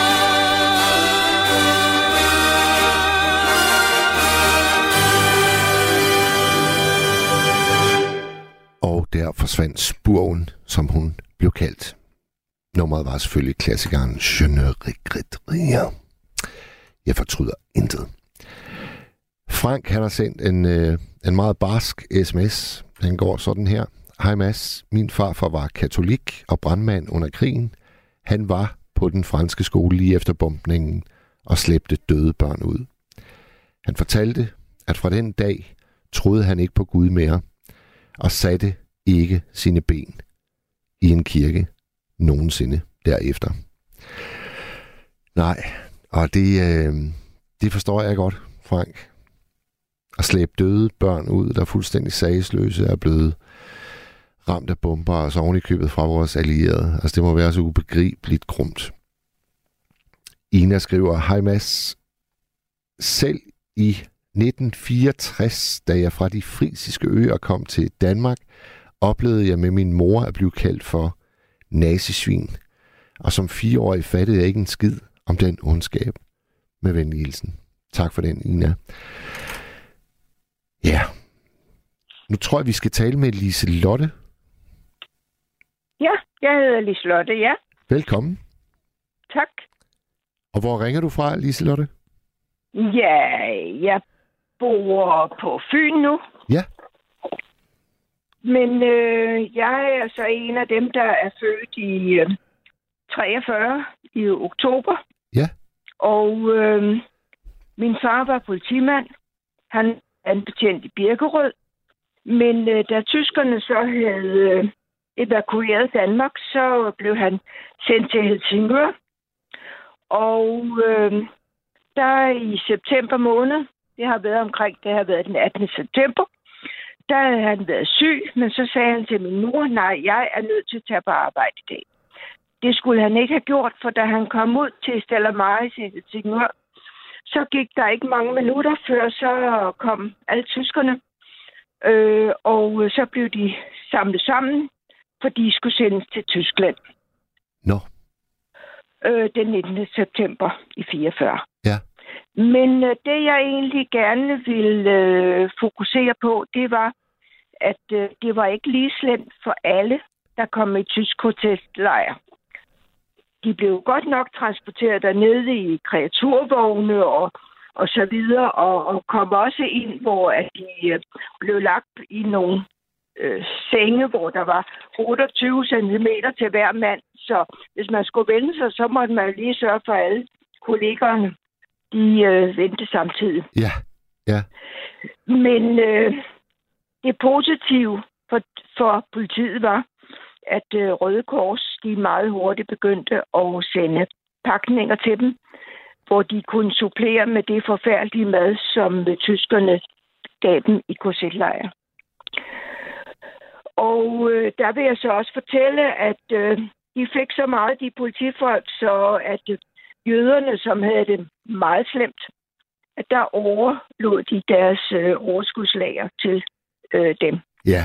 [SPEAKER 1] Og der forsvandt Spurven, som hun blev kaldt. Nummeret var selvfølgelig klassikeren Je ne regrette rien. Jeg fortryder intet. Frank, han har sendt en, øh, en meget barsk sms. Den går sådan her. Hej Mads, min farfar var katolik og brandmand under krigen. Han var på den franske skole lige efter bombningen og slæbte døde børn ud. Han fortalte, at fra den dag troede han ikke på Gud mere og satte ikke sine ben i en kirke nogensinde derefter. Nej, og det, øh, det forstår jeg godt, Frank. At slæbe døde børn ud, der er fuldstændig sagesløse, er blevet ramt af bomber, og så oven i købet fra vores allierede. Altså, det må være så ubegribeligt grumt. Ina skriver, hej Mads. Selv i nitten fireogtres, da jeg fra de frisiske øer kom til Danmark, oplevede jeg med min mor at blive kaldt for nazisvin. Og som fireårig fattede jeg ikke en skid om den ondskab. Med venlig hilsen. Tak for den, Ina. Ja. Nu tror jeg, vi skal tale med Liselotte.
[SPEAKER 12] Ja, jeg hedder Liselotte, ja.
[SPEAKER 1] Velkommen.
[SPEAKER 12] Tak.
[SPEAKER 1] Og hvor ringer du fra, Liselotte?
[SPEAKER 12] Ja, jeg bor på Fyn nu.
[SPEAKER 1] Ja.
[SPEAKER 12] Men øh, jeg er så en af dem, der er født i øh, treogfyrre i oktober.
[SPEAKER 1] Ja.
[SPEAKER 12] Og øh, min far var politimand. Han er en betjent i Birkerød. Men øh, da tyskerne så havde øh, evakueret Danmark, så blev han sendt til Helsingør. Og øh, der i september måned, det har været omkring, det har været den attende september, der havde han været syg, men så sagde han til min mor, nej, jeg er nødt til at tage på arbejde i dag. Det skulle han ikke have gjort, for da han kom ud til Stella Maris i Helsingør, så gik der ikke mange minutter før, så kom alle tyskerne, øh, og så blev de samlet sammen, for de skulle sendes til Tyskland.
[SPEAKER 1] Nå.
[SPEAKER 12] Øh, den nittende september i fireogfyrre.
[SPEAKER 1] Ja.
[SPEAKER 12] Men øh, det, jeg egentlig gerne ville øh, fokusere på, det var, at øh, det var ikke lige slemt for alle, der kom i tysk protestlejr. De blev godt nok transporteret dernede i kreaturvogne og, og så videre, og, og kom også ind, hvor at de øh, blev lagt i nogle øh, senge, hvor der var otteogtyve centimeter til hver mand. Så hvis man skulle vende sig, så måtte man lige sørge for alle kollegerne. De øh, vendte samtidig.
[SPEAKER 1] Ja, ja.
[SPEAKER 12] Men øh, det positive for, for politiet var, at øh, Røde Kors, de meget hurtigt begyndte at sende pakninger til dem, hvor de kunne supplere med det forfærdelige mad, som øh, tyskerne gav dem i K Z-lejre. Og øh, der vil jeg så også fortælle, at øh, de fik så meget, de politifolk, så at øh, jøderne, som havde det meget slemt, at der overlod de deres øh, overskudslager til øh, dem.
[SPEAKER 1] Ja.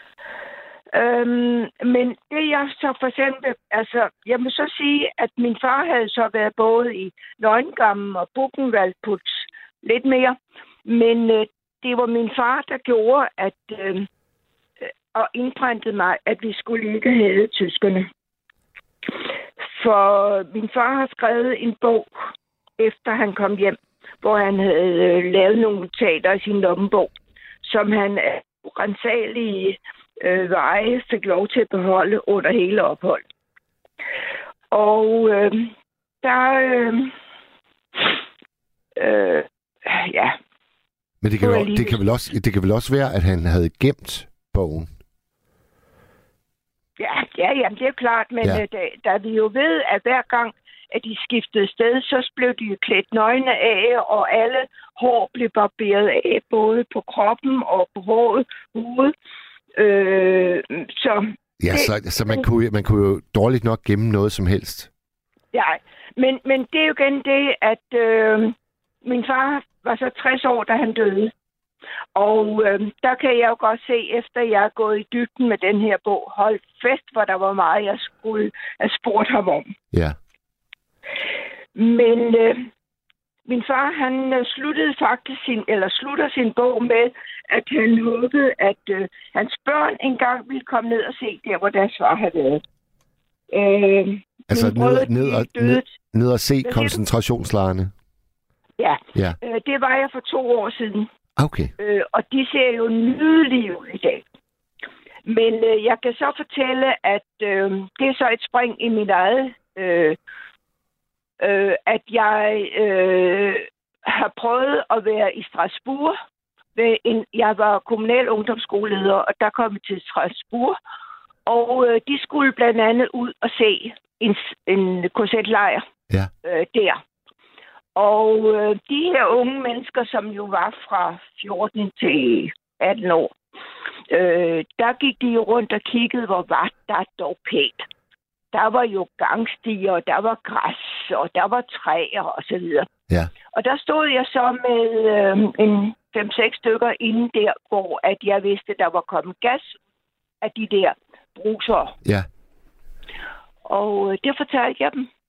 [SPEAKER 12] Øhm, men det jeg så for eksempel, altså, jeg må så sige, at min far havde så været både i Neuengamme og Buchenwald puts lidt mere, men øh, det var min far, der gjorde, at øh, og indprintede mig, at vi skulle ikke have tyskerne. For min far har skrevet en bog, efter han kom hjem, hvor han havde øh, lavet nogle notater i sin lommebog, som han af urensagelige øh, veje fik lov til at beholde under hele ophold. Og øh, der... Øh, øh, ja.
[SPEAKER 1] Men det kan, jo, det, kan vel også, det kan vel også være, at han havde gemt bogen?
[SPEAKER 12] Ja, ja, jamen, det er klart, men ja. da, da vi jo ved, at hver gang, at de skiftede sted, så blev de jo klædt nøgne af, og alle hår blev barberet af, både på kroppen og på håret, hovedet. Øh, så
[SPEAKER 1] ja, det, så, så man, kunne, man kunne jo dårligt nok gemme noget som helst.
[SPEAKER 12] Ja, men, men det er jo igen det, at øh, min far var så tres år, da han døde. Og øh, der kan jeg jo godt se, efter jeg er gået i dybden med den her bog, hold fest, hvor der var meget, jeg skulle have spurgt ham om.
[SPEAKER 1] Ja.
[SPEAKER 12] Men øh, min far, han øh, sluttede faktisk sin, eller slutter sin bog med, at han håbede, at øh, hans børn engang ville komme ned og se der, hvor deres far havde været. Øh,
[SPEAKER 1] altså ned, ned, og, ned, ned og se koncentrationslejrene?
[SPEAKER 12] Ja,
[SPEAKER 1] ja.
[SPEAKER 12] Øh, det var jeg for to år siden.
[SPEAKER 1] Okay.
[SPEAKER 12] Øh, og de ser jo nydelige ud i dag. Men øh, jeg kan så fortælle, at øh, det er så et spring i mit eget, øh, øh, at jeg øh, har prøvet at være i Strasbourg. En, jeg var kommunal ungdomsskoleleder, og der kom jeg til Strasbourg. Og øh, de skulle blandt andet ud og se en, en K Z-lejr
[SPEAKER 1] ja.
[SPEAKER 12] øh, der. Og øh, de her unge mennesker, som jo var fra fjorten til atten år, øh, der gik de jo rundt og kiggede, hvor var der dog pænt. Der var jo gangstier, og der var græs, og der var træer og så videre.
[SPEAKER 1] Ja.
[SPEAKER 12] Og der stod jeg så med øh, en fem seks stykker inden der, hvor at jeg vidste, der var kommet gas af de der bruser.
[SPEAKER 1] Ja.
[SPEAKER 12] Og øh, det fortalte jeg dem.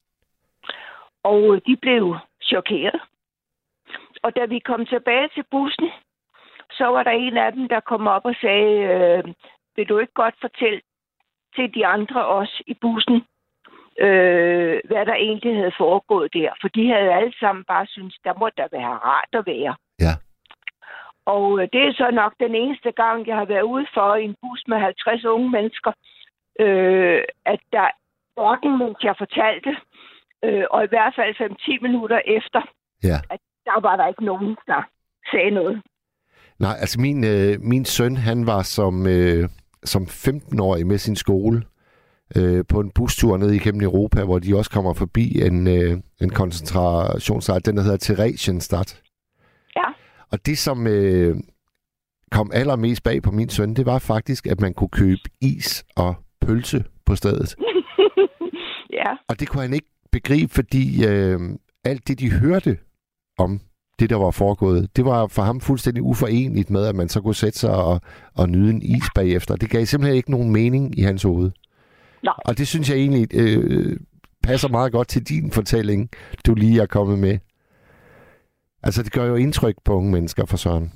[SPEAKER 12] Og øh, de blev chokeret. Og da vi kom tilbage til bussen, så var der en af dem, der kom op og sagde, øh, vil du ikke godt fortælle til de andre også i bussen, øh, hvad der egentlig havde foregået der? For de havde alle sammen bare syntes, der må der være rart at være.
[SPEAKER 1] Ja.
[SPEAKER 12] Og øh, det er så nok den eneste gang, jeg har været ude for i en bus med halvtreds unge mennesker, øh, at der orden, mens jeg fortalte, Øh, og i hvert fald fem til ti minutter efter,
[SPEAKER 1] ja.
[SPEAKER 12] at der var der ikke nogen, der sagde noget.
[SPEAKER 1] Nej, altså min, øh, min søn, han var som, øh, som femten-årig med sin skole øh, på en bustur ned igennem Europa, hvor de også kommer forbi en, øh, en koncentrationslejr, den der hedder Theresienstadt.
[SPEAKER 12] Ja.
[SPEAKER 1] Og det, som øh, kom allermest bag på min søn, det var faktisk, at man kunne købe is og pølse på stedet.
[SPEAKER 12] Ja.
[SPEAKER 1] Og det kunne han ikke begribe, fordi øh, alt det, de hørte om det, der var foregået, det var for ham fuldstændig uforenligt med, at man så kunne sætte sig og, og nyde en is bagefter. Det gav simpelthen ikke nogen mening i hans hoved.
[SPEAKER 12] Nej.
[SPEAKER 1] Og det synes jeg egentlig øh, passer meget godt til din fortælling, du lige er kommet med. Altså, det gør jo indtryk på unge mennesker, for søren.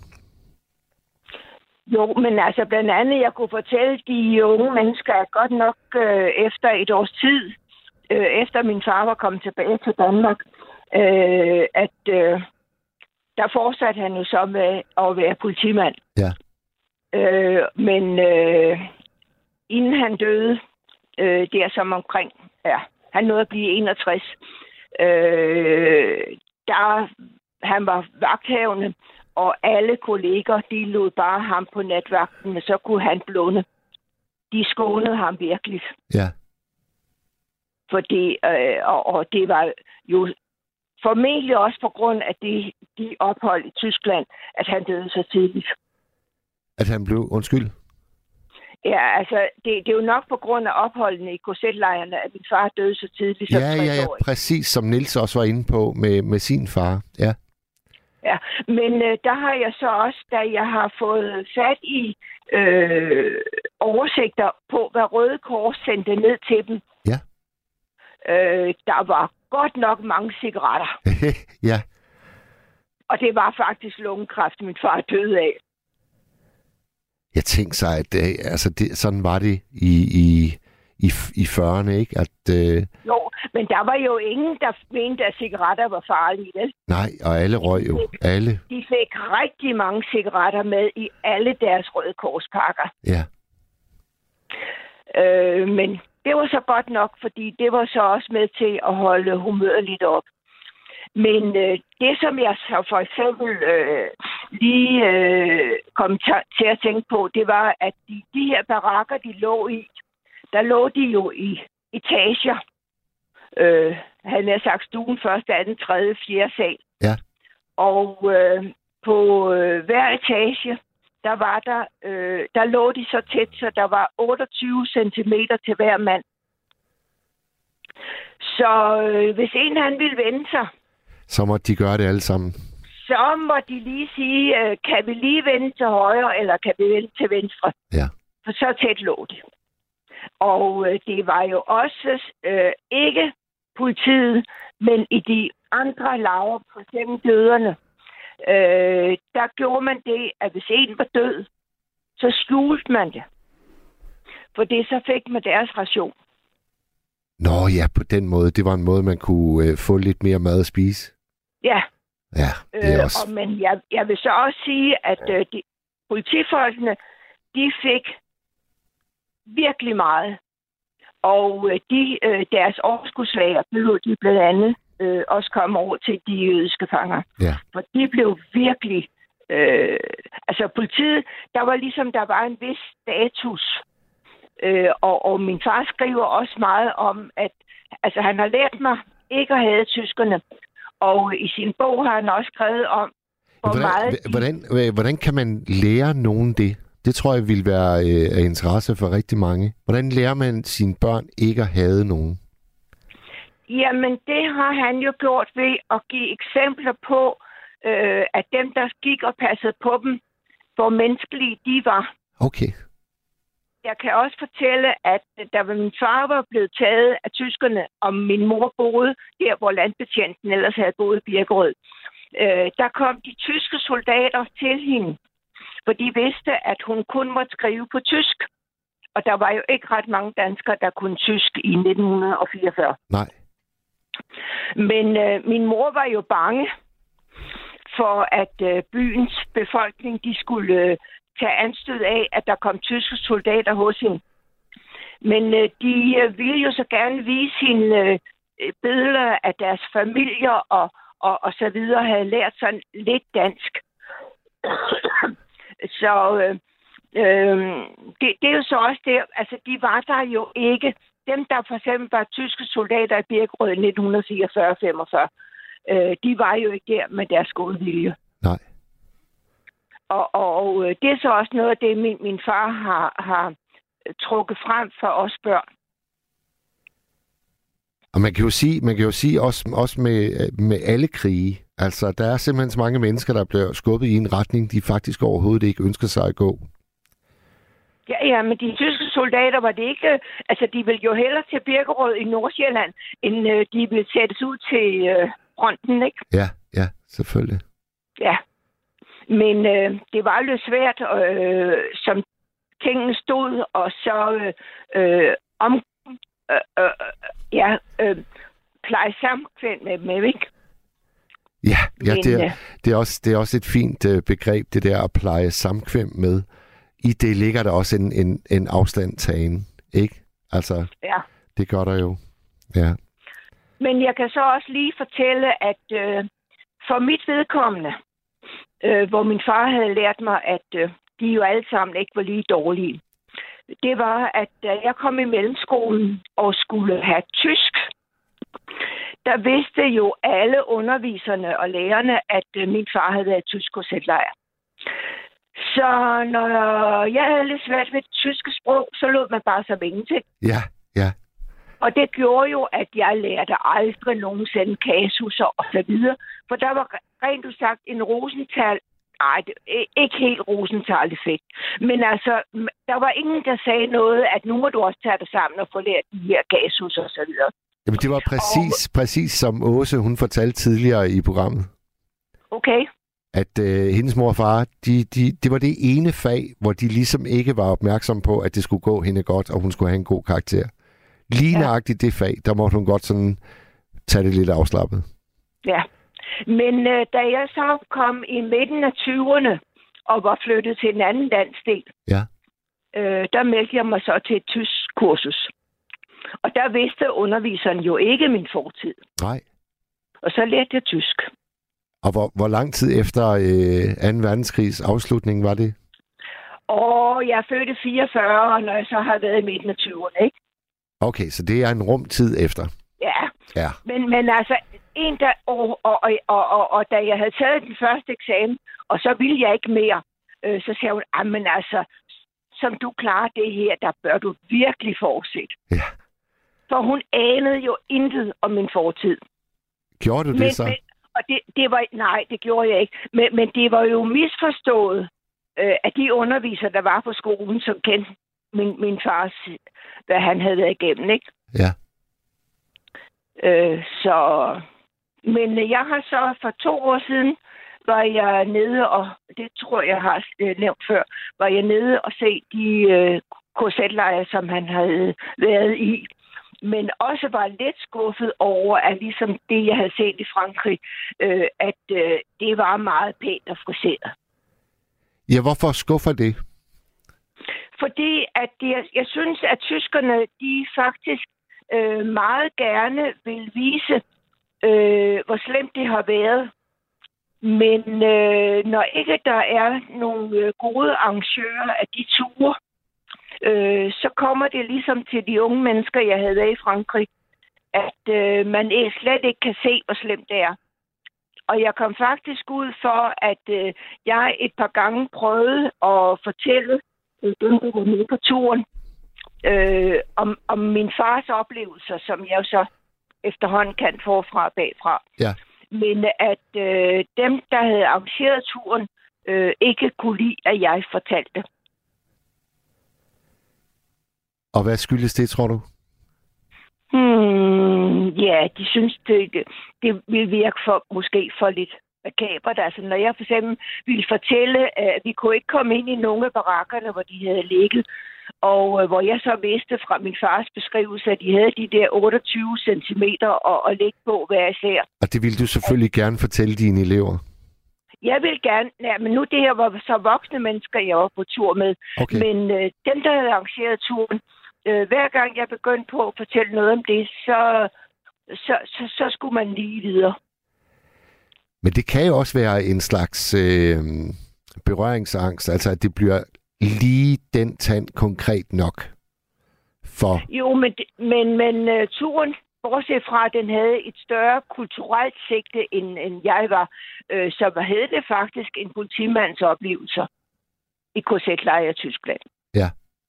[SPEAKER 12] Jo, men altså blandt andet, jeg kunne fortælle de unge mennesker, at godt nok øh, efter et års tid, øh, efter min far var kommet tilbage til Danmark, øh, at øh, der fortsatte han jo så med at være politimand.
[SPEAKER 1] Ja.
[SPEAKER 12] Øh, men øh, inden han døde, øh, det er som omkring, ja, han nåede at blive enogtres, øh, der han var vagthavende, og alle kolleger, de lod bare ham på natvagten, men så kunne han blunde. De skånede ham virkelig.
[SPEAKER 1] Ja.
[SPEAKER 12] Fordi, øh, og, og det var jo formentlig også på grund af de, de ophold i Tyskland, at han døde så tidligt.
[SPEAKER 1] At han blev, undskyld?
[SPEAKER 12] Ja, altså, det, det er jo nok på grund af opholdene i K Z-lejrene, at min far døde så tidligt som
[SPEAKER 1] ja, ja, ja, præcis, som Niels også var inde på med, med sin far, ja.
[SPEAKER 12] Ja, men øh, der har jeg så også, da jeg har fået fat i øh, oversigter på, hvad Røde Kors sendte ned til dem.
[SPEAKER 1] Ja.
[SPEAKER 12] Øh, der var godt nok mange cigaretter.
[SPEAKER 1] Ja.
[SPEAKER 12] Og det var faktisk lungekræft, min far døde af.
[SPEAKER 1] Jeg tænkte sig, at øh, altså det, sådan var det i, i, i, i fyrrerne, ikke? At, øh...
[SPEAKER 12] Jo, men der var jo ingen, der mente, at cigaretter var farlige, vel?
[SPEAKER 1] Nej, og alle røg jo.
[SPEAKER 12] De,
[SPEAKER 1] alle.
[SPEAKER 12] De fik rigtig mange cigaretter med i alle deres Røde Korspakker.
[SPEAKER 1] Ja.
[SPEAKER 12] Øh, men det var så godt nok, fordi det var så også med til at holde humøret lidt op. Men øh, det, som jeg så for eksempel øh, lige øh, kom til at tænke på, det var, at de, de her barakker, de lå i, der lå de jo i etager. Øh, han har sagt stuen første, anden, tredje, fjerde sal.
[SPEAKER 1] Ja.
[SPEAKER 12] Og øh, på øh, hver etage, der var der, øh, der lå de så tæt, så der var otteogtyve centimeter til hver mand. Så øh, hvis en han ville vende sig,
[SPEAKER 1] så måtte de gøre det alle sammen.
[SPEAKER 12] så må de lige sige, øh, kan vi lige vende til højre, eller kan vi vende til venstre?
[SPEAKER 1] Ja.
[SPEAKER 12] For så tæt lå det. Og øh, det var jo også øh, ikke politiet, men i de andre laver, for eksempel døderne, øh, der gjorde man det, at hvis en var død, så skjulte man det. For det så fik man deres ration.
[SPEAKER 1] Nå ja, på den måde. Det var en måde, man kunne øh, få lidt mere mad at spise.
[SPEAKER 12] Ja.
[SPEAKER 1] Ja, det er
[SPEAKER 12] øh,
[SPEAKER 1] også...
[SPEAKER 12] og, men jeg, jeg vil så også sige, at øh, de, politifolkene, de fik virkelig meget. Og øh, de, øh, deres overskudslager blev de blandt andet øh, også komme over til de jødiske fanger.
[SPEAKER 1] Ja.
[SPEAKER 12] For de blev virkelig... Øh, altså politiet, der var ligesom, der var en vis status. Øh, og, og min far skriver også meget om, at altså, han har lært mig ikke at hade tyskerne. Og i sin bog har han også skrevet om, hvor
[SPEAKER 1] hvordan,
[SPEAKER 12] meget... De...
[SPEAKER 1] Hvordan, hvordan kan man lære nogen det? Det tror jeg vil være øh, af interesse for rigtig mange. Hvordan lærer man sine børn ikke at hade nogen?
[SPEAKER 12] Jamen, det har han jo gjort ved at give eksempler på, øh, at dem, der gik og passede på dem, hvor menneskelige de var.
[SPEAKER 1] Okay.
[SPEAKER 12] Jeg kan også fortælle, at da min far var blevet taget af tyskerne, og min mor boede der, hvor landbetjenten ellers havde boet i Birkerød, øh, der kom de tyske soldater til hende, for de vidste, at hun kun måtte skrive på tysk. Og der var jo ikke ret mange danskere, der kunne tysk i nitten fireogfyrre.
[SPEAKER 1] Nej.
[SPEAKER 12] Men øh, min mor var jo bange for, at øh, byens befolkning, de skulle øh, tage anstød af, at der kom tyske soldater hos hende. Men øh, de øh, ville jo så gerne vise hende øh, billeder af deres familier og, og, og så videre, havde lært sådan lidt dansk. Så øh, øh, det, det er jo så også det, altså de var der jo ikke. Dem, der for eksempel var tyske soldater i Birkerød nitten fireogfyrre femogfyrre, øh, de var jo ikke der med deres gode vilje.
[SPEAKER 1] Nej.
[SPEAKER 12] Og, og det er så også noget af det, min, min far har, har trukket frem for os børn.
[SPEAKER 1] Og man kan jo sige, man kan jo sige også, også med, med alle krige, altså der er simpelthen så mange mennesker, der bliver skubbet i en retning, de faktisk overhovedet ikke ønsker sig at gå.
[SPEAKER 12] Ja, ja, men de tyske soldater var det ikke... Altså, de ville jo hellere til Birkerød i Nordsjælland, end øh, de ville sættes ud til øh, fronten, ikke?
[SPEAKER 1] Ja, ja, selvfølgelig.
[SPEAKER 12] Ja. Men øh, det var lidt svært, øh, som tingene stod, og så øh, øh, om... Øh, øh, ja, øh, pleje samkvem med dem, ikke?
[SPEAKER 1] Ja, ja
[SPEAKER 12] Men,
[SPEAKER 1] det, er,
[SPEAKER 12] øh,
[SPEAKER 1] det, er også, det er også et fint øh, begreb, det der at pleje samkvem med. I det ligger der også en, en, en afstandtagen, ikke? Altså,
[SPEAKER 12] ja.
[SPEAKER 1] Det gør der jo. Ja.
[SPEAKER 12] Men jeg kan så også lige fortælle, at øh, for mit vedkommende, øh, hvor min far havde lært mig, at øh, de jo alle sammen ikke var lige dårlige, det var, at da jeg kom i mellemskolen og skulle have tysk, der vidste jo alle underviserne og lærerne, at øh, min far havde været i tysk K Z-lejr. Så når jeg havde lidt svært ved det tyske sprog, så lod man bare som ingenting.
[SPEAKER 1] Ja, ja.
[SPEAKER 12] Og det gjorde jo, at jeg lærte aldrig nogensinde kasusser og så videre. For der var rent udsagt en Rosenthal, nej, ikke helt Rosenthal-effekt. Men altså, der var ingen, der sagde noget, at nu må du også tage dig sammen og få lært de her kasusser og så videre.
[SPEAKER 1] Jamen, det var præcis, og... præcis som Åse, hun fortalte tidligere i programmet.
[SPEAKER 12] Okay. At
[SPEAKER 1] øh, hendes mor og far, de, de, det var det ene fag, hvor de ligesom ikke var opmærksom på, at det skulle gå hende godt, og hun skulle have en god karakter. Lige nøjagtigt ja. Det fag, der måtte hun godt sådan tage det lidt afslappet.
[SPEAKER 12] Ja, men øh, da jeg så kom i midten af tyverne og var flyttet til en anden landsdel,
[SPEAKER 1] ja.
[SPEAKER 12] øh, der meldte jeg mig så til et tysk kursus. Og der vidste underviseren jo ikke min fortid.
[SPEAKER 1] Nej.
[SPEAKER 12] Og så lærte jeg tysk.
[SPEAKER 1] Og hvor, hvor lang tid efter øh, anden verdenskrigs afslutning var det?
[SPEAKER 12] Og jeg fødte fireogfyrre, når jeg så har været i midten af tyverne, ikke?
[SPEAKER 1] Okay, så det er en rum tid efter.
[SPEAKER 12] Ja.
[SPEAKER 1] Ja.
[SPEAKER 12] Men, men altså, en der, og, og, og, og, og, og da jeg havde taget den første eksamen, og så ville jeg ikke mere, øh, så sagde hun, men altså, som du klarer det her, der bør du virkelig fortsætte.
[SPEAKER 1] Ja.
[SPEAKER 12] For hun anede jo intet om min fortid.
[SPEAKER 1] Gjorde du det
[SPEAKER 12] men,
[SPEAKER 1] så?
[SPEAKER 12] Men, og det, det var, nej, det gjorde jeg ikke. Men, men det var jo misforstået, øh, at de undervisere, der var på skolen, som kendte min, min fars, hvad han havde været igennem, ikke?
[SPEAKER 1] Ja.
[SPEAKER 12] Øh, så... Men jeg har så for to år siden, var jeg nede, og det tror jeg har nævnt før, var jeg nede og se de øh, K Z-lejre, som han havde været i. Men også var lidt skuffet over, at ligesom det, jeg havde set i Frankrig, øh, at øh, det var meget pænt og friseret.
[SPEAKER 1] Ja, hvorfor skuffer det?
[SPEAKER 12] Fordi at det, jeg synes, at tyskerne, de faktisk øh, meget gerne vil vise, øh, hvor slemt det har været. Men øh, når ikke der er nogle øh, gode arrangører af de ture, øh, så kommer det ligesom til de unge mennesker, jeg havde været i Frankrig, at øh, man slet ikke kan se, hvor slemt det er. Og jeg kom faktisk ud for, at øh, jeg et par gange prøvede at fortælle øh, dem, der var med på turen, øh, om, om min fars oplevelser, som jeg så efterhånden kan forfra og bagfra.
[SPEAKER 1] Ja.
[SPEAKER 12] Men at øh, dem, der havde arrangeret turen, øh, ikke kunne lide, at jeg fortalte.
[SPEAKER 1] Og hvad skyldes det, tror du?
[SPEAKER 12] Hmm, ja, de synes, det, det, det vil virke for, måske for lidt makabert. Altså, når jeg for eksempel ville fortælle, at vi kunne ikke komme ind i nogle af barakkerne, hvor de havde ligget, og øh, hvor jeg så vidste fra min fars beskrivelse, at de havde de der otteogtyve centimeter at, at lægge på hver især.
[SPEAKER 1] Og det ville du selvfølgelig gerne fortælle dine elever?
[SPEAKER 12] Jeg vil gerne, ja, men nu det her var så voksne mennesker, jeg var på tur med.
[SPEAKER 1] Okay.
[SPEAKER 12] Men øh, dem, der havde arrangeret turen, øh, hver gang jeg begyndte på at fortælle noget om det, så, så, så, så skulle man lige videre.
[SPEAKER 1] Men det kan jo også være en slags øh, berøringsangst, altså at det bliver lige den tand konkret nok for...
[SPEAKER 12] Jo, men, men, men uh, turen, bortset fra, at den havde et større kulturelt sigte, end, end jeg var, øh, så havde det faktisk en politimands oplevelser i K Z-lejre i Tyskland.
[SPEAKER 1] Ja.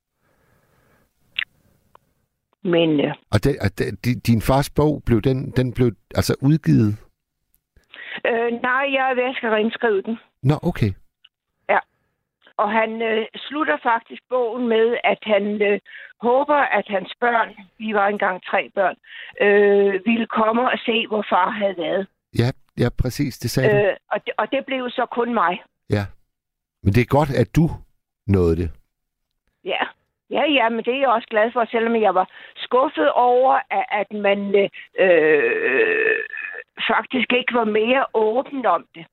[SPEAKER 12] Men... Øh,
[SPEAKER 1] og det, og det, din fars bog, blev den, den blev altså udgivet?
[SPEAKER 12] Øh, nej, jeg er ved at skal indskrive den.
[SPEAKER 1] Nå, okay.
[SPEAKER 12] Ja. Og han øh, slutter faktisk bogen med, at han øh, håber, at hans børn, vi var engang tre børn, øh, ville komme og se, hvor far havde været.
[SPEAKER 1] Ja, ja, præcis, det sagde
[SPEAKER 12] øh,
[SPEAKER 1] du.
[SPEAKER 12] Og det, og det blev så kun mig.
[SPEAKER 1] Ja, men det er godt, at du nåede det.
[SPEAKER 12] Ja, ja, ja, men det er jeg også glad for, selvom jeg var skuffet over, at, at man øh, faktisk ikke var mere åben om det.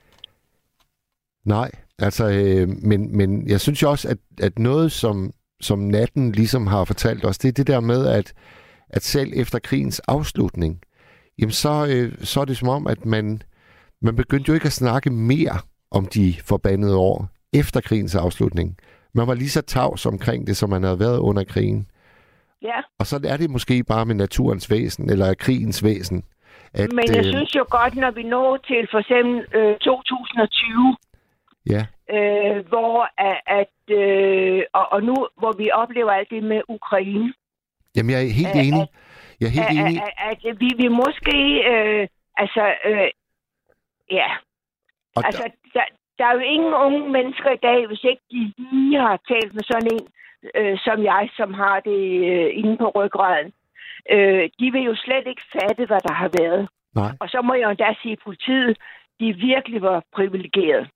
[SPEAKER 1] Nej, altså, øh, men, men jeg synes jo også, at, at noget, som, som Natten ligesom har fortalt os, det er det der med, at, at selv efter krigens afslutning, jamen så, øh, så er det som om, at man, man begyndte jo ikke at snakke mere om de forbandede år efter krigens afslutning. Man var lige så tavs omkring det, som man havde været under krigen.
[SPEAKER 12] Ja.
[SPEAKER 1] Og så er det måske bare med naturens væsen, eller krigens væsen. At,
[SPEAKER 12] men jeg
[SPEAKER 1] øh,
[SPEAKER 12] synes jo godt, når vi når til for eksempel øh, to tusind og tyve,
[SPEAKER 1] ja.
[SPEAKER 12] øh, hvor at, øh, og, og nu, hvor vi oplever alt det med Ukraine.
[SPEAKER 1] Jamen, jeg er helt
[SPEAKER 12] at,
[SPEAKER 1] enig. Jeg er helt
[SPEAKER 12] at,
[SPEAKER 1] enig.
[SPEAKER 12] At, at, at vi, vi måske, øh, altså, øh, ja,
[SPEAKER 1] og
[SPEAKER 12] altså, der, der er jo ingen unge mennesker i dag, hvis ikke de lige har talt med sådan en, øh, som jeg, som har det øh, inde på ryggraden. Øh, de vil jo slet ikke fatte, hvad der har været.
[SPEAKER 1] Nej.
[SPEAKER 12] Og så må jeg jo endda sige, at politiet, de virkelig var privilegeret.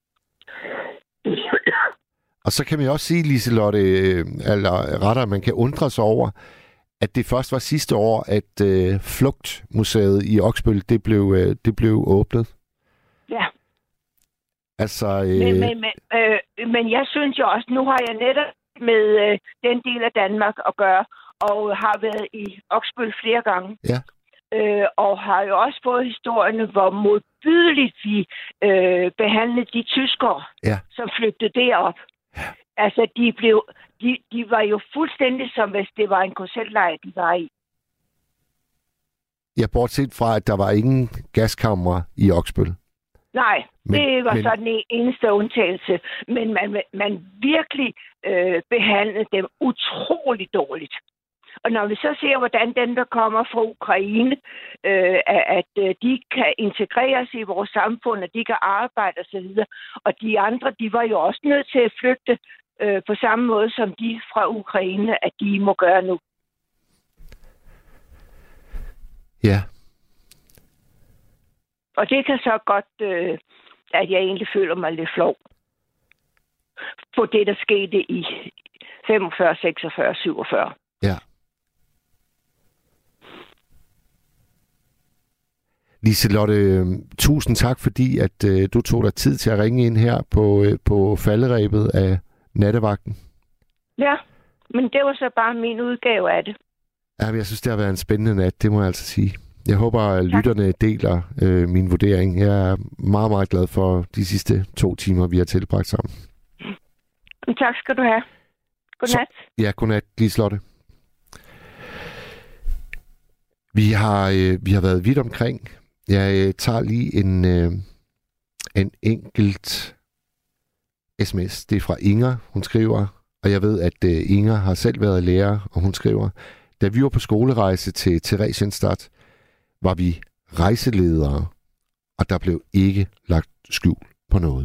[SPEAKER 1] Og så kan man jo også sige, Liselotte, eller rettere, man kan undre sig over, at det først var sidste år, at øh, Flugtmuseet i Oksbøl, det blev, øh, det blev åbnet.
[SPEAKER 12] Ja.
[SPEAKER 1] Altså... Øh...
[SPEAKER 12] Men, men, men, øh, men jeg synes jo også, nu har jeg netop med øh, den del af Danmark at gøre, og har været i Oksbøl flere gange.
[SPEAKER 1] Ja.
[SPEAKER 12] Øh, og har jo også fået historierne, hvor modbydeligt vi øh, behandlede de tyskere,
[SPEAKER 1] ja.
[SPEAKER 12] som flygtede derop. Ja. Altså, de, blev, de, de var jo fuldstændig som hvis det var en K Z-lejr, de var i.
[SPEAKER 1] Ja, bortset fra, at der var ingen gaskamre i Oksbøl.
[SPEAKER 12] Nej, men, det var
[SPEAKER 1] men...
[SPEAKER 12] så den eneste undtagelse. Men man, man virkelig øh, behandlede dem utroligt dårligt. Og når vi så ser, hvordan dem, der kommer fra Ukraine, øh, at øh, de kan integreres i vores samfund, og de kan arbejde osv., og de andre, de var jo også nødt til at flygte øh, på samme måde, som de fra Ukraine, at de må gøre nu.
[SPEAKER 1] Ja.
[SPEAKER 12] Og det kan så godt, øh, at jeg egentlig føler mig lidt flov på det, der skete i femogfyrre, seksogfyrre, syvogfyrre.
[SPEAKER 1] Ja. Liselotte, tusind tak, fordi at øh, du tog dig tid til at ringe ind her på, øh, på falderebet af nattevagten.
[SPEAKER 12] Ja, men det var så bare min udgave af det.
[SPEAKER 1] Ja, jeg synes, det har været en spændende nat, det må jeg altså sige. Jeg håber, at lytterne deler øh, min vurdering. Jeg er meget, meget glad for de sidste to timer, vi har tilbragt sammen.
[SPEAKER 12] Tak skal du have. Godnat.
[SPEAKER 1] Så, ja, godnat, Liselotte. Vi har, øh, vi har været vidt omkring. Jeg øh, tager lige en, øh, en enkelt sms. Det er fra Inger, hun skriver. Og jeg ved, at øh, Inger har selv været lærer, og hun skriver: da vi var på skolerejse til Theresienstadt, var vi rejseledere, og der blev ikke lagt skjul på noget.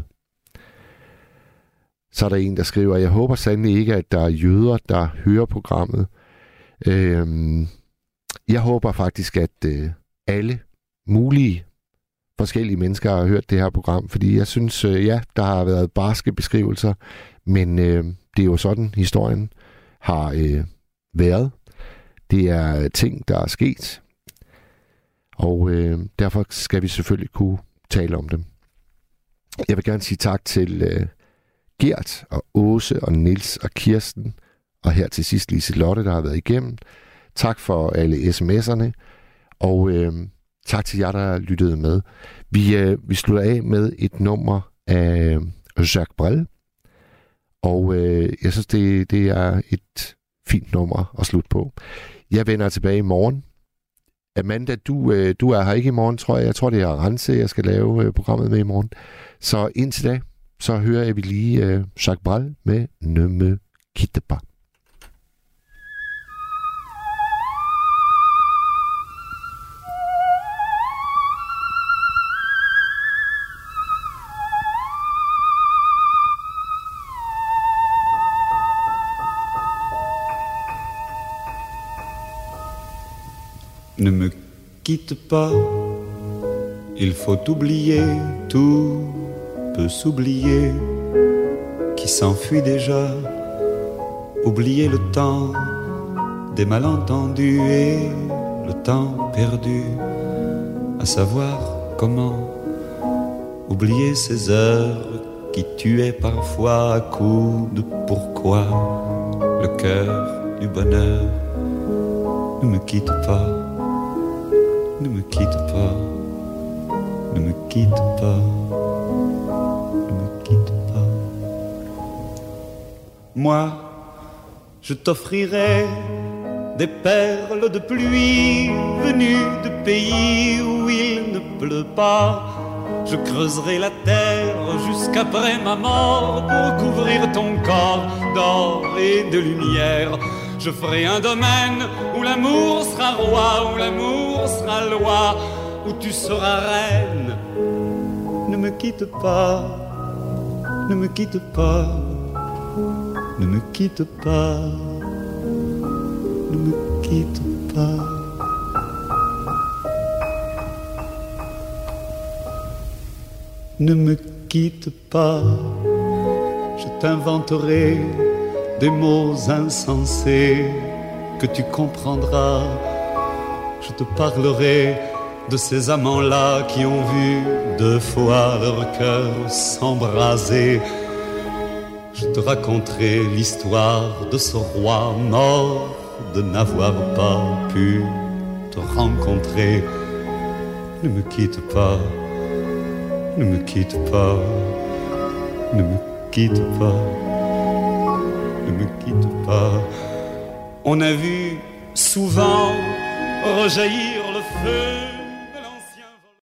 [SPEAKER 1] Så er der en, der skriver: jeg håber sandelig ikke, at der er jøder, der hører programmet. Øhm, jeg håber faktisk, at øh, alle mulige forskellige mennesker har hørt det her program, fordi jeg synes, øh, ja, der har været barske beskrivelser, men øh, det er jo sådan, historien har øh, været. Det er ting, der er sket, og øh, derfor skal vi selvfølgelig kunne tale om dem. Jeg vil gerne sige tak til øh, Gert og Åse og Nils og Kirsten, og her til sidst Liselotte, der har været igennem. Tak for alle sms'erne, og øh, tak til jer, der lyttede med. Vi, øh, vi slutter af med et nummer af Jacques Brel, og øh, jeg synes, det, det er et fint nummer at slutte på. Jeg vender tilbage i morgen. Amanda, du, øh, du er her ikke i morgen, tror jeg. Jeg tror, det er Rense, jeg skal lave øh, programmet med i morgen. Så indtil da, så hører jeg vi lige øh, Jacques Brel med Ne me quitte pas.
[SPEAKER 13] Ne me quitte pas, il faut oublier, tout peut s'oublier, qui s'enfuit déjà, oublier le temps des malentendus et le temps perdu, à savoir comment oublier ces heures qui tuaient parfois à coups de pourquoi, le cœur du bonheur. Ne me quitte pas. Ne me quitte pas, ne me quitte pas, ne me quitte pas. Moi, je t'offrirai des perles de pluie venues de pays où il ne pleut pas. Je creuserai la terre jusqu'après ma mort pour couvrir ton corps d'or et de lumière. Je ferai un domaine où l'amour sera roi, où l'amour sera loi, où tu seras reine. Ne me quitte pas, ne me quitte pas, ne me quitte pas, ne me quitte pas. Ne me quitte pas, je t'inventerai des mots insensés que tu comprendras. Je te parlerai de ces amants-là qui ont vu deux fois leur cœur s'embraser. Je te raconterai l'histoire de ce roi mort de n'avoir pas pu te rencontrer. Ne me quitte pas, ne me quitte pas, ne me quitte pas. Ne me quitte pas. On a vu souvent rejaillir le feu